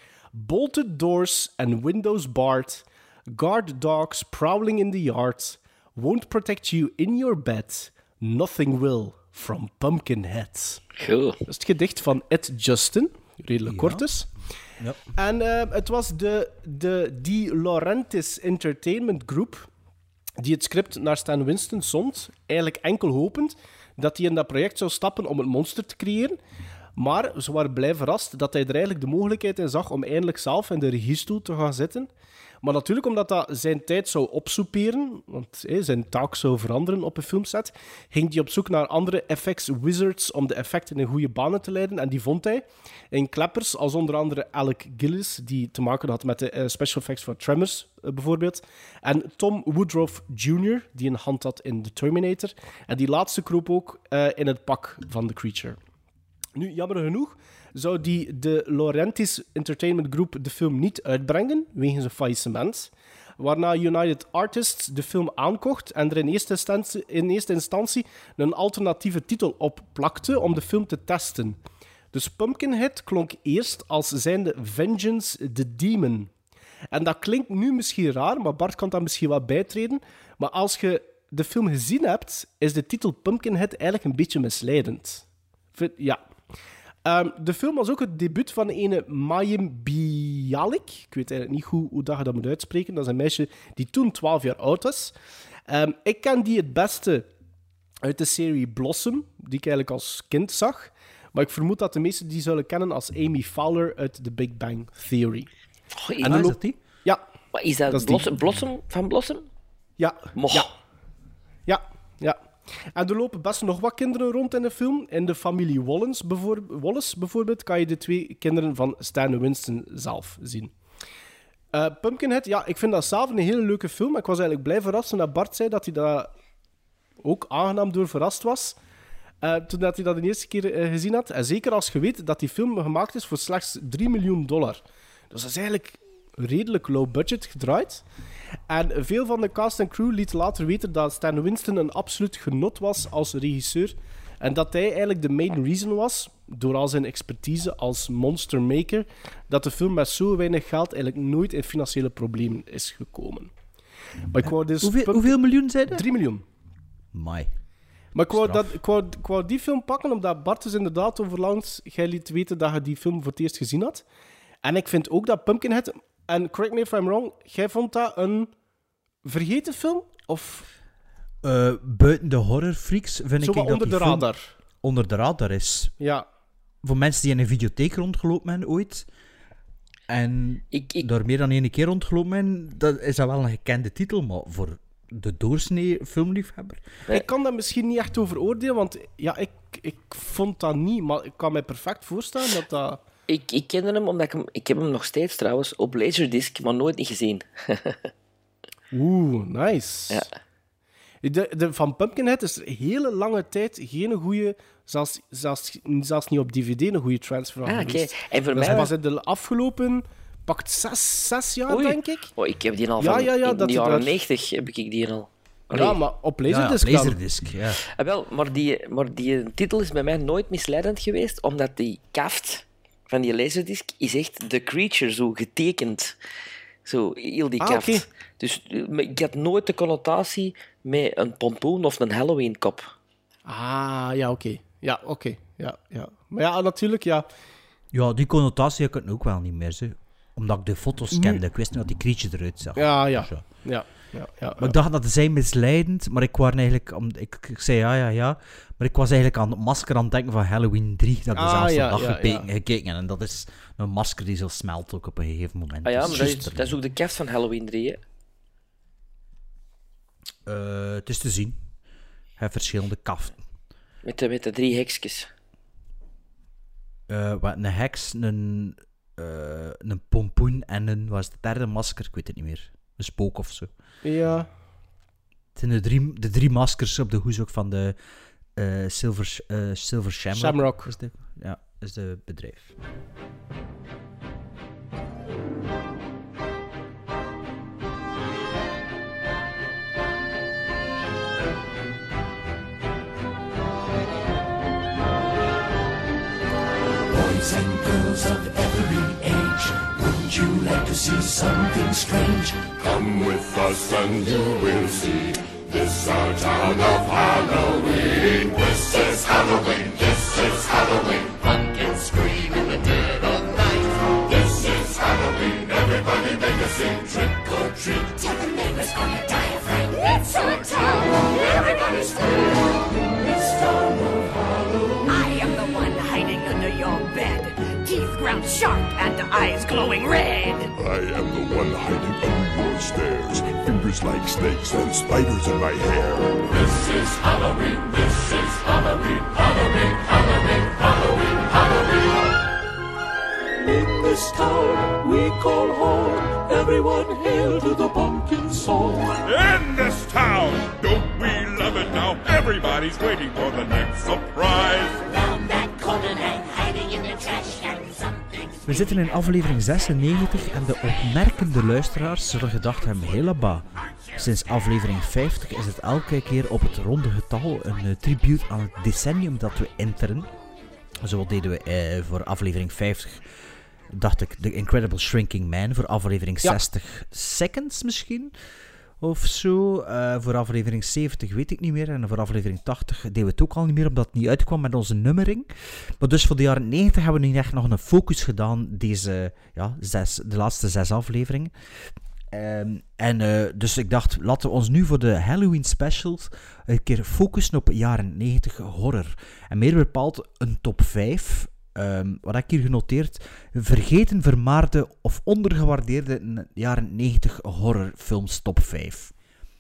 Bolted doors and windows barred, guard dogs prowling in the yard, won't protect you in your bed, nothing will from Pumpkinhead. Cool. Dat is het gedicht van Ed Justin, redelijk Ja. kort dus. Ja. En uh, het was de, de De Laurentiis Entertainment Group die het script naar Stan Winston zond, eigenlijk enkel hopend dat hij in dat project zou stappen om het monster te creëren. Maar ze waren blij verrast dat hij er eigenlijk de mogelijkheid in zag om eindelijk zelf in de regiestoel te gaan zitten. Maar natuurlijk, omdat dat zijn tijd zou opsoeperen, want hé, zijn taak zou veranderen op een filmset, ging hij op zoek naar andere effects wizards om de effecten in goede banen te leiden. En die vond hij in kleppers, als onder andere Alec Gillis, die te maken had met de uh, special effects van Tremors, uh, bijvoorbeeld. En Tom Woodruff junior, die een hand had in The Terminator. En die laatste kroop ook uh, in het pak van The Creature. Nu, jammer genoeg, zou die de Laurentiis Entertainment Group de film niet uitbrengen, wegens een faillissement, waarna United Artists de film aankocht en er in eerste instantie, in eerste instantie een alternatieve titel op plakte om de film te testen. Dus Pumpkinhead klonk eerst als zijnde Vengeance the Demon. En dat klinkt nu misschien raar, maar Bart kan daar misschien wat bijtreden, maar als je de film gezien hebt, is de titel Pumpkinhead eigenlijk een beetje misleidend. Ja. Um, de film was ook het debuut van ene Mayim Bialik. Ik weet eigenlijk niet hoe, hoe dat je dat moet uitspreken. Dat is een meisje die toen twaalf jaar oud was. Um, ik ken die het beste uit de serie Blossom, die ik eigenlijk als kind zag. Maar ik vermoed dat de meesten die zullen kennen als Amy Fowler uit The Big Bang Theory. Oh, is, en is dat die? Ja. Wat is dat? dat is Blossom, Blossom van Blossom? Ja. Moch. Ja. Ja, ja. En er lopen best nog wat kinderen rond in de film. In de familie Wallace, bijvoor- Wallace bijvoorbeeld kan je de twee kinderen van Stan Winston zelf zien. Uh, Pumpkinhead, ja, ik vind dat zelf een hele leuke film. Ik was eigenlijk blij verrast toen dat Bart zei dat hij daar ook aangenaam door verrast was. Uh, toen dat hij dat de eerste keer uh, gezien had. En zeker als je weet dat die film gemaakt is voor slechts drie miljoen dollar. Dus dat is eigenlijk redelijk low budget gedraaid. En veel van de cast en crew liet later weten dat Stan Winston een absoluut genot was als regisseur. En dat hij eigenlijk de main reason was, door al zijn expertise als monster maker, dat de film met zo weinig geld eigenlijk nooit in financiële problemen is gekomen. Maar ik wou dus hoeveel, pump- hoeveel miljoen zei je? drie miljoen. Mai. Maar ik wou, Straf. dat, ik, wou, ik wou die film pakken, omdat Bart is inderdaad overlangs jij liet weten dat je die film voor het eerst gezien had. En ik vind ook dat Pumpkinhead... En correct me if I'm wrong, jij vond dat een vergeten film? Of... Uh, buiten de horrorfreaks vind Zo ik wat dat onder die de film radar. onder de radar is. Ja. Voor mensen die in een videotheek rondgelopen hebben ooit, en ik, ik... daar meer dan één keer rondgelopen hebben, dat is dat wel een gekende titel, maar voor de doorsnee filmliefhebber. Ik kan daar misschien niet echt over oordelen, want ja, ik, ik vond dat niet, maar ik kan me perfect voorstellen dat dat... Ik, ik kende hem omdat ik hem... Ik heb hem nog steeds trouwens op Laserdisc, maar nooit niet gezien. Oeh, nice. Ja. De, de, van Pumpkinhead is een hele lange tijd geen goede, zelfs, zelfs, zelfs niet op D V D, een goede transfer Ah, oké. geweest. En voor dat mij... was in de afgelopen, pakt zes, zes jaar, Oei. denk ik. Oh, ik heb die al Ja, van ja, ja, in dat de hij jaren daar- negentig heb ik die al. Ja, Allee. maar op Ja, ja, Laserdisc dan. Laserdisc, ja. Ah, wel, maar die, maar die titel is bij mij nooit misleidend geweest, omdat die kaft van die Laserdisc is echt The Creature, zo getekend. Zo, heel die Ah, kaft. oké. Dus eh, ik had nooit de connotatie met een pompoen of een Halloween-kop. Ah, ja, oké. Ja, oké. Ja, ja. Maar ja, natuurlijk, ja. Ja, die connotatie heb ik ook wel niet meer. Zeg. Omdat ik de foto's Nu- kende. Ik wist niet dat die creature eruit zag. Ja, ja. Dus ja. Ja, ja, ja. Maar ik dacht dat ze zijn misleidend, maar ik was eigenlijk... Om, ik, ik zei ja, ja, ja. Maar ik was eigenlijk aan het masker aan het denken van Halloween drie. Dat ik Ah, dezelfde ja, dag ja, gekeken, ja. gekeken heb. En dat is een masker die zo smelt ook op een gegeven moment. Ah ja, Dus maar dat is, juist dat is ook de kaft van Halloween drie, hè. Eh, het is te zien. Hij heeft verschillende kaften. Met de, met de drie hekjes. Eh, wat, een heks, een, eh, een pompoen en een... Wat is de derde masker? Ik weet het niet meer. Een spook of zo. Ja. Het zijn de drie, de drie maskers op de hoes ook van de eh, Silver, eh, Silver Shamrock. Shamrock. Is de, ja, is de bedrijf. Boys and girls of every age, wouldn't you like to see something strange? Come with us and you will see. This our town of Halloween. This is Halloween. This is Halloween. Pumpkins scream in the dead of night. This is Halloween. Everybody make a scene. Trick or treat. Tell the neighbors gonna die of fright. It's our town. Everybody scream. This town of Halloween. I am the one hiding under your bed. Teeth ground sharp and eyes glowing red. I am the one hiding under your stairs. Fingers like snakes and spiders in my hair. This is Halloween. This is Halloween. Halloween. Halloween. Halloween. Halloween. In this town we call home. Everyone hail to the pumpkin song. In this town, don't we love it now? Everybody's waiting for the next surprise. Round that corner hang hiding in the trash can. Something. We zitten in aflevering zesennegentig en de opmerkende luisteraars zullen gedacht hebben, helaba. Sinds aflevering vijftig is het elke keer op het ronde getal een uh, tribute aan het decennium dat we enteren. Zo deden we uh, voor aflevering vijftig, dacht ik, The Incredible Shrinking Man. Voor aflevering Ja. zestig Seconds misschien, of zo. Uh, voor aflevering zeventig weet ik niet meer. En voor aflevering tachtig deden we het ook al niet meer, omdat het niet uitkwam met onze nummering. Maar dus voor de jaren negentig hebben we nu echt nog een focus gedaan, deze, ja, zes, de laatste zes afleveringen. Um, en uh, dus ik dacht, laten we ons nu voor de Halloween specials een keer focussen op jaren negentig horror. En meer bepaald een top vijf. Um, wat heb ik hier genoteerd? Vergeten, vermaarde of ondergewaardeerde jaren negentig horrorfilms top vijf.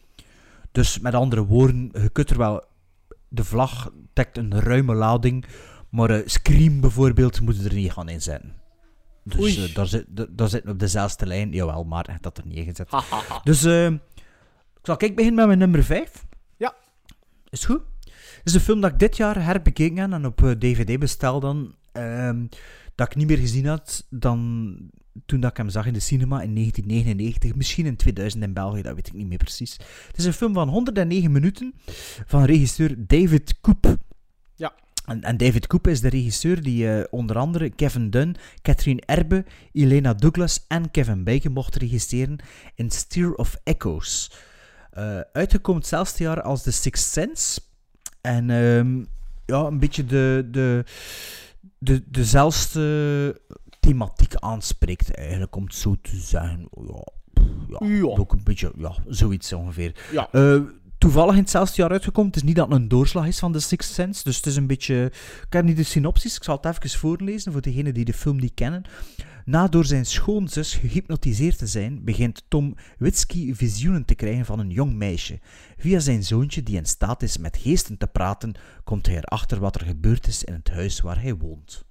Dus met andere woorden, je kunt er wel... De vlag dekt een ruime lading, maar uh, Scream bijvoorbeeld moet er niet gaan inzetten. Dus uh, daar, zit, da- daar zitten we op dezelfde lijn. Jawel, maar hij had dat er niet ingezet. Dus uh, zal ik beginnen met mijn nummer vijf? Ja. Is goed? Het is een film dat ik dit jaar herbekeken heb en op uh, D V D bestel dan. Um, dat ik niet meer gezien had dan toen dat ik hem zag in de cinema in negentien negenennegentig. Misschien in tweeduizend in België, dat weet ik niet meer precies. Het is een film van honderdnegen minuten van regisseur David Koop. Ja. En, en David Koop is de regisseur die uh, onder andere Kevin Dunn, Catherine Erbe, Elena Douglas en Kevin Bacon mocht regisseren in Stir of Echoes. Uh, uitgekomen hetzelfde jaar als The Sixth Sense. En um, ja, een beetje de, de, de, dezelfde thematiek aanspreekt, eigenlijk, om het zo te zeggen. Ja, ja, Ja. ook een beetje, ja, zoiets ongeveer. Ja. Uh, toevallig in hetzelfde jaar uitgekomen. Het is niet dat het een doorslag is van The Sixth Sense, dus het is een beetje... Ik heb niet de synopsis, ik zal het even voorlezen voor degenen die de film niet kennen. Na door zijn schoonzus gehypnotiseerd te zijn, begint Tom Witsky visioenen te krijgen van een jong meisje. Via zijn zoontje, die in staat is met geesten te praten, komt hij erachter wat er gebeurd is in het huis waar hij woont.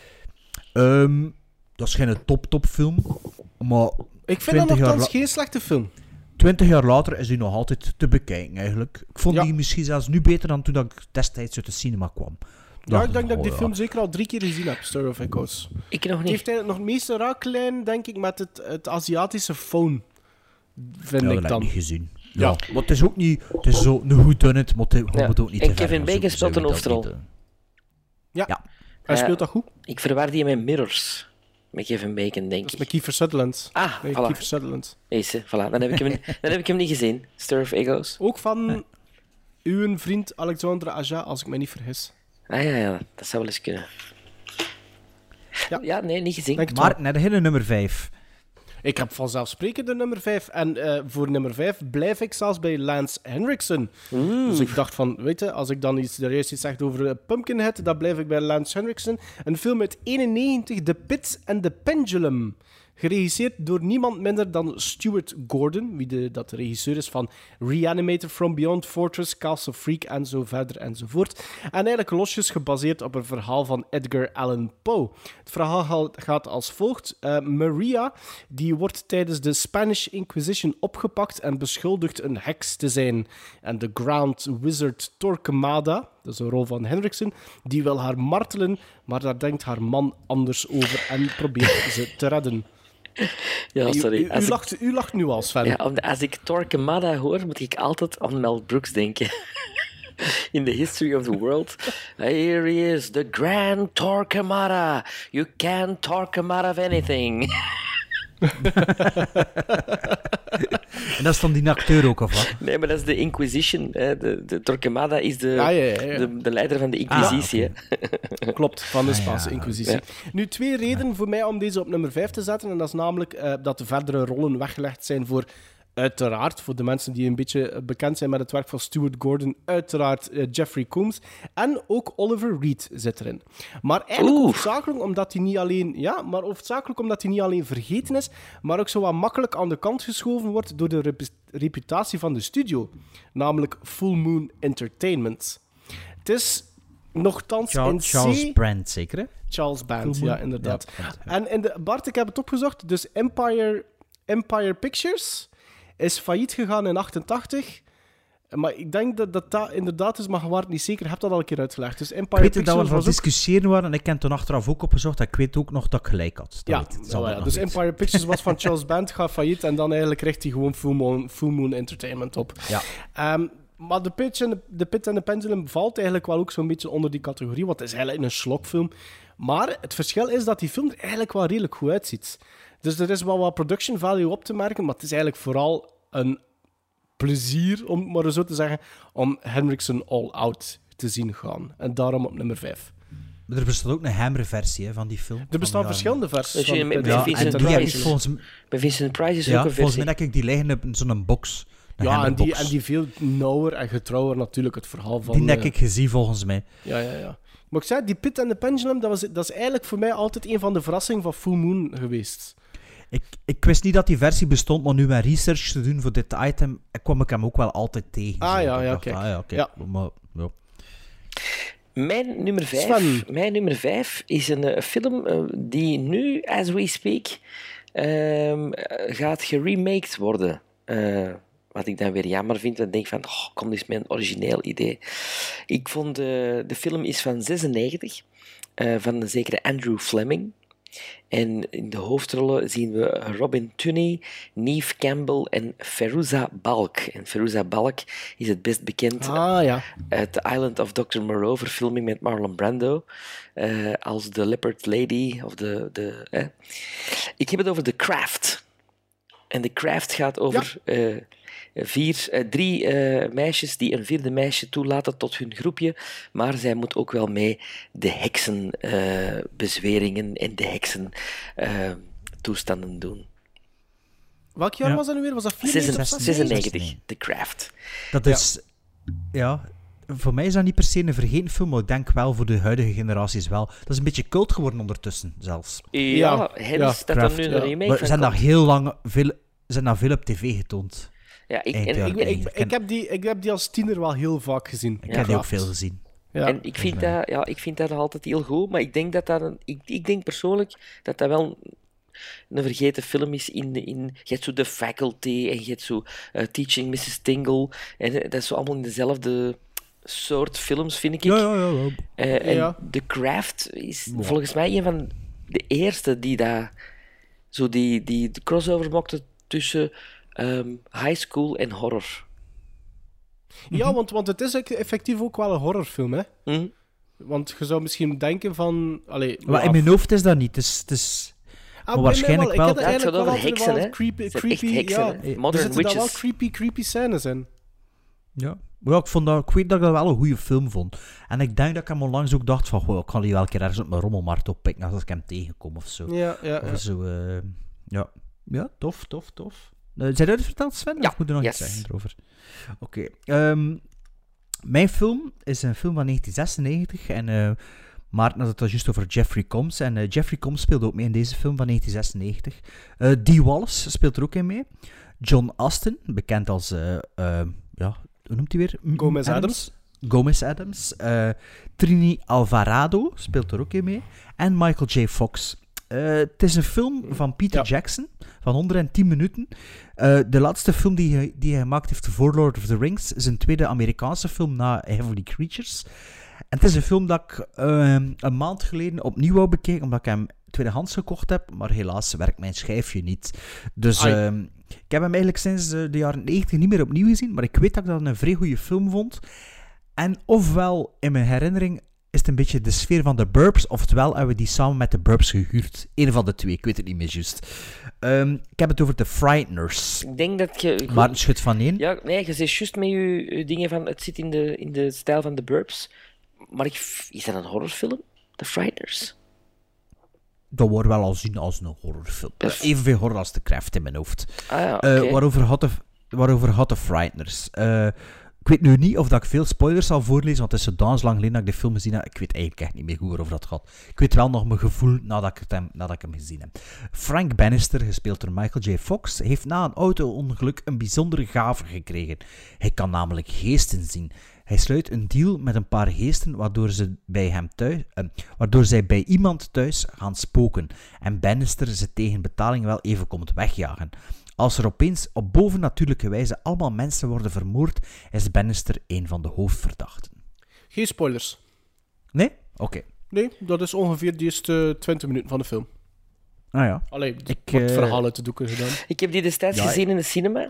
Um, dat is geen top-top film, maar... Ik vind dat nogthans la- geen slechte film. Twintig jaar later is hij nog altijd te bekijken, eigenlijk. Ik vond ja. die misschien zelfs nu beter dan toen ik destijds uit de cinema kwam. Ja, ik denk oh, dat ik die ja. film zeker al drie keer gezien heb, Story of Echoes. Ik nog niet. Het heeft eigenlijk nog het meeste raaklijn, denk ik, met het, het Aziatische phone, vind ja, ik dat dan. heb ik niet gezien. Ja, ja, maar het is ook niet... Het is zo een goed done it, maar het ja. moet ook niet en te Kevin ver, Bacon speelt een hoofdrol. Ja. ja. Hij uh, speelt dat goed. Ik verwar die met Mirrors. Met Kevin Bacon, denk ik. Dat is met Kiefer Sutherland. Ah, nee, voilà. Kiefer Sutherland. Deze, voilà. Dan heb ik hem, dan heb ik hem niet gezien. Stir of Echoes. Ook van uh. uw vriend Alexandre Aja, als ik me niet vergis. Ah ja, ja, dat zou wel eens kunnen. Ja, ja nee, niet gezien. Maar net de nummer vijf. Ik heb vanzelfsprekend de nummer vijf. En uh, voor nummer vijf blijf ik zelfs bij Lance Henriksen. Mm. Dus ik dacht van, weet je, als ik dan iets, er eerst iets zeg over uh, Pumpkinhead, dan blijf ik bij Lance Henriksen. Een film uit eenennegentig, The Pit and the Pendulum. Geregisseerd door niemand minder dan Stuart Gordon, wie de, dat de regisseur is van Reanimator, From Beyond, Fortress, Castle Freak en zo verder enzovoort. En eigenlijk losjes gebaseerd op een verhaal van Edgar Allan Poe. Het verhaal gaat als volgt. Uh, Maria, die wordt tijdens de Spanish Inquisition opgepakt en beschuldigd een heks te zijn. En de Grand Wizard Torquemada, dat is een rol van Henriksen, die wil haar martelen, maar daar denkt haar man anders over en probeert ze te redden. Ja, sorry. U, u, u, ik... lacht, u lacht nu al, Sven. Ja, als ik Torquemada hoor, moet ik altijd aan Mel Brooks denken. In the history of the world. Here he is, the Grand Torquemada. You can't Torquemada of anything. En dat is dan die acteur ook, of wat? Nee, maar dat is de Inquisition. Hè. De, de Torquemada is de, ah, ja, ja, ja. de, de leider van de Inquisitie. Ah, okay. Klopt, van de Spaanse ah, ja. Inquisitie. Ja. Nu, twee redenen voor mij om deze op nummer vijf te zetten. En dat is namelijk uh, dat de verdere rollen weggelegd zijn voor... Uiteraard, voor de mensen die een beetje bekend zijn met het werk van Stuart Gordon, uiteraard uh, Jeffrey Combs. En ook Oliver Reed zit erin. Maar eigenlijk hoofdzakelijk omdat hij niet alleen, ja, maar hoofdzakelijk omdat hij niet alleen vergeten is, maar ook zo wat makkelijk aan de kant geschoven wordt door de rep- reputatie van de studio. Namelijk Full Moon Entertainment. Het is nogthans Charles, in C... Charles Brand, zeker hè? Charles Band, ja, inderdaad. Ja, en in de, Bart, ik heb het opgezocht. Dus Empire, Empire Pictures... is failliet gegaan in achtentachtig. Maar ik denk dat dat, dat inderdaad is, maar je het niet zeker. Je hebt dat al een keer uitgelegd. Dus Empire ik weet Pictures dat we van ook... discussiëren waren en ik heb toen achteraf ook opgezocht dat ik weet ook nog dat ik gelijk had. Dat ja, weet, ja, ja. Dus weet. Empire Pictures was van Charles Band, gaat failliet en dan eigenlijk richt hij gewoon Full Moon, Full Moon Entertainment op. Ja. Um, maar The Pit and the, the Pit and the Pendulum valt eigenlijk wel ook zo'n beetje onder die categorie, want het is eigenlijk een slokfilm. Maar het verschil is dat die film er eigenlijk wel redelijk goed uitziet. Dus er is wel wat production value op te merken, maar het is eigenlijk vooral een plezier, om het maar zo te zeggen, om Henriksen All Out te zien gaan. En daarom op nummer vijf. Maar er bestaat ook een Hammer-versie van die film. Er bestaan van, verschillende versies. Dus van met, ja, Vincent en die heb ik Price. volgens, Bij Vincent Price is ja, ook een versie. volgens mij denk ik die liggen in zo'n box. Ja, en die, en die veel nauwer en getrouwer natuurlijk het verhaal van... Die heb uh, ik gezien, volgens mij. Ja, ja, ja. Maar ik zei, die Pit and the Pendulum, dat, was, dat is eigenlijk voor mij altijd een van de verrassingen van Full Moon geweest. Ik, ik wist niet dat die versie bestond, maar nu mijn research te doen voor dit item, kwam ik hem ook wel altijd tegen. Ah, zo. ja, ja, dacht, kijk. Ah, ja, oké. Ja. Maar, ja. Mijn nummer vijf, mijn nummer vijf is een uh, film uh, die nu, as we speak, uh, gaat geremaked worden. Uh, wat ik dan weer jammer vind, want ik denk van, oh, kom eens met een origineel idee. Ik vond, uh, de film is van zesennegentig, uh, van een zekere Andrew Fleming. En in de hoofdrollen zien we Robin Tunney, Neve Campbell en Fairuza Balk. En Fairuza Balk is het best bekend ah, ja. uit The Island of doctor Moreau, verfilming met Marlon Brando, uh, als de Leopard Lady. Of de, de, eh. Ik heb het over The Craft. En The Craft gaat over... Ja. Uh, Vier, uh, drie uh, meisjes die een vierde meisje toelaten tot hun groepje, maar zij moet ook wel mee de heksenbezweringen uh, en de heksen uh, toestanden doen. Welk jaar ja. was dat nu weer? Was dat vierennegentig? zesennegentig, The Craft. Dat is... Ja... ja voor mij is dat niet per se een vergeten film, maar ik denk wel voor de huidige generaties wel. Dat is een beetje cult geworden ondertussen, zelfs. Ja, Ja, hens ja, dat er Craft, nu een ja. remake Maar van zijn dat komt. heel lang, veel, zijn dat veel op tv getoond. Ja, ik, Eind en, jaar ik, Ik, ik, ik, ik, heb die, ik heb die als tiener wel heel vaak gezien. Ik Ja. heb die ook veel gezien. Ja. en ik, vind dat, ja, ik vind dat nog altijd heel goed, maar ik denk dat dat een, ik, ik denk persoonlijk dat dat wel een vergeten film is. In, de- in, je hebt zo The Faculty en je hebt zo eh, Teaching missus Tingle. En eh, dat is zo allemaal in dezelfde soort films, vind ik. Ja, ja, ja. ja. Eh, en Ja. The Craft is Ja. volgens mij een van de eerste die daar zo die, die de crossover maakte tussen ehm, high school en horror. Ja, want, want het is ook effectief ook wel een horrorfilm, hè? Hm? Want je zou misschien denken van... Allee, Maar in ja, mijn hoofd is dat niet. Het is, het is... Ah, Maar bij waarschijnlijk mij wel. Ik had Ja, het eigenlijk gaat wel over altijd heksen, wel hè. creepy, Het zijn echt creepy heksen, ja. hè. Er Modern zitten daar wel witches. creepy, creepy scènes in. Ja. Maar ja, ik, vond dat, ik weet dat ik dat wel een goede film vond. En ik denk dat ik hem onlangs ook dacht van, goh, ik kan die wel een keer ergens op mijn rommelmarkt oppikken als ik hem tegenkom of zo. Ja, ja, Of ja. zo, eh, ja. Ja, tof, tof, tof. Uh, zijn jij het verteld, Sven? Ja, Of moet je nog yes. iets zeggen erover? Oké. Ehm, mijn film is een film van negentien zesennegentig en uh, Maarten had het al juist over Jeffrey Combs. En uh, Jeffrey Combs speelde ook mee in deze film van negentien zesennegentig. Uh, Dee Wallace speelt er ook in mee. John Astin, bekend als, uh, uh, ja, hoe noemt hij weer? M- Gomez Adams. Gomez Adams. Uh, Trini Alvarado speelt er ook in mee. En Michael J. Fox. Uh, het is een film van Peter Ja. Jackson van honderdtien minuten. Uh, de laatste film die hij, die hij gemaakt heeft voor Lord of the Rings is een tweede Amerikaanse film na Heavenly Creatures. En het is een film dat ik uh, een maand geleden opnieuw wou bekijken, omdat ik hem tweedehands gekocht heb, maar helaas werkt mijn schijfje niet. Dus uh, ik heb hem eigenlijk sinds uh, de jaren negentig niet meer opnieuw gezien, maar ik weet dat ik dat een vrij goede film vond. En ofwel, in mijn herinnering, is het een beetje de sfeer van de Burbs, oftewel hebben we die samen met de Burbs gehuurd. Eén van de twee, ik weet het niet meer juist. Um, ik heb het over The Frighteners. Ik denk dat je... Maar een schut van één. Ja, nee, je zegt juist met je, je dingen van... Het zit in de, in de stijl van de Burbs. Maar ik, is dat een horrorfilm? The Frighteners? Dat wordt wel al zien als een horrorfilm. Perf- Evenveel horror als The Craft in mijn hoofd. Ah ja, Uh, oké. waarover had de, waarover had de Frighteners? Uh, ik weet nu niet of dat ik veel spoilers zal voorlezen, want het is zodanig lang geleden dat ik de film gezien heb. Ik weet eigenlijk echt niet meer goed waarover dat gaat. Ik weet wel nog mijn gevoel nadat ik, het hem, nadat ik hem gezien heb. Frank Bannister, gespeeld door Michael J. Fox, heeft na een auto-ongeluk een bijzondere gave gekregen. Hij kan namelijk geesten zien. Hij sluit een deal met een paar geesten, waardoor, ze bij hem thuis, eh, waardoor zij bij iemand thuis gaan spoken. En Bannister ze tegen betaling wel even komt wegjagen. Als er opeens op bovennatuurlijke wijze allemaal mensen worden vermoord, is Bannister een van de hoofdverdachten. Geen spoilers. Nee? Oké. Okay. Nee, dat is ongeveer de eerste twintig minuten van de film. Ah ja. Allee, het Ik, wordt uh, verhaal uit de doeken gedaan. Ik heb die destijds Ja, gezien in de cinema.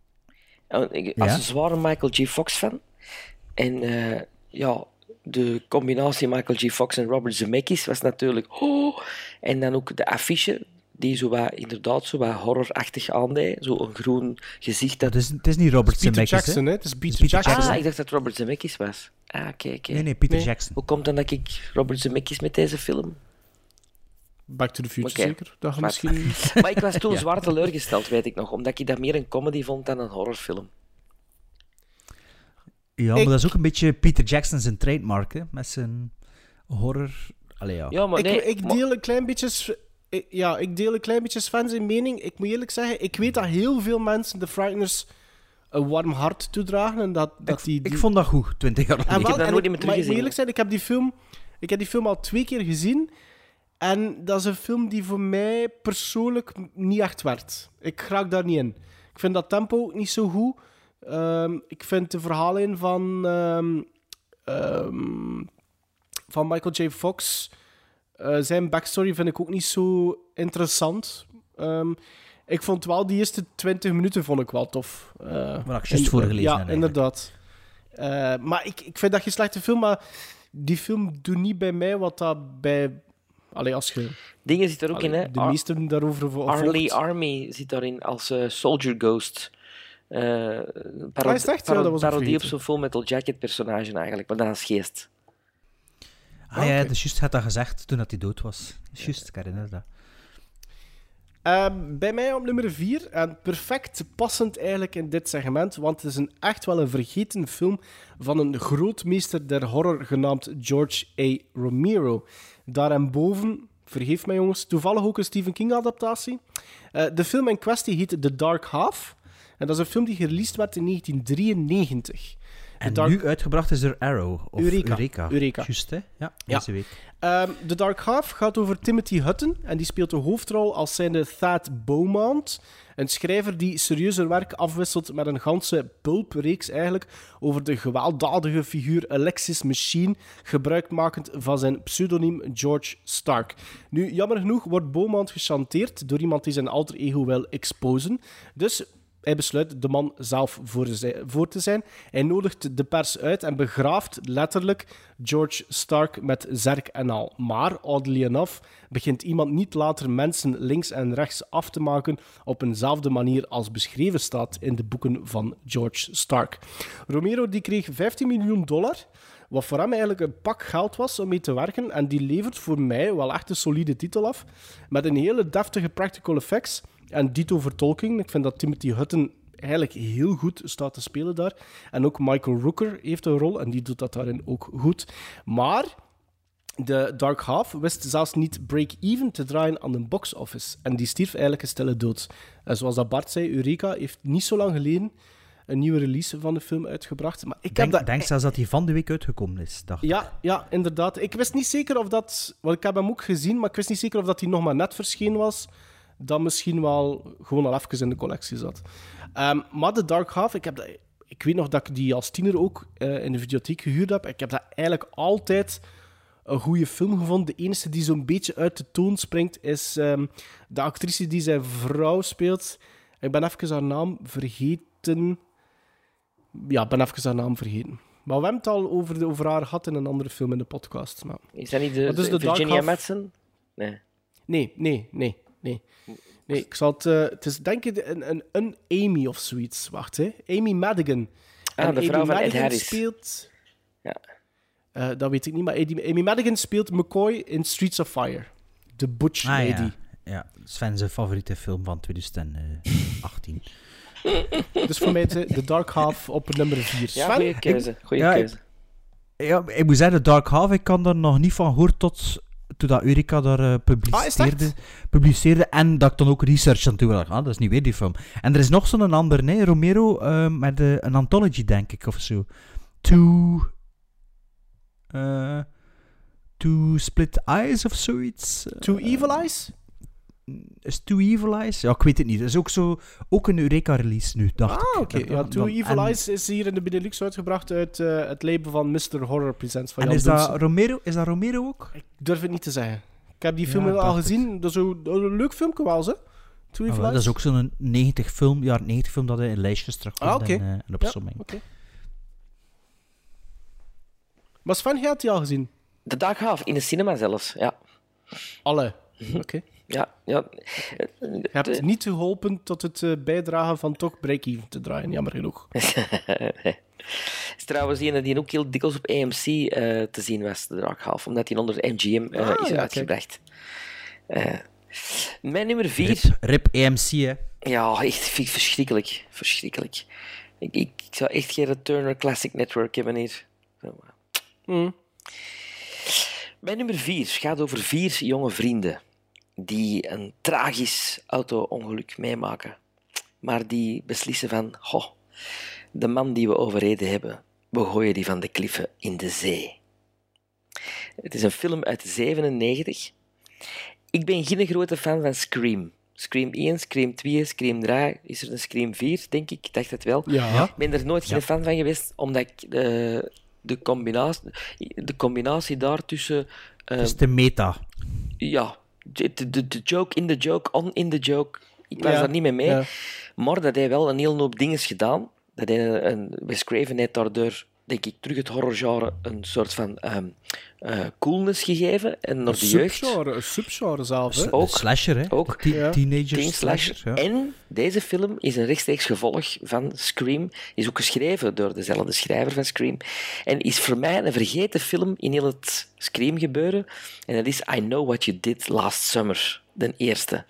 Ik- Als Ja? een zware Michael J. Fox-fan. En uh, ja, de combinatie Michael J. Fox en Robert Zemeckis was natuurlijk... Oh, en dan ook de affiche, die zo wat, inderdaad zo wat horrorachtig aandeed. Zo een groen gezicht. Dat... Het is, het is niet Robert Peter Zemeckis, Jackson, hè? hè? Het is Peter, Peter Jackson. Jackson. Ah, ik dacht dat het Robert Zemeckis was. Ah, oké, oké. Nee, nee, Peter Nee. Jackson. Hoe komt dan dat ik Robert Zemeckis met deze film... Back to the Future, Oké. zeker? Dat je Zwart. misschien... Maar ik was toen Ja. zwaar teleurgesteld, weet ik nog. Omdat ik dat meer een comedy vond dan een horrorfilm. Ja, maar Ik- dat is ook een beetje Peter Jackson zijn trademark, hè? Met zijn horror... Allee, ja. Ja, maar ik, nee... ik maar- deel een klein beetje... s- ik- Ja, ik deel een klein beetje Sven zijn mening. Ik moet eerlijk zeggen, ik weet dat heel veel mensen de Frighteners een warm hart toedragen. En dat, dat ik, die, die... ik vond dat goed, twintig jaar En geleden. heb dat en nooit meer maar ik teruggezien. moet eerlijk zijn, ik heb die film... Ik heb die film al twee keer gezien. En dat is een film die voor mij persoonlijk niet echt werkt. Ik raak daar niet in. Ik vind dat tempo ook niet zo goed. Ehm, ik vind de verhalen van... ehm, ehm, van Michael J. Fox... eh, zijn backstory vind ik ook niet zo interessant. Ehm, ik vond wel die eerste twintig minuten vond ik wel tof. Uh, Waar ik juist voor gelezen Ja, heb, inderdaad. Uh, maar ik, ik vind dat geen slechte film, maar die film doet niet bij mij wat dat bij... Allee, als je... Dingen zit er ook Allee, in, hè. de Ar- meesten daarover vo- Arlie volgt. Army zit daarin als uh, Soldier Ghost. Uh, parod- Ah, is het echt? Ja, parod- dat was ik parodie op vergeten. zo'n Full Metal Jacket personage eigenlijk, maar dan als geest. Ah ja, dat is juist, had dat gezegd toen dat hij dood was. Dat is juist, ik herinner dat. Uh, bij mij op nummer vier, en perfect passend eigenlijk in dit segment, want het is een, echt wel een vergeten film van een grootmeester der horror genaamd George A. Romero. Daarboven, vergeef mij jongens, toevallig ook een Stephen King-adaptatie. Uh, de film in kwestie heet The Dark Half. En dat is een film die gereleased werd in negentien drieënnegentig. En Dark... nu uitgebracht is er Arrow. Of Eureka. Eureka. Eureka. Juist, hè? Ja, Ja. deze week. Um, The Dark Half gaat over Timothy Hutton. En die speelt de hoofdrol als zijnde Thad Beaumont. Een schrijver die serieuzer werk afwisselt met een ganse pulpreeks eigenlijk over de gewelddadige figuur Alexis Machine, gebruikmakend van zijn pseudoniem George Stark. Nu, jammer genoeg wordt Beaumont gechanteerd door iemand die zijn alter ego wil exposen. Dus hij besluit de man zelf voor, zi- voor te zijn. Hij nodigt de pers uit en begraaft letterlijk George Stark met zerk en al. Maar, oddly enough, begint iemand niet later mensen links en rechts af te maken op eenzelfde manier als beschreven staat in de boeken van George Stark. Romero die kreeg vijftien miljoen dollar, wat voor hem eigenlijk een pak geld was om mee te werken. En die levert voor mij wel echt een solide titel af, met een hele deftige practical effects en dito vertolking. Ik vind dat Timothy Hutton eigenlijk heel goed staat te spelen daar. En ook Michael Rooker heeft een rol en die doet dat daarin ook goed. Maar de Dark Half wist zelfs niet break-even te draaien aan de box office. En die stierf eigenlijk een stille dood. En zoals dat Bart zei, Eureka heeft niet zo lang geleden een nieuwe release van de film uitgebracht. Maar ik denk heb dat... denk zelfs dat hij van de week uitgekomen is, dacht ik. Ja, ja, inderdaad. Ik wist niet zeker of dat... Want ik heb hem ook gezien, maar ik wist niet zeker of dat hij nog maar net verschenen was. Dat misschien wel gewoon al even in de collectie zat. Um, maar The Dark Half, ik, heb dat, ik weet nog dat ik die als tiener ook uh, in de videotheek gehuurd heb. Ik heb dat eigenlijk altijd een goede film gevonden. De enige die zo'n beetje uit de toon springt is um, de actrice die zijn vrouw speelt. Ik ben even haar naam vergeten. Ja, ik ben even haar naam vergeten. Maar we hebben het al over, de, over haar gehad in een andere film in de podcast. Maar... Is dat niet de, dus de de Virginia Dark Half... Madsen? Nee. Nee, nee, nee, nee. Nee, ik zal het... Uh, het is denk ik een, een, een Amy of zoiets. Wacht, hè. Amy Madigan. Ah, en de vrouw Amy van Ed Madigan Harris. speelt... Ja. Uh, dat weet ik niet, maar Amy, Amy Madigan speelt McCoy in Streets of Fire. De Butch Ah, Lady. ja. Ja, Sven zijn favoriete film van twintig achttien. Dus voor mij de Dark Half op nummer vier. Ja, goeie keuze. Goeie ja, keuze. Ik, ja, ik moet zeggen, The Dark Half, ik kan er nog niet van gehoord tot toen dat Eureka daar uh, publiceerde, ah, publiceerde. En dat ik dan ook research aan toe dacht, ah, dat is niet weer die film. En er is nog zo'n ander, nee, Romero, uh, met uh, een anthology, denk ik, of zo. Two... Uh, two Split Eyes of zoiets. Two Evil Eyes? Is Two Evil Eyes? Ja, ik weet het niet. Dat is ook, zo, ook een Eureka-release nu, dacht ah, ik. Ah, oké. Okay. Ja, Two Evil en... Eyes is hier in de Benelux uitgebracht uit uh, het label van mister Horror Presents van en Jan is dat, Romero, is dat Romero ook? Ik durf het niet te zeggen. Ik heb die film ja, al gezien. Het. Dat is een, een leuk filmpje wel, hè? Two Evil ah, Eyes. Dat is ook zo'n negentig film, jaar negentig film dat hij in lijstjes terugkomt. Ah, oké. En, uh, en opsomming. Ja, okay. Maar Sven, jij had die al gezien? De Dark Half, in de cinema zelfs, ja. Alle? Oké. Okay. Ja, ja. Je hebt de... niet geholpen tot het uh, bijdragen van toch break-even te draaien, jammer genoeg. Nee. Is trouwens die die ook heel dikwijls op A M C uh, te zien was, de Dark Half, omdat hij onder de M G M uh, ah, is ja, uitgebracht. Uh, mijn nummer vier... Rip, rip A M C, hè. Ja, echt vind ik verschrikkelijk. Verschrikkelijk. Ik, ik, ik zou echt geen Turner Classic Network hebben hier. Mm. Mijn nummer vier gaat over vier jonge vrienden die een tragisch auto-ongeluk meemaken, maar die beslissen van, goh, de man die we overreden hebben, we gooien die van de kliffen in de zee. Het is een film uit zevenennegentig. Ik ben geen grote fan van Scream. Scream één, Scream twee, Scream drie. Is er een Scream vier, denk ik? Ik dacht het wel. Ja. Ik ben er nooit geen ja. fan van geweest, omdat ik de, de, combinatie, de combinatie daartussen... Uh, is de meta. Ja, de, de, de joke in de joke, on in de joke. Ik was ja. daar niet mee mee. Ja. Maar dat hij wel een heel hoop dingen gedaan. Dat hij een, Wes Craven heeft daardoor, denk ik, terug het horrorgenre een soort van um, uh, coolness gegeven. En naar de jeugd. Een subgenre zelf, hè? Ook, slasher, hè? Ook. Teen, ja. Teenager Teen slasher. slasher. Ja. En deze film is een rechtstreeks gevolg van Scream. Is ook geschreven door dezelfde schrijver van Scream. En is voor mij een vergeten film in heel het Scream gebeuren. En dat is I Know What You Did Last Summer. De eerste.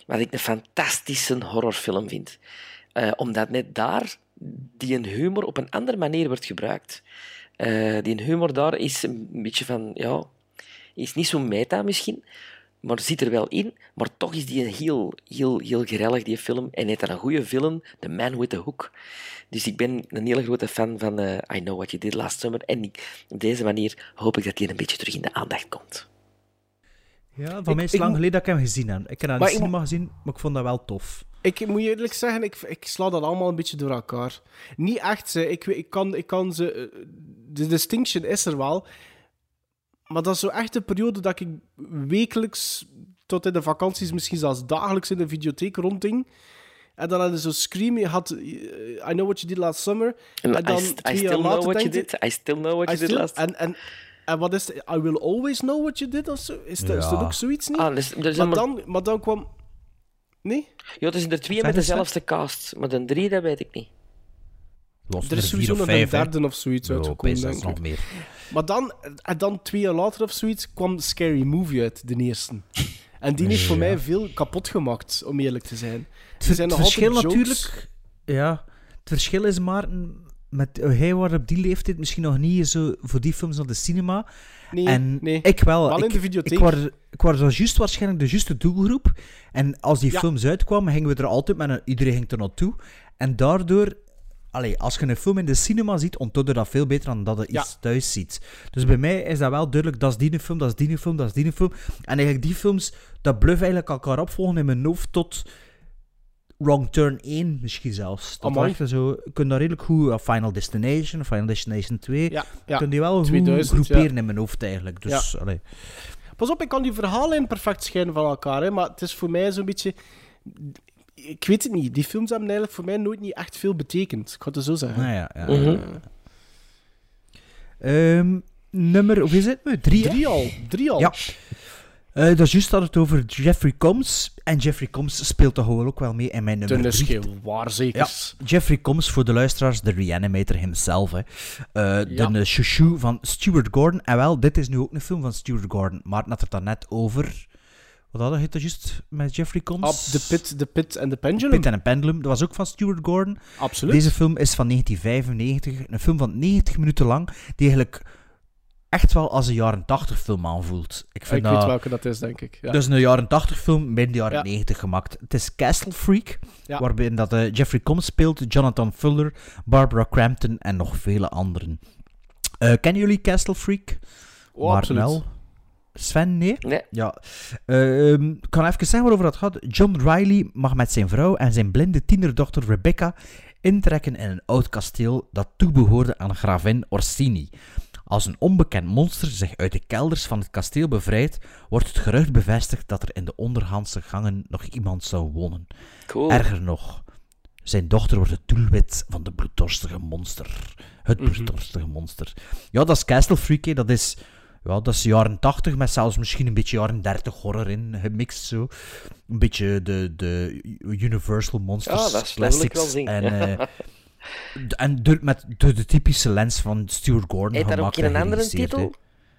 wat ik een fantastische horrorfilm vind. Uh, omdat net daar die een humor op een andere manier wordt gebruikt. Uh, die humor daar is een beetje van... Ja, is niet zo meta misschien, maar zit er wel in. Maar toch is die heel, heel, heel gerellig, die film. En heeft dan een goede villain, The Man with the Hook. Dus ik ben een hele grote fan van uh, I Know What You Did Last Summer. En ik, op deze manier hoop ik dat die een beetje terug in de aandacht komt. Ja, van ik, mij is het lang ik, geleden dat ik hem gezien heb. Ik heb dat in de cinema ik, gezien, maar ik vond dat wel tof. Ik moet je eerlijk zeggen, ik, ik sla dat allemaal een beetje door elkaar. Niet echt, hè. Ik, ik, kan, ik kan ze... De distinction is er wel. Maar dat is zo echt een periode dat ik wekelijks, tot in de vakanties, misschien zelfs dagelijks in de videotheek rondging. En dan hadden ze zo Scream, je had uh, I Know What You Did Last Summer. En, en dan I, I still know what you did. I still know what you still, did last en, en, en wat is het? I Will Always Know What You Did? Of zo? Is, dat, ja. is dat ook zoiets niet? Ah, dus, dus maar, maar... Dan, maar dan kwam... Nee? Ja, het is er twee met dezelfde cast. Maar de drie, dat weet ik niet. Los er is sowieso nog een derde he? of zoiets no, uitgekomen, denk ik. Nog meer. Maar dan, en dan twee jaar later of zoiets, kwam Scary Movie uit, de eerste. En die heeft ja. voor mij veel kapot gemaakt, om eerlijk te zijn. Het, het, het verschil natuurlijk... Ja, het verschil is maar... Met, hij was op die leeftijd misschien nog niet zo voor die films naar de cinema. Nee, en nee. ik wel. wel ik, in de videotheek. Ik was, ik was dus juist waarschijnlijk de juiste doelgroep. En als die ja. films uitkwamen, gingen we er altijd met een, iedereen ging er naartoe. En daardoor... Allee, als je een film in de cinema ziet, onthoud je dat veel beter dan dat je iets ja. thuis ziet. Dus bij mij is dat wel duidelijk, dat is die film, dat is die film, dat is die film. En eigenlijk die films, dat bluff eigenlijk elkaar opvolgen in mijn hoofd tot Wrong Turn één misschien zelfs. Dat oh, echt zo, je kunt dat redelijk goed, uh, Final Destination, Final Destination twee, ja, ja. kun die wel tweeduizend, goed groeperen ja. in mijn hoofd eigenlijk. Dus, ja. allee. Pas op, ik kan die verhalen perfect scheiden van elkaar, hè, maar het is voor mij zo'n beetje... Ik weet het niet. Die films hebben eigenlijk voor mij nooit niet echt veel betekend. Ik ga het zo zeggen. Ah, ja, ja. Mm-hmm. um, nummer... Hoe is het? Drie, Drie al. Drie al. Ja. Uh, dat is juist dat het over Jeffrey Combs. En Jeffrey Combs speelt toch ook wel mee in mijn nummer drie. drie. Dat is waar, zeker. Ja. Jeffrey Combs, voor de luisteraars, de reanimator himself. Hè. Uh, ja. De chouchou van Stuart Gordon. En wel, dit is nu ook een film van Stuart Gordon. Maar het had het dan net over... Wat hadden we het juist met Jeffrey Combs? The Pit, The Pit and the Pendulum. The Pit and the Pendulum. Dat was ook van Stuart Gordon. Absoluut. Deze film is van negentien vijfennegentig. Een film van negentig minuten lang. Die eigenlijk echt wel als een jaren tachtig film aanvoelt. Ik, vind ik dat... weet welke dat is, denk ik. Ja. Dus een jaren tachtig film midden de jaren ja. negentig gemaakt. Het is Castle Freak. Ja. Waarbij dat, uh, Jeffrey Combs speelt. Jonathan Fuller. Barbara Crampton. En nog vele anderen. Uh, kennen jullie Castle Freak? Oh, maar absoluut. Wel. Sven, nee? Nee. Ja. Uh, ik kan even zeggen waarover dat gaat. John Riley mag met zijn vrouw en zijn blinde tienerdochter Rebecca intrekken in een oud kasteel dat toebehoorde aan gravin Orsini. Als een onbekend monster zich uit de kelders van het kasteel bevrijdt, wordt het gerucht bevestigd dat er in de onderhandse gangen nog iemand zou wonen. Cool. Erger nog, zijn dochter wordt het doelwit van de bloeddorstige monster. Het mm-hmm. bloeddorstige monster. Ja, dat is Castle Freak, hè. Dat is... Ja, dat is jaren tachtig, met zelfs misschien een beetje jaren dertig horror in gemixt zo. Een beetje de, de Universal Monsters ja, dat is classics. Wel zien. En, uh, en de, met de, de typische lens van Stuart Gordon Heet gemaakt. Heet dat ook in een andere titel? He.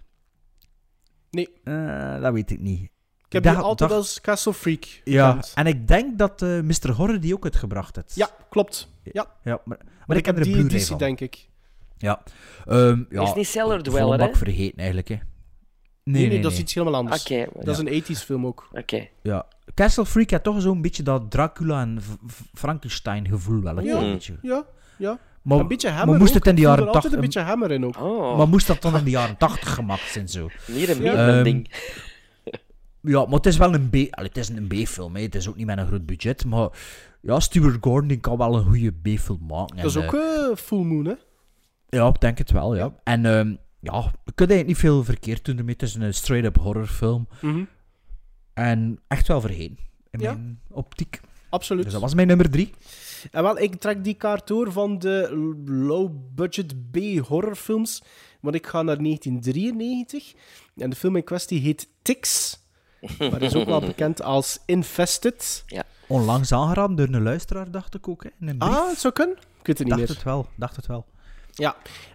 Nee. Uh, dat weet ik niet. Ik heb die altijd dacht, als Castle Freak Ja, gekend. En ik denk dat uh, mister Horror die ook uitgebracht heeft. Ja, klopt. Ja. ja maar, maar, maar ik, ik heb er die een editie, denk ik. Ja. Um, ja. Is niet Cellar Dweller, hè? Ik vergeten, eigenlijk, hè. Nee, nee, nee, dat nee. is iets helemaal anders. Okay, dat ja. is een tachtiger film ook. Oké. Okay. Ja. Castle Freak had toch zo'n beetje dat Dracula en v- Frankenstein gevoel wel. Ja, een beetje. ja, ja. Maar, een beetje hammer maar moest ook. het in de jaren tachtig... een beetje hammer in ook. Oh. Maar moest dat dan in de jaren tachtig gemaakt zijn, zo? Meer en meer um, ding. Ja, maar het is wel een B... Allee, het is een B-film, hè. Het is ook niet met een groot budget, maar... Ja, Stuart Gordon die kan wel een goede B-film maken. Dat is en, ook uh, Full Moon, hè? Ja, ik denk het wel, ja. ja. En... Um, Ja, je kunt eigenlijk niet veel verkeerd doen ermee. Het is een straight-up horrorfilm. Mm-hmm. En echt wel vergeten. In ja. mijn optiek. Absoluut. Dus dat was mijn nummer drie. En wel, ik trek die kaart door van de low-budget B-horrorfilms. Want ik ga naar negentien drieënnegentig. En de film in kwestie heet Ticks. Maar is ook wel bekend als Infested. Ja. Onlangs aangeraden door een luisteraar, dacht ik ook. Hè, in een brief. Ah, het zou kunnen. Ik weet het niet dacht meer. Het wel, dacht het wel. Ja,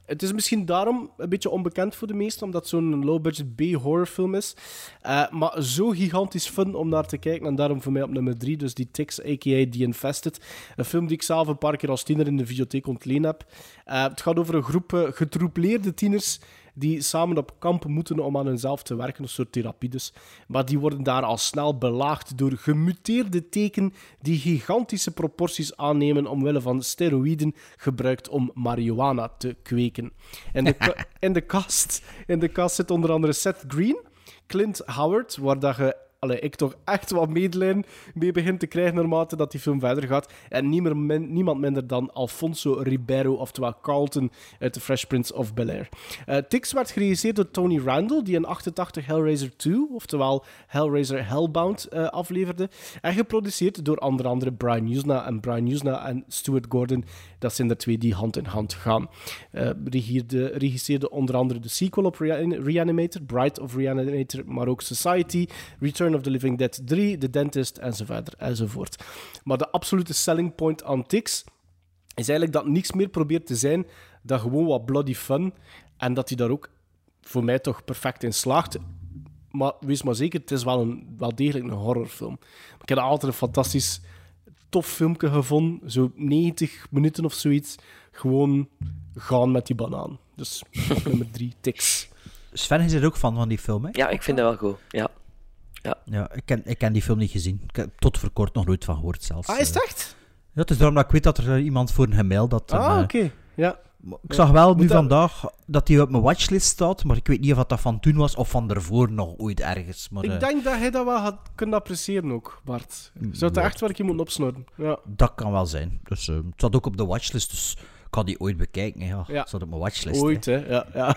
Het is misschien daarom een beetje onbekend voor de meesten, omdat het zo'n low-budget B-horrorfilm is. Uh, maar zo gigantisch fun om naar te kijken. En daarom voor mij op nummer drie, dus die Ticks, a k a. The Infested. Een film die ik zelf een paar keer als tiener in de videotheek ontleen heb. Uh, het gaat over een groep uh, getroupleerde tieners die samen op kamp moeten om aan hunzelf te werken, een soort therapie dus. Maar die worden daar al snel belaagd door gemuteerde teken die gigantische proporties aannemen omwille van steroïden gebruikt om marihuana te kweken. In de, ka- in de, cast, in de cast zit onder andere Seth Green, Clint Howard, waar dat je... Allee, ik toch echt wat medelijden mee begin te krijgen naarmate dat die film verder gaat. En niet meer min, niemand minder dan Alfonso Ribeiro, oftewel Carlton uit The Fresh Prince of Bel-Air. Uh, Ticks werd geregisseerd door Tony Randall, die in achtentachtig Hellraiser twee, oftewel Hellraiser Hellbound, uh, afleverde. En geproduceerd door onder andere Brian Yuzna. En Brian Yuzna en Stuart Gordon, dat zijn de twee die hand in hand gaan. Uh, regierde, regisseerde onder andere de sequel op Rean- Reanimator, Bride of Reanimator, maar ook Society, Return of the Living Dead drie, The Dentist, enzovoort, enzovoort. Maar de absolute selling point aan Ticks is eigenlijk dat niks meer probeert te zijn dan gewoon wat bloody fun. En dat hij daar ook voor mij toch perfect in slaagt. Maar wees maar zeker, het is wel, een, wel degelijk een horrorfilm. Ik heb altijd een fantastisch tof filmpje gevonden. Zo negentig minuten of zoiets. Gewoon gaan met die banaan. Dus op nummer drie, Ticks. Sven is er ook fan van die film, hè? Ja, ik vind dat wel goed. Ja. Ja, ja ik, ken, ik ken die film niet gezien. Ik heb tot voor kort nog nooit van gehoord zelfs. Ah, is het echt? Ja, het is daarom dat ik weet dat er iemand voor een gemaild had. Ah, uh, oké. Okay. Ja. Ik zag wel nu dat... vandaag dat hij op mijn watchlist staat, maar ik weet niet of dat van toen was of van daarvoor nog ooit ergens. Maar, ik uh... denk dat hij dat wel had kunnen appreciëren ook, Bart. Zou het echt werkje moeten opsnorren? Ja. Dat kan wel zijn. Dus, uh, het zat ook op de watchlist, dus ik ga die ooit bekijken. Ja. Ja. Het zat op mijn watchlist. Ooit, hè. hè. Ja, ja.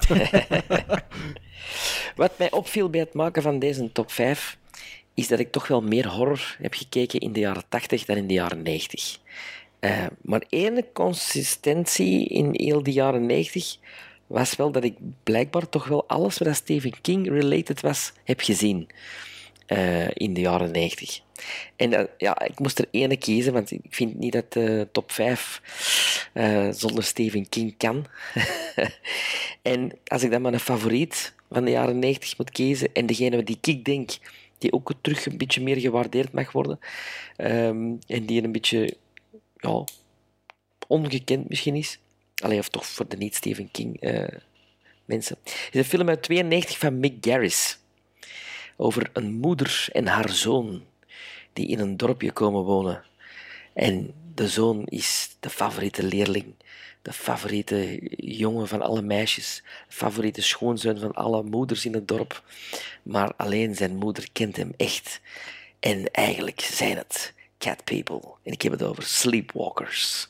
Wat mij opviel bij het maken van deze top vijf is dat ik toch wel meer horror heb gekeken in de jaren tachtig dan in de jaren negentig. Uh, maar één consistentie in heel de jaren negentig was wel dat ik blijkbaar toch wel alles wat Stephen King related was, heb gezien uh, in de jaren negentig. En uh, ja, ik moest er één kiezen, want ik vind niet dat de top vijf uh, zonder Stephen King kan. En als ik dan maar een favoriet van de jaren negentig moet kiezen, en degene die ik denk die ook terug een beetje meer gewaardeerd mag worden, um, en die een beetje ja, ongekend misschien is, allee, of toch voor de niet-Stephen King uh, mensen, is een film uit tweeënnegentig van Mick Garris over een moeder en haar zoon die in een dorpje komen wonen. En de zoon is de favoriete leerling, de favoriete jongen van alle meisjes, de favoriete schoonzoon van alle moeders in het dorp. Maar alleen zijn moeder kent hem echt. En eigenlijk zijn het cat people. En ik heb het over sleepwalkers.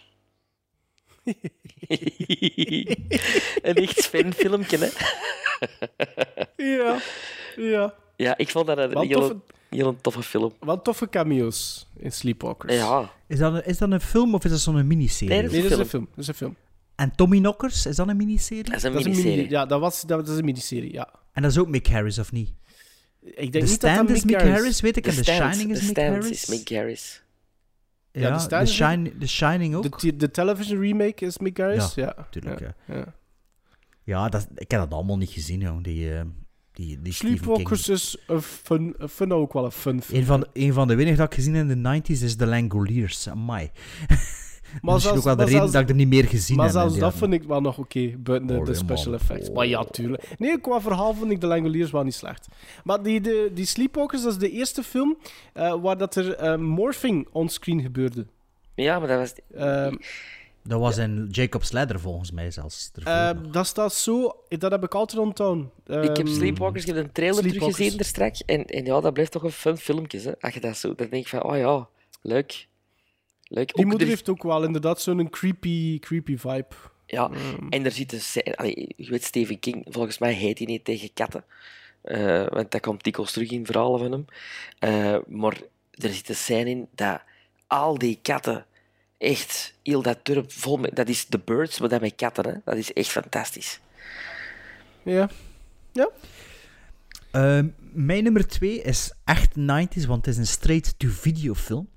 Een echt Sven-filmpje, hè? Ja, ja. Ja, ik vond dat een heel toffe, heel toffe film. Wat toffe cameo's in Sleepwalkers. Ja. Is dat, een, is dat een film of is dat zo'n miniserie? Nee, dat is, nee, een, dat film. is een film. Dat is een film. En Tommy Knockers, is dat een miniserie? Dat is een dat miniserie. Is een mini, ja, dat, was, dat is een miniserie, ja. En dat is ook Mick Harris, of niet? Ik denk The niet Stand dat dat is Mick Harris. Harris, weet ik. The en The Stand, Shining is The Mick Stand Harris. is Mick Harris. Ja, Ja, The The, Stand is- Shine, The Shining ook. De, de television remake is Mick Harris, ja. Ja, tuurlijk, ja. ja. Ja, dat, ik heb dat allemaal niet gezien, joh. Die, uh, die, die Stephen Sleepwalkers King. is een fun, een fun ook wel een fun film. Een van, de, een van de weinigen dat ik gezien heb in de nineties is The Langoliers. Amai. Maar Misschien zelfs- ook wel de maar reden zelfs- dat ik er niet meer gezien Maar heb. zelfs in dat die vind ik wel nog oké, okay, buiten de, Oh, de nee, special man. effects. Maar ja, tuurlijk. Nee, qua verhaal vind ik de Langoliers wel niet slecht. Maar die, de, die Sleepwalkers, dat is de eerste film uh, waar dat er uh, morphing onscreen gebeurde. Ja, maar dat was... Uh, Dat was in Jacob's Ladder volgens mij zelfs. Uh, dat staat zo, dat heb ik altijd onthouden. Um, ik heb Sleepwalkers, ik heb een trailer Sleepwalkers. teruggezien er straks. En, en ja, dat blijft toch een fun filmpje. Hè? Als je dat zo, dan denk ik van, oh ja, leuk. leuk. Die ook moeder er... heeft ook wel inderdaad zo'n creepy, creepy vibe. Ja, um. en er zit een scène... Allee, je weet, Stephen King, volgens mij heet hij niet tegen katten. Uh, want dat komt dikwijls terug in verhalen van hem. Uh, maar er zit een scène in dat al die katten... Echt, heel dat dorp vol met... Dat is The Birds, maar dat met katten, hè. Dat is echt fantastisch. Ja. Ja. Uh, mijn nummer twee is echt nineties, want het is een straight-to-video film.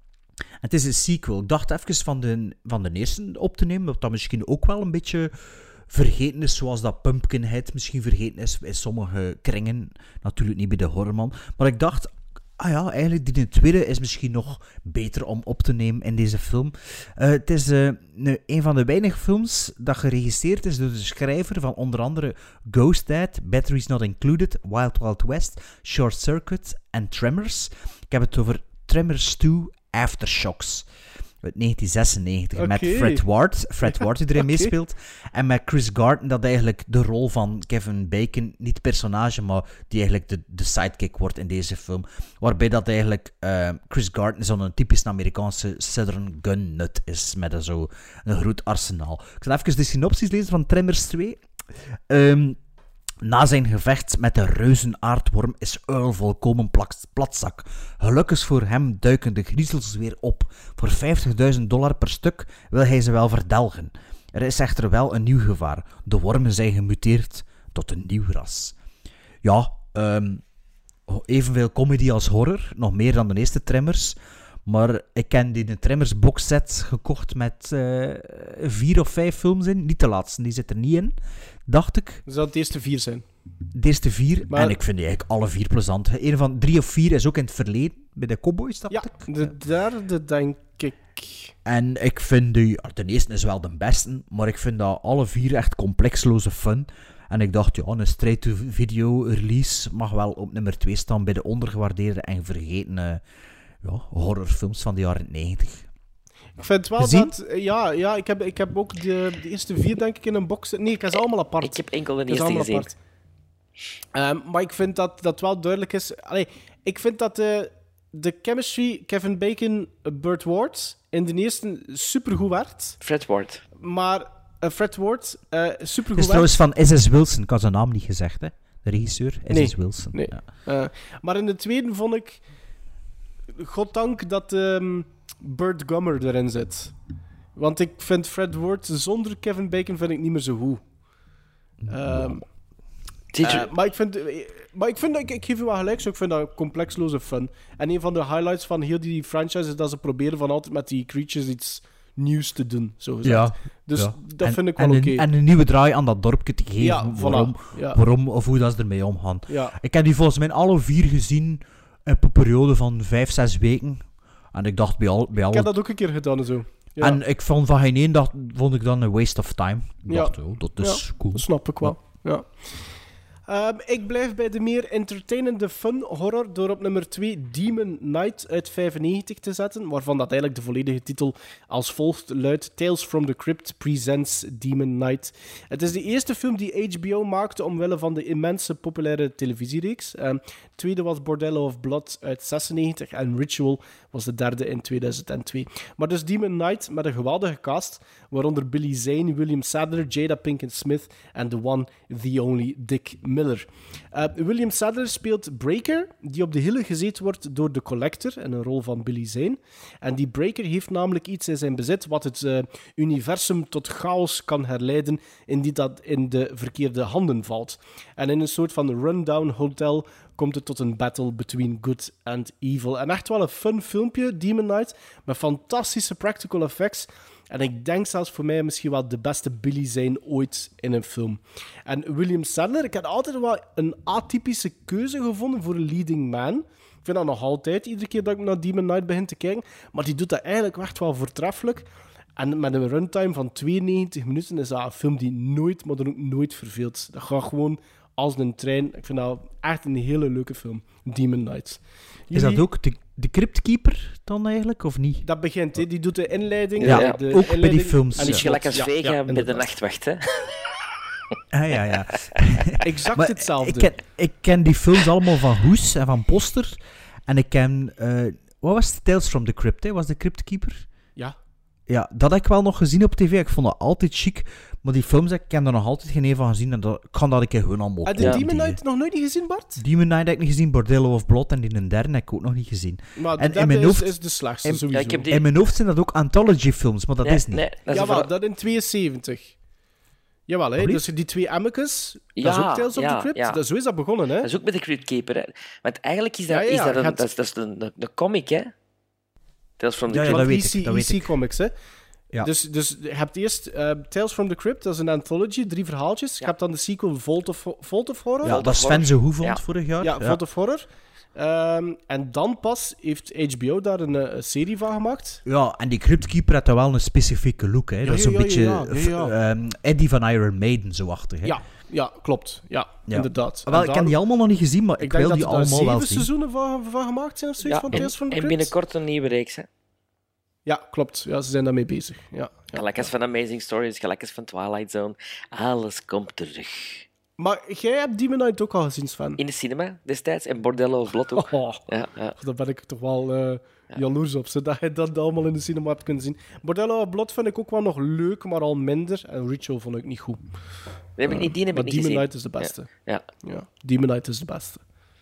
En het is een sequel. Ik dacht even van de, van de eerste op te nemen, dat dat misschien ook wel een beetje vergeten is, zoals dat Pumpkinhead misschien vergeten is in sommige kringen. Natuurlijk niet bij de horrorman. Maar ik dacht, ah ja, eigenlijk die tweede is misschien nog beter om op te nemen in deze film. Uh, het is uh, nu een van de weinige films dat geregisseerd is door de schrijver van onder andere Ghost Dad, Batteries Not Included, Wild Wild West, Short Circuit en Tremors. Ik heb het over Tremors twee Aftershocks. Uit negentien zesennegentig, okay. Met Fred Ward, Fred Ward die erin okay. meespeelt. En met Chris Garton, dat eigenlijk de rol van Kevin Bacon, niet personage, maar die eigenlijk de, de sidekick wordt in deze film. Waarbij dat eigenlijk uh, Chris Garton zo'n typisch Amerikaanse Southern gun nut is, met een, zo een groot arsenaal. Ik zal even de synopsis lezen van Tremors twee. Um, Na zijn gevecht met de reuzenaardworm is Earl volkomen platzak. Gelukkig voor hem duiken de griezels weer op. Voor vijftigduizend dollar per stuk wil hij ze wel verdelgen. Er is echter wel een nieuw gevaar. De wormen zijn gemuteerd tot een nieuw ras. Ja, um, evenveel comedy als horror. Nog meer dan de eerste Tremors. Maar ik ken die Tremors boxset gekocht met uh, vier of vijf films in. Niet de laatste, die zit er niet in, dacht ik. Zou het de eerste vier zijn? De eerste vier, maar... en ik vind die eigenlijk alle vier plezant. Een van drie of vier is ook in het verleden, bij de Cowboys, dacht ja, ik. de derde, denk ik. En ik vind die... De eerste is wel de beste, maar ik vind dat alle vier echt complexloze fun. En ik dacht, ja, een straight-to-video release mag wel op nummer twee staan bij de ondergewaardeerde en vergeten... Uh, Ja, horrorfilms van de jaren negentig. Ik vind wel Gezien? dat... Ja, ja ik, heb, ik heb ook de, de eerste vier, denk ik, in een box. Nee, ik heb ze allemaal apart. Ik heb enkel de eerste gezien. Um, maar ik vind dat dat wel duidelijk is... Allee, ik vind dat de, de chemistry Kevin Bacon, Burt Ward, in de eerste supergoed werd. Fred Ward. Maar uh, Fred Ward, uh, supergoed werd. Het is trouwens van S S Wilson. Ik had zijn naam niet gezegd, hè. De regisseur, S S nee, Wilson. Nee. Ja. Uh, maar in de tweede vond ik... Goddank dat um, Burt Gummer erin zit. Want ik vind Fred Ward zonder Kevin Bacon vind ik niet meer zo goed. Um, uh, maar ik vind, maar ik, vind ik, ik geef je wel gelijk, zo, ik vind dat complexloze fun. En een van de highlights van heel die franchise is dat ze proberen van altijd met die creatures iets nieuws te doen. Zo ja, dus ja. dat en, vind ik wel oké. Okay. En een nieuwe draai aan dat dorpje te geven. Ja, waarom, voilà. ja. waarom of hoe dat ze ermee omgaan. Ja. Ik heb die volgens mij alle vier gezien op een periode van vijf, zes weken. En ik dacht bij al... Bij alle... Ik heb dat ook een keer gedaan en zo. Ja. En ik vond van geen één dag vond ik dan een waste of time. Ik ja. dacht, oh, dat is ja, cool. Dat snap ik wel. Ja. Ja. Um, ik blijf bij de meer entertainende fun horror door op nummer twee Demon Knight uit vijfennegentig te zetten, waarvan dat eigenlijk de volledige titel als volgt luidt: Tales from the Crypt presents Demon Knight. Het is de eerste film die H B O maakte omwille van de immense populaire televisiereeks. Um, de tweede was Bordello of Blood uit zesennegentig en Ritual was de derde in tweeduizend twee. Maar dus Demon Knight met een geweldige cast, waaronder Billy Zane, William Sadler, Jada Pinkett Smith en the one, the only Dick Miller. Uh, William Sadler speelt Breaker, die op de hielen gezeten wordt door de Collector, in een rol van Billy Zane. En die Breaker heeft namelijk iets in zijn bezit wat het uh, universum tot chaos kan herleiden, indien dat in de verkeerde handen valt. En in een soort van rundown hotel komt het tot een battle between good and evil. En echt wel een fun filmpje, Demon Knight, met fantastische practical effects. En ik denk zelfs voor mij misschien wel de beste Billy Zane ooit in een film. En William Sadler, ik heb altijd wel een atypische keuze gevonden voor een leading man. Ik vind dat nog altijd, iedere keer dat ik naar Demon Knight begin te kijken. Maar die doet dat eigenlijk echt wel voortreffelijk. En met een runtime van tweeënnegentig minuten is dat een film die nooit, maar dan ook nooit verveelt. Dat gaat gewoon als een trein. Ik vind dat echt een hele leuke film, Demon Knight. Jullie... Is dat ook de, de Cryptkeeper dan eigenlijk, of niet? Dat begint, hè. Die doet de inleiding. Ja, de, ja. de ook inleiding, bij die films. En die is gelijk als Vega ja, ja, bij de nachtwacht, hè? Ah, ja, ja. Exact maar hetzelfde. Ik ken, ik ken die films allemaal van Hoes en van Poster. En ik ken... Uh, wat was het? Tales from the Crypt, hè? Was de Cryptkeeper? Ja. Ja, dat heb ik wel nog gezien op tv. Ik vond dat altijd chic. Maar die films, ik heb er nog altijd geen een van gezien. En dat, ik kan dat een keer gewoon allemaal Heb je Demon Knight nog nooit niet gezien, Bart? Demon Knight heb ik niet gezien. Bordello of Blood en die een derde heb ik ook nog niet gezien. Maar de en derde in mijn hoofd, is, is de slechtste, in, sowieso. Ja, ik heb die... In mijn hoofd zijn dat ook anthology-films, maar dat nee, is niet. Nee, dat is Jawel, voor... dat in tweeënzeventig. Jawel, hè. Dus die twee Emmekes, ja, dat is ook Tales of ja, the Crypt. Ja. Dat, zo is dat begonnen, hè. Dat is ook met de Cryptkeeper, hè. Want eigenlijk is dat, ja, ja, is dat, een, gaat... dat, is, dat is de, de, de comic, hè. Tales from the ja, Crypt. ja, dat weet E C, ik. Dat weet E C ik. Comics, hè. Ja. Dus, dus je hebt eerst uh, Tales from the Crypt, dat is een anthology, drie verhaaltjes. Ja. Je hebt dan de sequel Vault of, Vault of Horror. Ja, dat Sven zo goed vond ja. vorig jaar. Ja, ja. Vault of Horror. Um, en dan pas heeft H B O daar een, een serie van gemaakt. Ja, en die Crypt Keeper had wel een specifieke look. Hè. Ja, dat is ja, een ja, beetje ja, ja, ja. Um, Eddie van Iron Maiden zo-achtig. Hè. Ja, ja, klopt. Ja, ja. inderdaad. Wel, ik heb die allemaal nog niet gezien, maar ik, ik wil die allemaal wel zien. Ik denk dat er zeven seizoenen van, van gemaakt zijn of zoiets ja, van en, Tales from the en Crypt. binnenkort een nieuwe reeks, hè? Ja, klopt. Ja, ze zijn daarmee bezig. Ja, ja. Gelijk als van Amazing Stories, gelijk als van Twilight Zone. Alles komt terug. Maar jij hebt Demonite ook al gezien, Sven? In de cinema destijds en Bordello of Blot ook. Oh, ja, ja. Daar ben ik toch wel uh, ja. jaloers op, zodat je dat allemaal in de cinema hebt kunnen zien. Bordello of Blot vind ik ook wel nog leuk, maar al minder. En Ritual vond ik niet goed. Die heb ik niet, die heb maar ik niet Demonite gezien. is de beste. Ja. Ja. ja. Demonite is de beste.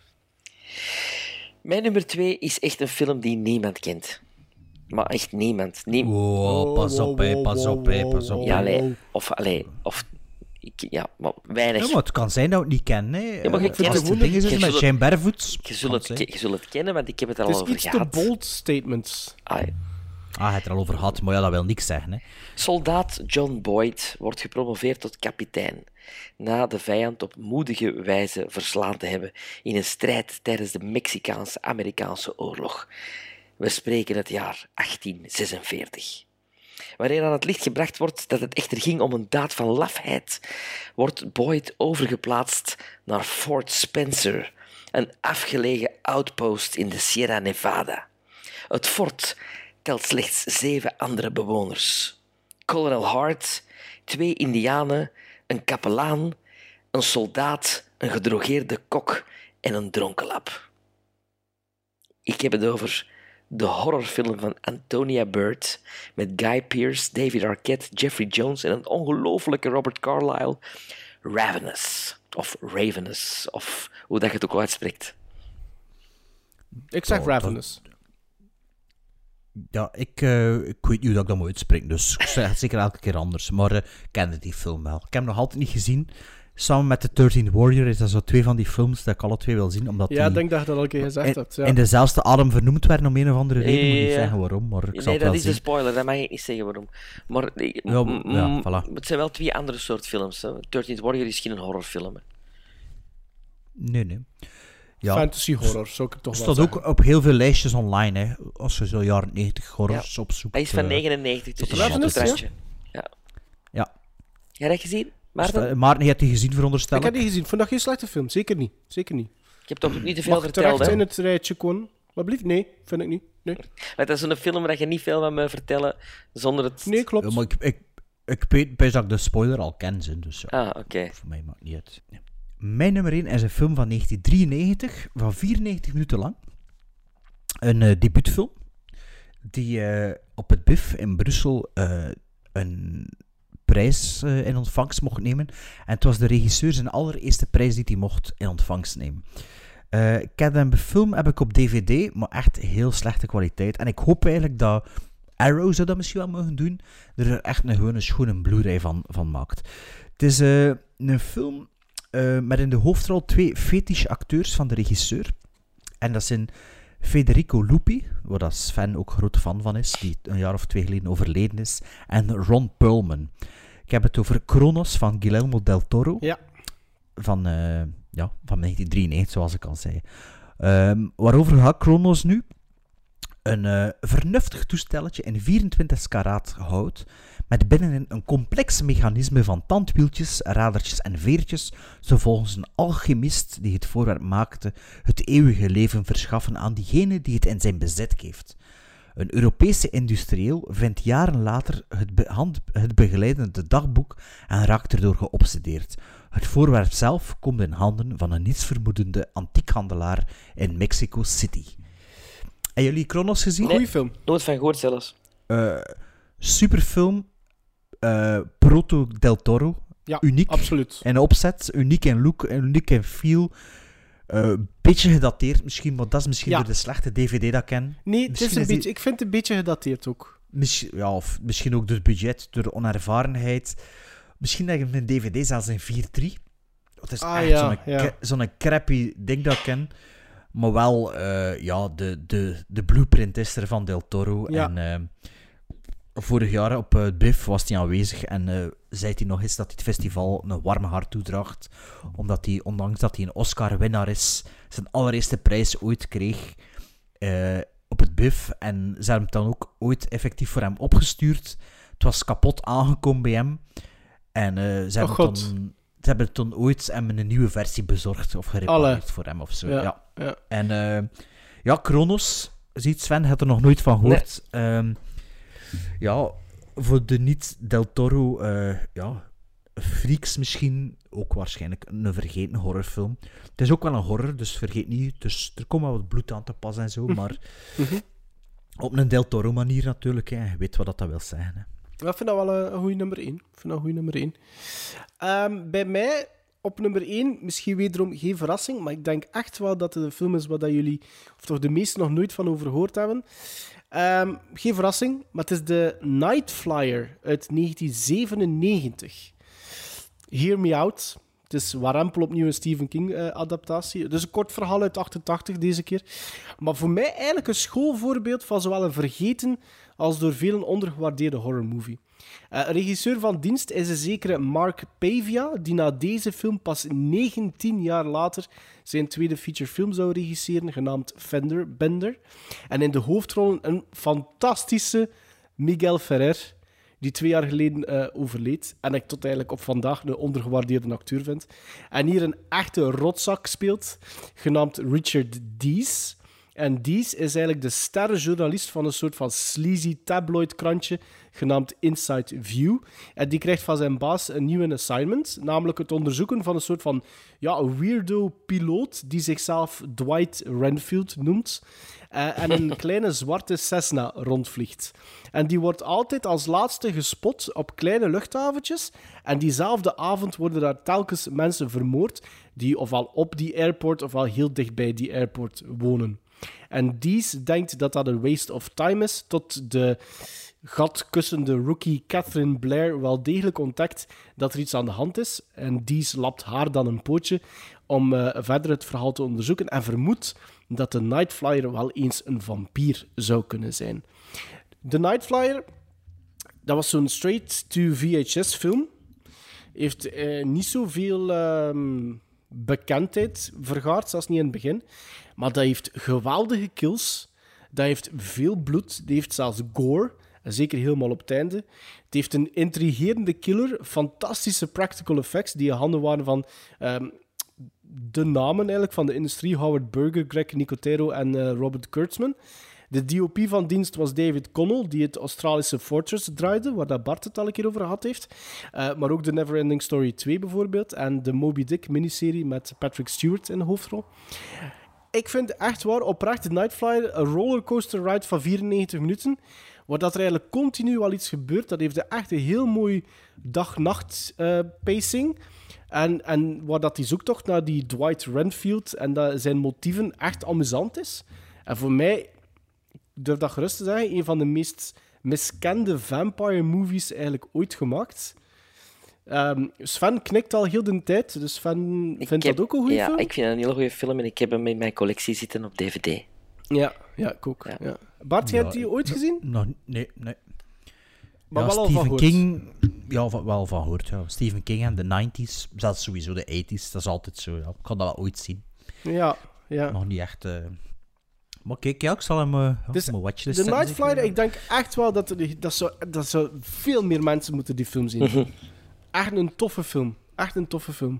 Mijn nummer twee is echt een film die niemand kent. Maar echt niemand. Niem... Wow, pas op, hé, pas op, hé, pas op. Ja, allee, of, allee, of ik, ja, maar weinig. Ja, maar het kan zijn dat we het niet kennen. Hè. Ja, maar je kent het dingen zijn met Shane Barefoots. Je zult het, je zult het kennen, want ik heb het er het al over gehad. Het is iets te bold statements. Ah, ja. ah, hij het er al over gehad, maar ja, dat wil niks zeggen. Hè. Soldaat John Boyd wordt gepromoveerd tot kapitein na de vijand op moedige wijze verslaan te hebben in een strijd tijdens de Mexicaanse-Amerikaanse oorlog. We spreken het jaar achttien zesenveertig. Wanneer aan het licht gebracht wordt dat het echter ging om een daad van lafheid, wordt Boyd overgeplaatst naar Fort Spencer, een afgelegen outpost in de Sierra Nevada. Het fort telt slechts zeven andere bewoners. Colonel Hart, twee indianen, een kapelaan, een soldaat, een gedrogeerde kok en een dronkenlap. Ik heb het over de horrorfilm van Antonia Bird met Guy Pearce, David Arquette, Jeffrey Jones en een ongelofelijke Robert Carlyle. Ravenous. Of Ravenous. Of hoe dat je het ook uitspreekt. Ik zeg oh, Ravenous. Dat... Ja, ik, uh, ik weet niet hoe dat ik dat moet uitspreken, dus ik zeg het zeker elke keer anders. Maar uh, ik kende die film wel. Ik heb hem nog altijd niet gezien. Samen met The thirteenth Warrior is dat zo twee van die films dat ik alle twee wil zien. Omdat ja, die ik denk dat je dat al een keer gezegd in, hebt. Ja. In dezelfde adem vernoemd werden om een of andere reden. Ik moet niet Ja. zeggen waarom, maar ik Nee, zal het dat wel is zien. een spoiler, dat mag ik niet zeggen waarom. Maar nee, Ja, m- m- ja, voilà. het zijn wel twee andere soort films. Hè. thirteenth Warrior is geen horrorfilm. Hè. Nee, nee. Ja. Fantasy horror, zou ik het toch Het wel staat zeggen. ook op heel veel lijstjes online, hè. Als je zo jaren negentig horrors Ja. opzoekt. Hij is van uh, negenennegentig, dus dat is is een altijd, randje. Ja. Ja. Jij hebt dat gezien, Maarten? Sta- Maarten, je hebt die gezien, veronderstel Ik heb die gezien. Ik vond dat geen slechte film. Zeker niet. Zeker niet. Ik heb toch niet te veel Mag verteld, terecht hè? in het rijtje komen. Maar blieft, nee. Vind ik niet. Nee, Het is zo'n film waar je niet veel van me vertellen zonder het... nee klopt. Ja, maar ik, ik, ik weet best dat ik de spoiler al ken, zin, dus ja. Ah, oké. Okay. Voor mij maakt niet uit. Ja. Mijn nummer één is een film van negentien drieënnegentig, van vierennegentig minuten lang. Een uh, debuutfilm, die uh, op het B I F in Brussel uh, een prijs uh, in ontvangst mocht nemen. En het was de regisseur zijn allereerste prijs die hij mocht in ontvangst nemen. Uh, ik heb een film heb ik op D V D, maar echt heel slechte kwaliteit. En ik hoop eigenlijk dat Arrow zou dat misschien wel mogen doen, er echt een gewone schone Blu-ray van, van maakt. Het is uh, een film uh, met in de hoofdrol twee fetish acteurs van de regisseur. En dat zijn Federico Lupi, waar dat Sven ook groot fan van is, die een jaar of twee geleden overleden is, en Ron Perlman. Ik heb het over Kronos van Guillermo del Toro. Ja. Van, uh, ja, van negentien drieënnegentig, zoals ik al zei. Um, waarover gaat Kronos nu? Een uh, vernuftig toestelletje in vierentwintig karaat hout, met binnenin een complex mechanisme van tandwieltjes, radertjes en veertjes, zo volgens een alchemist die het voorwerp maakte, het eeuwige leven verschaffen aan diegene die het in zijn bezit heeft. Een Europese industrieel vindt jaren later het, be- hand- het begeleidende dagboek en raakt erdoor geobsedeerd. Het voorwerp zelf komt in handen van een nietsvermoedende antiekhandelaar in Mexico City. Hebben jullie Kronos gezien? Nee, Goeie film. Nooit van gehoord zelfs. Uh, superfilm. Uh, proto Del Toro. Ja, uniek absoluut. in opzet, uniek in look, uniek in feel. Een uh, beetje gedateerd misschien, maar dat is misschien Ja. door de slechte D V D dat ik ken. Nee, het Misschien is een is die- beetje, ik vind het een beetje gedateerd ook. Misschien, ja, of misschien ook door het budget, door de onervarenheid. Misschien dat je mijn D V D zelfs in vier drie. Dat is Ah, echt ja, zo'n, ja. ke- zo'n crappy ding dat ik ken. Maar wel, uh, ja, de, de, de blueprint is er van Del Toro. Ja. En uh, vorig jaar op het B I F was hij aanwezig en uh, zei hij nog eens dat hij het festival een warm hart toedraagt, omdat hij, ondanks dat hij een Oscar-winnaar is, zijn allereerste prijs ooit kreeg uh, op het B I F. En ze hebben het dan ook ooit effectief voor hem opgestuurd. Het was kapot aangekomen bij hem. En uh, ze, hebben oh, dan, ze hebben toen ooit hem een nieuwe versie bezorgd of gerepareerd Alle. voor hem of zo. Ja. Ja. Ja. En uh, ja, Kronos, ziet Sven, had er nog nooit van gehoord. Nee. Um, ja, voor de niet-Del Toro, uh, ja, freaks misschien, ook waarschijnlijk een vergeten horrorfilm. Het is ook wel een horror, dus vergeet niet. Dus er komt wel wat bloed aan te pas en zo, maar op een Del Toro manier natuurlijk. Hè. Je weet wat dat, dat wil zeggen. Hè. Ja, ik vind dat wel een, een goede nummer één. Ik vind dat een goede nummer één. Um, bij mij op nummer één, misschien wederom geen verrassing, maar ik denk echt wel dat het een film is waar dat jullie, of toch de meesten, nog nooit van over gehoord hebben. Um, geen verrassing, maar het is de Night Flyer uit negentien zevenennegentig. Hear Me Out. Het is warempel opnieuw een Stephen King-adaptatie. Uh, dus een kort verhaal uit achtentachtig deze keer. Maar voor mij eigenlijk een schoolvoorbeeld van zowel een vergeten als door velen ondergewaardeerde horrormovie. Uh, regisseur van dienst is een zekere Mark Pavia, die na deze film pas negentien jaar later zijn tweede featurefilm zou regisseren, genaamd Fender Bender. En in de hoofdrollen een fantastische Miguel Ferrer, die twee jaar geleden uh, overleed. En ik tot eigenlijk op vandaag een ondergewaardeerde acteur vind. En hier een echte rotzak speelt, genaamd Richard Dees. En Dees is eigenlijk de sterrenjournalist van een soort van sleazy tabloid-krantje genaamd Inside View. En die krijgt van zijn baas een nieuwe assignment, namelijk het onderzoeken van een soort van ja, weirdo-piloot die zichzelf Dwight Renfield noemt uh, en een kleine zwarte Cessna rondvliegt. En die wordt altijd als laatste gespot op kleine luchthaventjes en diezelfde avond worden daar telkens mensen vermoord die ofwel op die airport ofwel heel dichtbij die airport wonen. En Dees denkt dat dat een waste of time is, tot de gatkussende rookie Catherine Blair wel degelijk ontdekt dat er iets aan de hand is. En Dees lapt haar dan een pootje om uh, verder het verhaal te onderzoeken en vermoedt dat de Night Flyer wel eens een vampier zou kunnen zijn. De Night Flyer, dat was zo'n straight-to-V H S-film. Heeft uh, niet zoveel uh, bekendheid vergaard, zelfs niet in het begin. Maar dat heeft geweldige kills. Dat heeft veel bloed. Die heeft zelfs gore. En zeker helemaal op het einde. Het heeft een intrigerende killer. Fantastische practical effects die in handen waren van um, de namen eigenlijk van de industrie. Howard Berger, Greg Nicotero en uh, Robert Kurtzman. De D O P van dienst was David Connell, die het Australische Fortress draaide, waar dat Bart het al een keer over gehad heeft. Uh, maar ook de Neverending Story twee bijvoorbeeld. En de Moby Dick miniserie met Patrick Stewart in de hoofdrol. Ik vind echt waar, oprecht, de Night Flyer een rollercoaster ride van vierennegentig minuten, waar dat er eigenlijk continu wel iets gebeurt. Dat heeft echt een heel mooi dag-nacht uh, pacing. En, en waar dat die zoektocht naar die Dwight Renfield en dat zijn motieven echt amusant is. En voor mij, ik durf dat gerust te zeggen, een van de meest miskende vampire movies eigenlijk ooit gemaakt. Um, Sven knikt al heel de tijd, dus Sven ik vindt heb, dat ook een goede ja, film? Ja, ik vind het een hele goede film en ik heb hem in mijn collectie zitten op D V D. Ja, ja ik ook. Ja. Ja. Bart, jij ja, hebt die ooit gezien? No, nee, nee. Maar ja, wel al Stephen van King, ja, wel van gehoord. Ja. Stephen King en de nineties, zelfs sowieso de eighties, dat is altijd zo. Ja. Ik kan dat wel ooit zien. Ja, ja. Nog niet echt... Uh... Maar kijk, ja, ik zal hem uh, dus mijn watchlist de zetten. Night Flyer, ik denk echt wel dat, er, dat, zo, dat zo veel meer mensen moeten die film zien. Echt een toffe film. Echt een toffe film.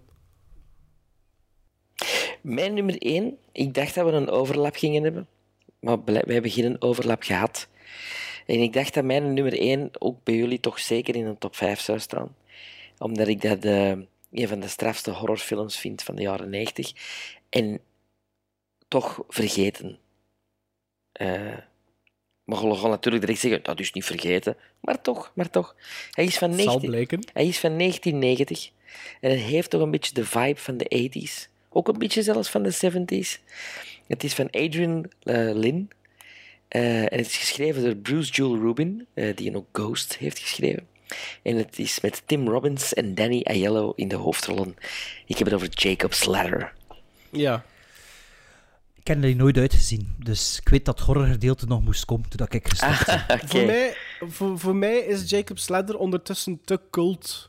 Mijn nummer één, ik dacht dat we een overlap gingen hebben, maar we hebben geen overlap gehad. En ik dacht dat mijn nummer één ook bij jullie toch zeker in een top vijf zou staan. Omdat ik dat uh, een van de strafste horrorfilms vind van de jaren negentig. En toch vergeten. Uh, maar we gaan natuurlijk direct zeggen, dat is niet vergeten. Maar toch, maar toch. Hij is van, negentien... hij is van negentien negentig. En hij heeft toch een beetje de vibe van de eighties. Ook een beetje zelfs van de seventies. Het is van Adrian uh, Lin. Uh, en het is geschreven door Bruce Joel Rubin, uh, die ook Ghost heeft geschreven. En het is met Tim Robbins en Danny Aiello in de hoofdrollen. Ik heb het over Jacob's Ladder. Ja. Ik heb die nooit uitgezien. Dus ik weet dat het horrorgedeelte nog moest komen toen ik gestopt ben. Ah, oké. Voor, mij, voor, voor mij is Jacob Sledder ondertussen te cult.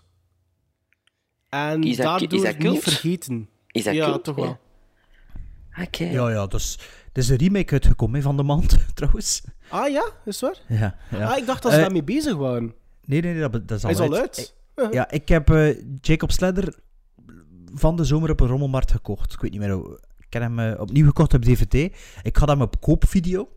En Is dat- daardoor is dat cult? niet vergeten. Is dat ja, cult? toch Ja. wel. Oké. Ja, ja, dus, er is een remake uitgekomen hè, van de maand, trouwens. Ah ja, is het waar? Ja, ja. Ah, ik dacht dat ze Eh, daarmee bezig waren. Nee, nee, nee, dat, dat is al Hij is al uit. uit. Ik- ja, ik heb eh, Jacob Sledder van de zomer op een rommelmarkt gekocht. Ik weet niet meer hoe. Ik heb hem eh, opnieuw gekocht op D V D. Ik had hem op koopvideo.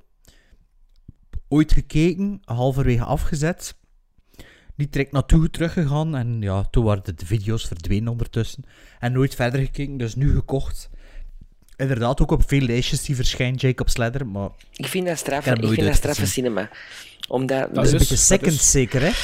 Ooit gekeken, halverwege afgezet. Niet direct naartoe teruggegaan. En ja, toen waren de video's verdwenen ondertussen. En nooit verder gekeken, dus nu gekocht. Inderdaad, ook op veel lijstjes die verschijnt, Jacob Sledder. Maar Ik vind dat Ik straffe, heb ik hem vind nooit dat straffe uitgezien. cinema. Omdat... dat is een de, beetje Seconds zeker, hè?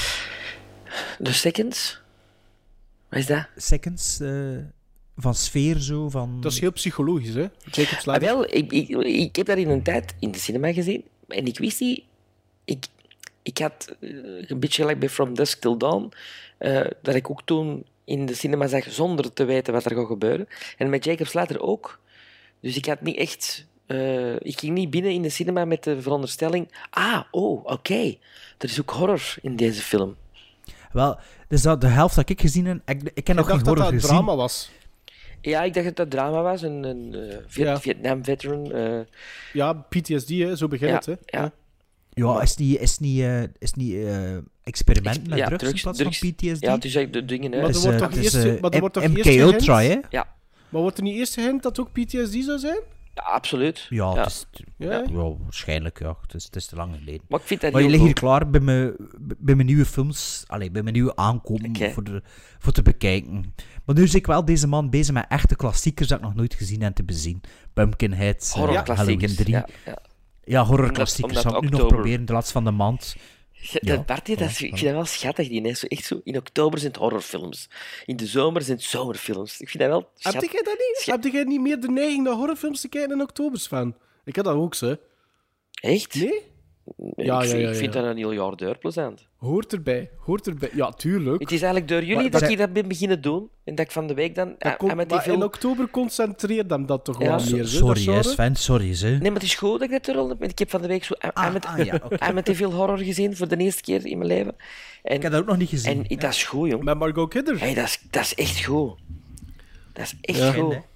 de Seconds? Wat is dat? Seconds, eh, van sfeer zo, van... Dat is heel psychologisch, hè? Jacob Ah, Sledder. wel, ik, ik, ik heb dat in een tijd in de cinema gezien. En ik wist niet... Ik, ik had eh, een beetje gelijk bij From Dusk Till Dawn, eh, dat ik ook toen in de cinema zag zonder te weten wat er gaat gebeuren. En met Jacob Sledder ook. Dus ik had niet echt... eh, ik ging niet binnen in de cinema met de veronderstelling... Ah, oh, oké. Er is ook horror in deze film. Wel, dus dat de helft dat ik gezien heb, ik, ik heb nog geen dacht dat horror dat gezien. drama was. Ja, ik dacht dat dat drama was. Een, een eh, Viet- Ja. Vietnam-veteran. eh, Ja, P T S D, hè? Zo begint Ja, het, hè? ja. Ja, is niet, is niet, eh, is niet eh, experimenten met ja, drugs, in plaats van P T S D? Ja, het is eigenlijk de dingen. Hè. Maar er is, wordt eh, toch het is, eerst, eh, maar er wordt toch M- eerst M K gehind? Ultra, hè? Ja, Maar wordt er niet eerst gehind dat het ook P T S D zou zijn? ja, absoluut. Ja, Ja. Het is, Ja? ja. waarschijnlijk, ja. Het is, het is te lang geleden. Maar ik vind dat Maar je heel ligt hier goed. klaar bij mijn, bij mijn nieuwe films, allee, bij mijn nieuwe aankomen Oké. voor, de, voor te bekijken. Maar nu is ik wel deze man bezig met echte klassiekers dat ik nog nooit gezien en te bezien. Pumpkinhead, eh, Horrorklassiekers. Halloween drie. Ja, ja. Ja, horrorklassiekers. Omdat- Zal ik nu omdat nog oktober- proberen, de laatste van de maand. Ja, Ja, dat Bart, dat is, ik vind dat wel schattig. Die, hè. Zo, echt zo, in oktober zijn het horrorfilms. In de zomer zijn het zomerfilms. Ik vind dat wel Heb schattig. jij dat niet? Heb jij niet meer de neiging naar horrorfilms te kijken in oktobers van? Ik had dat ook, zo. Echt? Nee? Nee, Ja, ik, ja, vind- ja, ik vind ja. dat een heel jaar deur plezant. Hoort erbij. Hoort erbij. Ja, tuurlijk. Het is eigenlijk door jullie Maar dat dat- ik dat ben beginnen doen. En dat ik van de week dan... Dat ah, komt- ah, met die maar in film... oktober concentreert hem dat toch Ja. wel So- meer, zo, Sorry, dat hè, genre? Sven, sorry. Hè. Nee, maar het is goed dat ik dat er al... Ik heb van de week zo... ah, ah, met, ah, ja, oké. ah, met te veel horror gezien voor de eerste keer in mijn leven. En, Ik heb dat ook nog niet gezien. en dat is goed, jong. Met Margot Kidder. Hey, dat, is, dat is echt goed. Dat is echt Ja. goed. hè.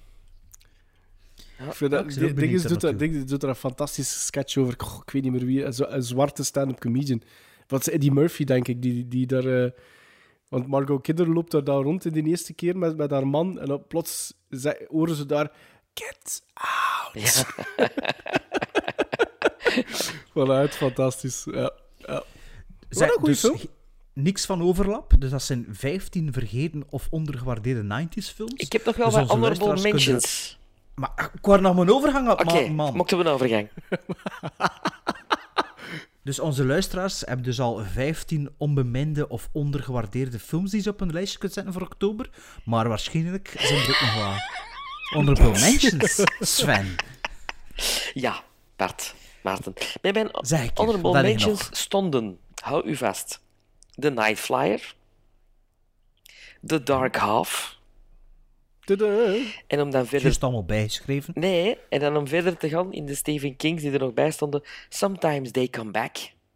Ik vind dat, ik ben ook Dinges benieuwd doet, dat, daarnaartoe. Dinges doet er een fantastische sketch over. Goh, ik weet niet meer wie. Zo, een zwarte stand-up comedian. Wat is Eddie Murphy, denk ik, die, die daar... eh, want Margot Kidder loopt er daar rond in de eerste keer met, met haar man. En dan plots ze- horen ze daar... Get out! Vanuit, fantastisch. Ja, ja. Zeg, Wat een goeie dus film. g- niks van overlap. Dus dat zijn vijftien vergeten of ondergewaardeerde nineties films. Ik heb nog wel Dus wat onze honorable luisteraars kunnen- mentions. Maar ik wou nog mijn overgang aan het Oké, maken, man. mochten we een overgang. Dus onze luisteraars hebben dus al vijftien onbeminde of ondergewaardeerde films die ze op een lijstje kunnen zetten voor oktober. Maar waarschijnlijk zijn er ook nog wat honorable mentions, Sven. Ja, Bart, Maarten. Bij mijn Zeg ik je, honorable wat heb je mentions nog? stonden, hou u vast, The Night Flyer, The Dark Half, Tadaa. en om dan verder... Juist allemaal bijgeschreven. Nee, en dan om verder te gaan in de Stephen Kings die er nog bij stonden, Sometimes They Come Back.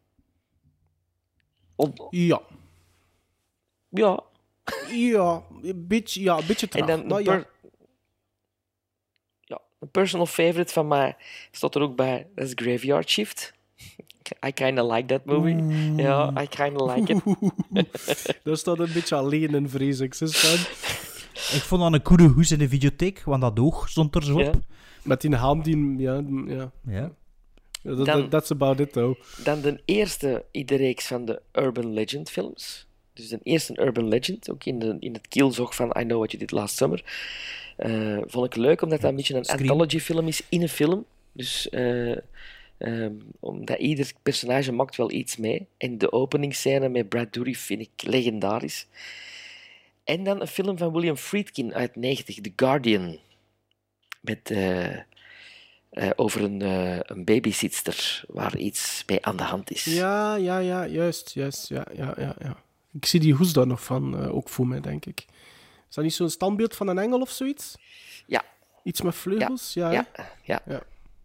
Om, Ja. ja, Ja, een beetje, ja, een beetje en traag. dan maar een, ja. per- ja, een personal favorite van mij staat er ook bij, dat is Graveyard Shift. I kind of like that movie. Ja, I kind of like it. Daar staat een beetje alleen in, vrees ik. Ze staan Ik vond dat een coole hoes in de videotheek, want dat oog stond er zo op. Ja. met die haan die... Ja, ja. Ja. Dat, Dan- dat, that's about it, though. Dan de eerste in de reeks van de Urban Legend films. Dus de eerste Urban Legend, ook in, de, in het kielzog van I Know What You Did Last Summer. Eh, vond ik leuk, omdat dat een beetje een Scream. anthology film is in een film. Dus eh, ehm, omdat ieder personage maakt wel iets mee. En de openingsscène met Brad Dourif vind ik legendarisch. En dan een film van William Friedkin uit negentig, The Guardian. Met... eh, eh, over een, eh een babysitster waar iets mee aan de hand is. Ja, ja, ja, juist, juist. Ja, ja, ja, ja. Ik zie die hoes daar nog van, eh, ook voor mij, denk ik. Is dat niet zo'n standbeeld van een engel of zoiets? Ja. Iets met vleugels? Ja, hè? Ja, ja. Ja.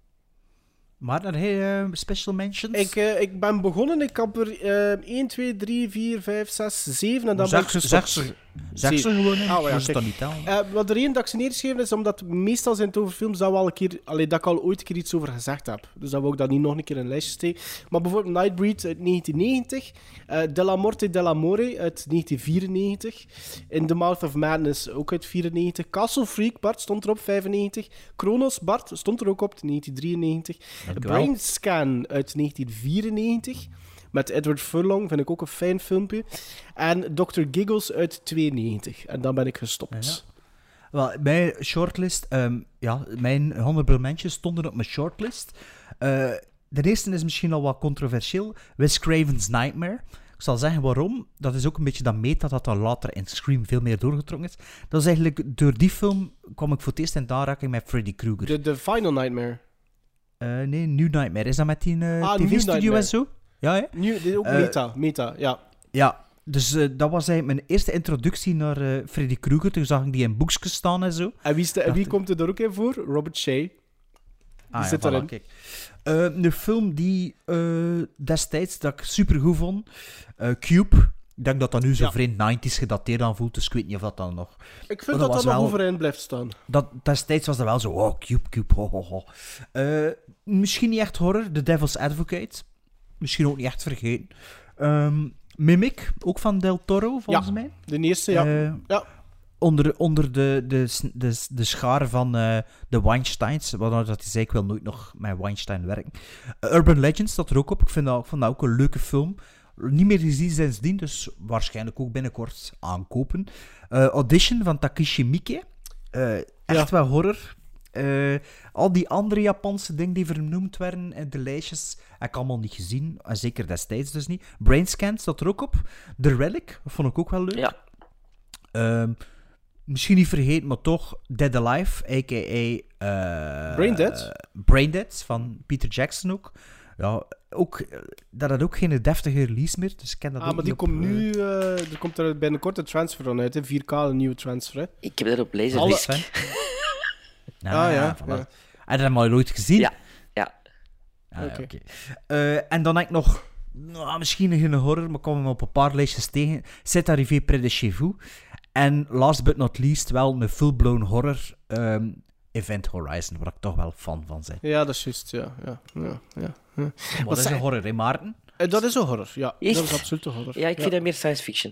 Maar naar hij uh, special mentions? Ik, uh, ik ben begonnen, ik heb er uh, één, twee, drie, vier, vijf, zes, zeven en dan zeg, ben ik gestopt. Zeg, zeg ze gewoon, ah, oh, ja, dat niet tellen. Uh, wat er één dat ik ze neergeschreven is, omdat meestal zijn het over films dat, we al een keer, allee, dat ik al ooit een keer iets over gezegd heb. Dus dat wil ik dat niet nog een keer in een lijstje steken. Maar bijvoorbeeld Nightbreed uit negentien negentig, uh, Della Morte dell'Amore uit negentien vierennegentig, In the Mouth of Madness ook uit vierennegentig, Castle Freak, Bart, stond er op vijfennegentig, Chronos, Bart, stond er ook op negentien drieënnegentig, Brain Scan uit negentien vierennegentig, met Edward Furlong, vind ik ook een fijn filmpje. En doctor Giggles uit tweeënnegentig. En dan ben ik gestopt. Ja. Wel, mijn shortlist... Um, ja, mijn honorable mentions stonden op mijn shortlist. Uh, de eerste is misschien al wat controversieel. Wes Craven's Nightmare. Ik zal zeggen waarom. Dat is ook een beetje dat meta dat dan later in Scream veel meer doorgetrokken is. Dat is eigenlijk... Door die film kwam ik voor het eerst in aanraking met Freddy Krueger. De, de Final Nightmare? Uh, nee, New Nightmare. Is dat met die uh, ah, T V-studio en zo? Ja, hè? Nu, dit is ook uh, meta, meta, ja. Ja, dus uh, dat was eigenlijk mijn eerste introductie naar uh, Freddy Krueger. Toen zag ik die in boekjes staan en zo. En wie, sta, en wie komt er daar ook in voor? Robert Shea. Die ah, zit ja, erin. Voilà, kijk. Uh, een film die uh, destijds dat ik supergoed vond. Uh, Cube. Ik denk dat dat nu zo ja. vreemd nineties gedateerd aanvoelt, dus ik weet niet of dat dan nog... Ik vind dat dat, dat nog wel... overeind blijft staan. Dat, destijds was dat wel zo, oh, Cube, Cube, ho, ho, ho. Uh, misschien niet echt horror, The Devil's Advocate. Misschien ook niet echt vergeten. Um, Mimic, ook van Del Toro, volgens ja, mij. De eerste, ja. Uh, ja. Onder, onder de, de, de, de schare van uh, de Weinsteins, waardoor dat is ik wil nooit nog met Weinstein werken. Uh, Urban Legends staat er ook op. Ik vind dat, ik vond dat ook een leuke film. Niet meer gezien sindsdien, dus waarschijnlijk ook binnenkort aankopen. Uh, Audition van Takashi Miike. Uh, echt ja. wel horror. Uh, al die andere Japanse dingen die vernoemd werden in de lijstjes, heb ik allemaal niet gezien. En zeker destijds dus niet. Brainscan staat er ook op. The Relic, dat vond ik ook wel leuk. Ja. Uh, misschien niet vergeten, maar toch Dead Alive, a k a. Uh, Braindead. Uh, Braindead, van Peter Jackson ook. Ja, ook, dat had ook geen deftige release meer, dus ik ken dat ah, ook maar die op, komt nu, uh, er komt er binnenkort een transfer van uit, hè? vier K, een nieuwe transfer. Hè? Ik heb dat op Laserdisc. Nou, ah ja. Voilà. ja. Heb je dat maar ooit gezien? Ja. ja. Ah, okay. Okay. Uh, en dan heb ik nog, nou, misschien geen horror, maar komen we op een paar lijstjes tegen. C'est arrivé près de chez vous. En last but not least, wel een full-blown horror... Um, Event Horizon, waar ik toch wel fan van ben. Ja, dat is juist, ja. ja, ja, ja. Maar dat is een horror, hè, Maarten? Uh, dat is een horror, ja. Echt? Dat is absoluut een horror. Ja, ik vind ja. dat meer science fiction.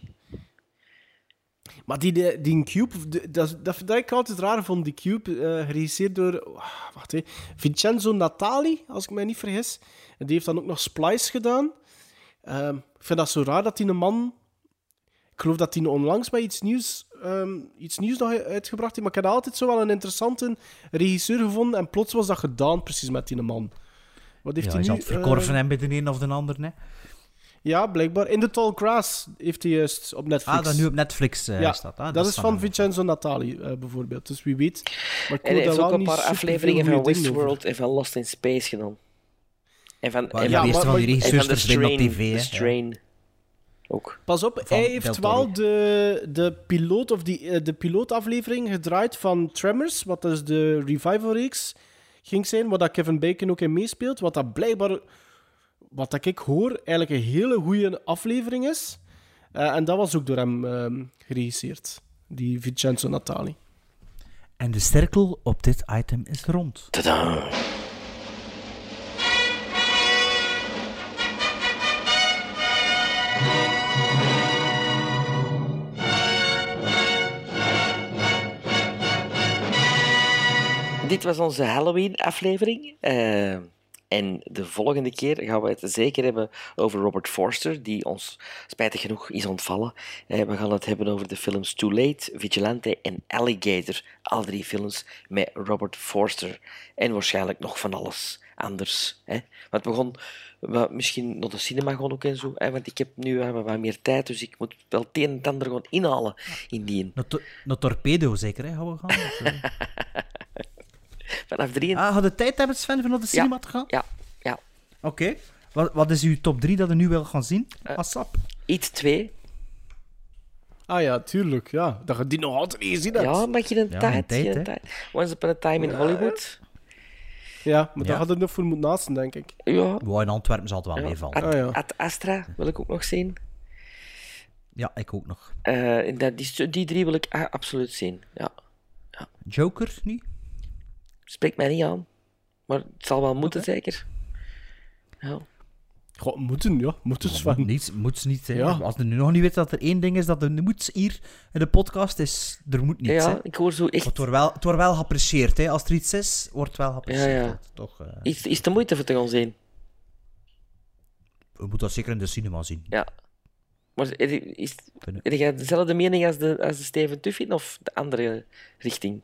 Maar die, die, die Cube, die, dat, dat, dat ik altijd raar vond, die Cube, uh, geregisseerd door, oh, wacht even, Vincenzo Natali, als ik mij niet vergis. En die heeft dan ook nog Splice gedaan. Uh, ik vind dat zo raar dat die een man... Ik geloof dat hij onlangs bij iets nieuws, um, iets nieuws nog uitgebracht heeft. Maar ik heb altijd zo wel een interessante regisseur gevonden. En plots was dat gedaan, precies met die man. Wat heeft ja, hij nu? nu? Het verkorven uh, en bij de een of de ander, hè? Ja, blijkbaar. In the Tall Grass heeft hij juist op Netflix. Ah, dat nu op Netflix uh, ja, staat. Ah, dat, dat is van Vincenzo Natali, uh, bijvoorbeeld. Dus wie weet. Maar en hij heeft ook een paar afleveringen van Westworld en van Lost in Space gedaan. En van, maar, en ja, van, de eerste van die regisseurs verdwijnen op tv, The Strain. Ja. Ook. Pas op, van hij heeft wel de, de, piloot, of die, de pilootaflevering gedraaid van Tremors, wat dus de revival-reeks ging zijn, waar dat Kevin Bacon ook in meespeelt, wat dat blijkbaar, wat dat ik hoor, eigenlijk een hele goede aflevering is. Uh, en dat was ook door hem um, geregisseerd, die Vincenzo Natali. En de cirkel op dit item is rond. Tadaa! Dit was onze Halloween-aflevering. Uh, en de volgende keer gaan we het zeker hebben over Robert Forster, die ons spijtig genoeg is ontvallen. Uh, we gaan het hebben over de films Too Late, Vigilante en Alligator. Al drie films met Robert Forster. En waarschijnlijk nog van alles anders. Hè? Want we gaan we, misschien naar de cinema gaan ook en zo. Hè? Want ik heb nu uh, wat meer tijd, dus ik moet wel het een en het ander gaan inhalen in die. Naar to- Torpedo zeker, hè? Gaan we gaan? Vanaf drie... Ah, had de tijd hebben, Sven, van naar de cinema ja, te gaan? Ja, ja. Oké. Okay. Wat, wat is uw top drie dat je nu wil gaan zien? Uh, Asap. It twee. Ah ja, tuurlijk. Ja. Dat je die nog altijd niet gezien hebt. Ja, maar je een ja, tijd. tijd, je een tijd. Once Upon a Time in Hollywood. Ja, maar Ja. daar hadden we nog voor moeten naasten, denk ik. Ja. Wow, in Antwerpen zal het wel Ja. meevallen. Ad, Ah, ja. Ad Astra wil ik ook nog zien. Ja, ik ook nog. Uh, en dat, die, die drie wil ik ah, absoluut zien. Ja. Ja. Joker niet? Spreekt mij niet aan. Maar het zal wel moeten, okay. zeker. Ja. Goh, moeten, ja. Moeten Ja, van. moet niet, moet niet hè. Ja. Als er nu nog niet weet dat er één ding is dat er moet hier in de podcast is, er moet niet. Ja, hè. ik hoor zo echt... Het wordt wel, het wordt wel geapprecieerd, hè. Als er iets is, wordt wel geapprecieerd. Ja, ja. Toch, uh... Is, is de moeite voor te gaan zien? We moeten dat zeker in de cinema zien. Ja. Maar is, heb jij dezelfde mening als de, als de Steven Tuffin of de andere richting?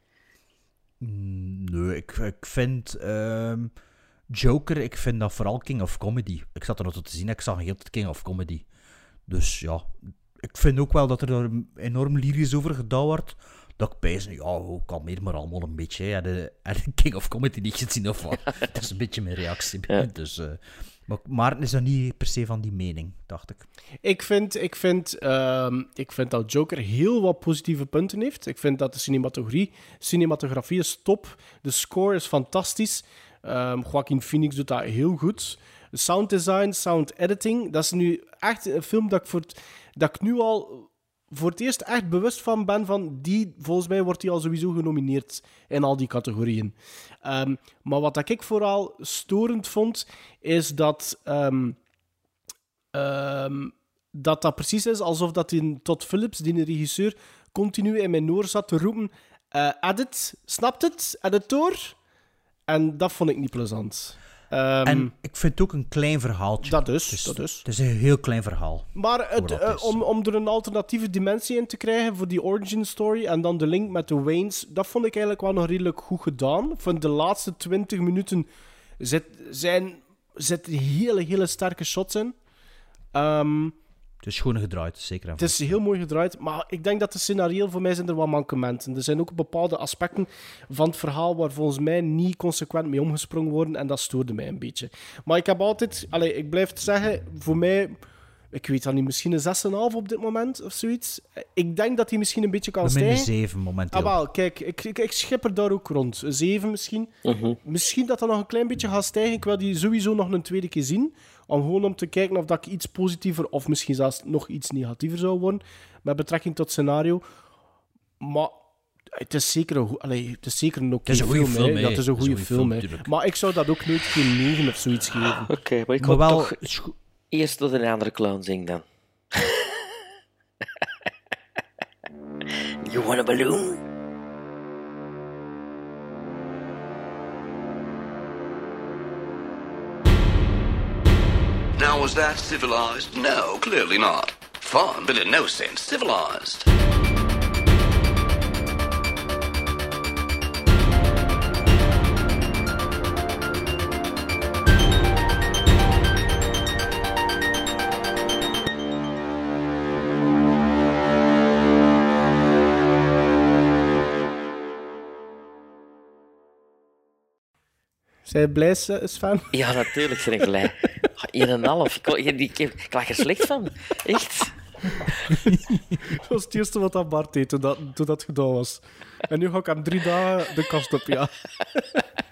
Nee, ik, ik vind um, Joker, ik vind dat vooral King of Comedy. Ik zat er nog te zien, ik zag heel tijd King of Comedy. Dus ja, ik vind ook wel dat er er enorm lyrisch over gedaan wordt. Dat ik bijzien, ja, hoe kan meer maar allemaal een beetje. Hè. De, de King of Comedy niet gezien of wat. Dat is een beetje mijn reactie. Ja. Dus, uh, maar Maarten is dan niet per se van die mening, dacht ik. Ik vind, ik, vind, uh, ik vind dat Joker heel wat positieve punten heeft. Ik vind dat de cinematografie, cinematografie is top. De score is fantastisch. Um, Joaquin Phoenix doet dat heel goed. Sound design, sound editing. Dat is nu echt een film dat ik, voor het, dat ik nu al voor het eerst echt bewust van ben. Van die, volgens mij wordt die al sowieso genomineerd in al die categorieën. Um, maar wat ik vooral storend vond, is dat... Um, um, dat dat precies is alsof dat die Todd Phillips, die regisseur, continu in mijn oor zat te roepen: uh, edit, snapt het? Edit door? En dat vond ik niet plezant. Um, en ik vind het ook een klein verhaaltje. Dat is, dus, dat is. Het is een heel klein verhaal. Maar het, uh, om, om er een alternatieve dimensie in te krijgen voor die origin story en dan de link met de Waynes, dat vond ik eigenlijk wel nog redelijk goed gedaan. Ik vind de laatste twintig minuten zit, zijn, zitten hele, hele sterke shots in. Um, Het is schoon gedraaid, zeker. Het is heel mooi gedraaid, maar ik denk dat de scenario voor mij zijn er wat mankementen. Er zijn ook bepaalde aspecten van het verhaal waar volgens mij niet consequent mee omgesprongen worden en dat stoorde mij een beetje. Maar ik heb altijd, allez, ik blijf het zeggen, voor mij, ik weet dat niet, misschien een zes komma vijf op dit moment of zoiets. Ik denk dat hij misschien een beetje kan stijgen. Een zeven momenteel. Ah, wel, kijk, ik, ik, ik schipper daar ook rond. Een zeven misschien. Uh-huh. Misschien dat dat nog een klein beetje gaat stijgen. Ik wil die sowieso nog een tweede keer zien. Om gewoon om te kijken of dat ik iets positiever of misschien zelfs nog iets negatiever zou worden met betrekking tot scenario. Maar het is zeker een, go- Allee, het is zeker een oké film. film, hè. Dat is een goede film. film maar ik zou dat ook nooit geen negen of zoiets geven. Oké, okay, maar ik maar wil wel... toch scho- eerst tot een andere clown zingen dan. You want a balloon? Now, was that civilized? No, clearly not. Fun, but in no sense civilized. Zijn je blij, Sven? Ja, natuurlijk zijn ik blij. één komma vijf. Ik, ik, ik, ik lag er slecht van. Echt. Dat was het eerste wat dat Bart deed toen dat, toen dat gedaan was. En nu ga ik aan drie dagen de kast op, ja.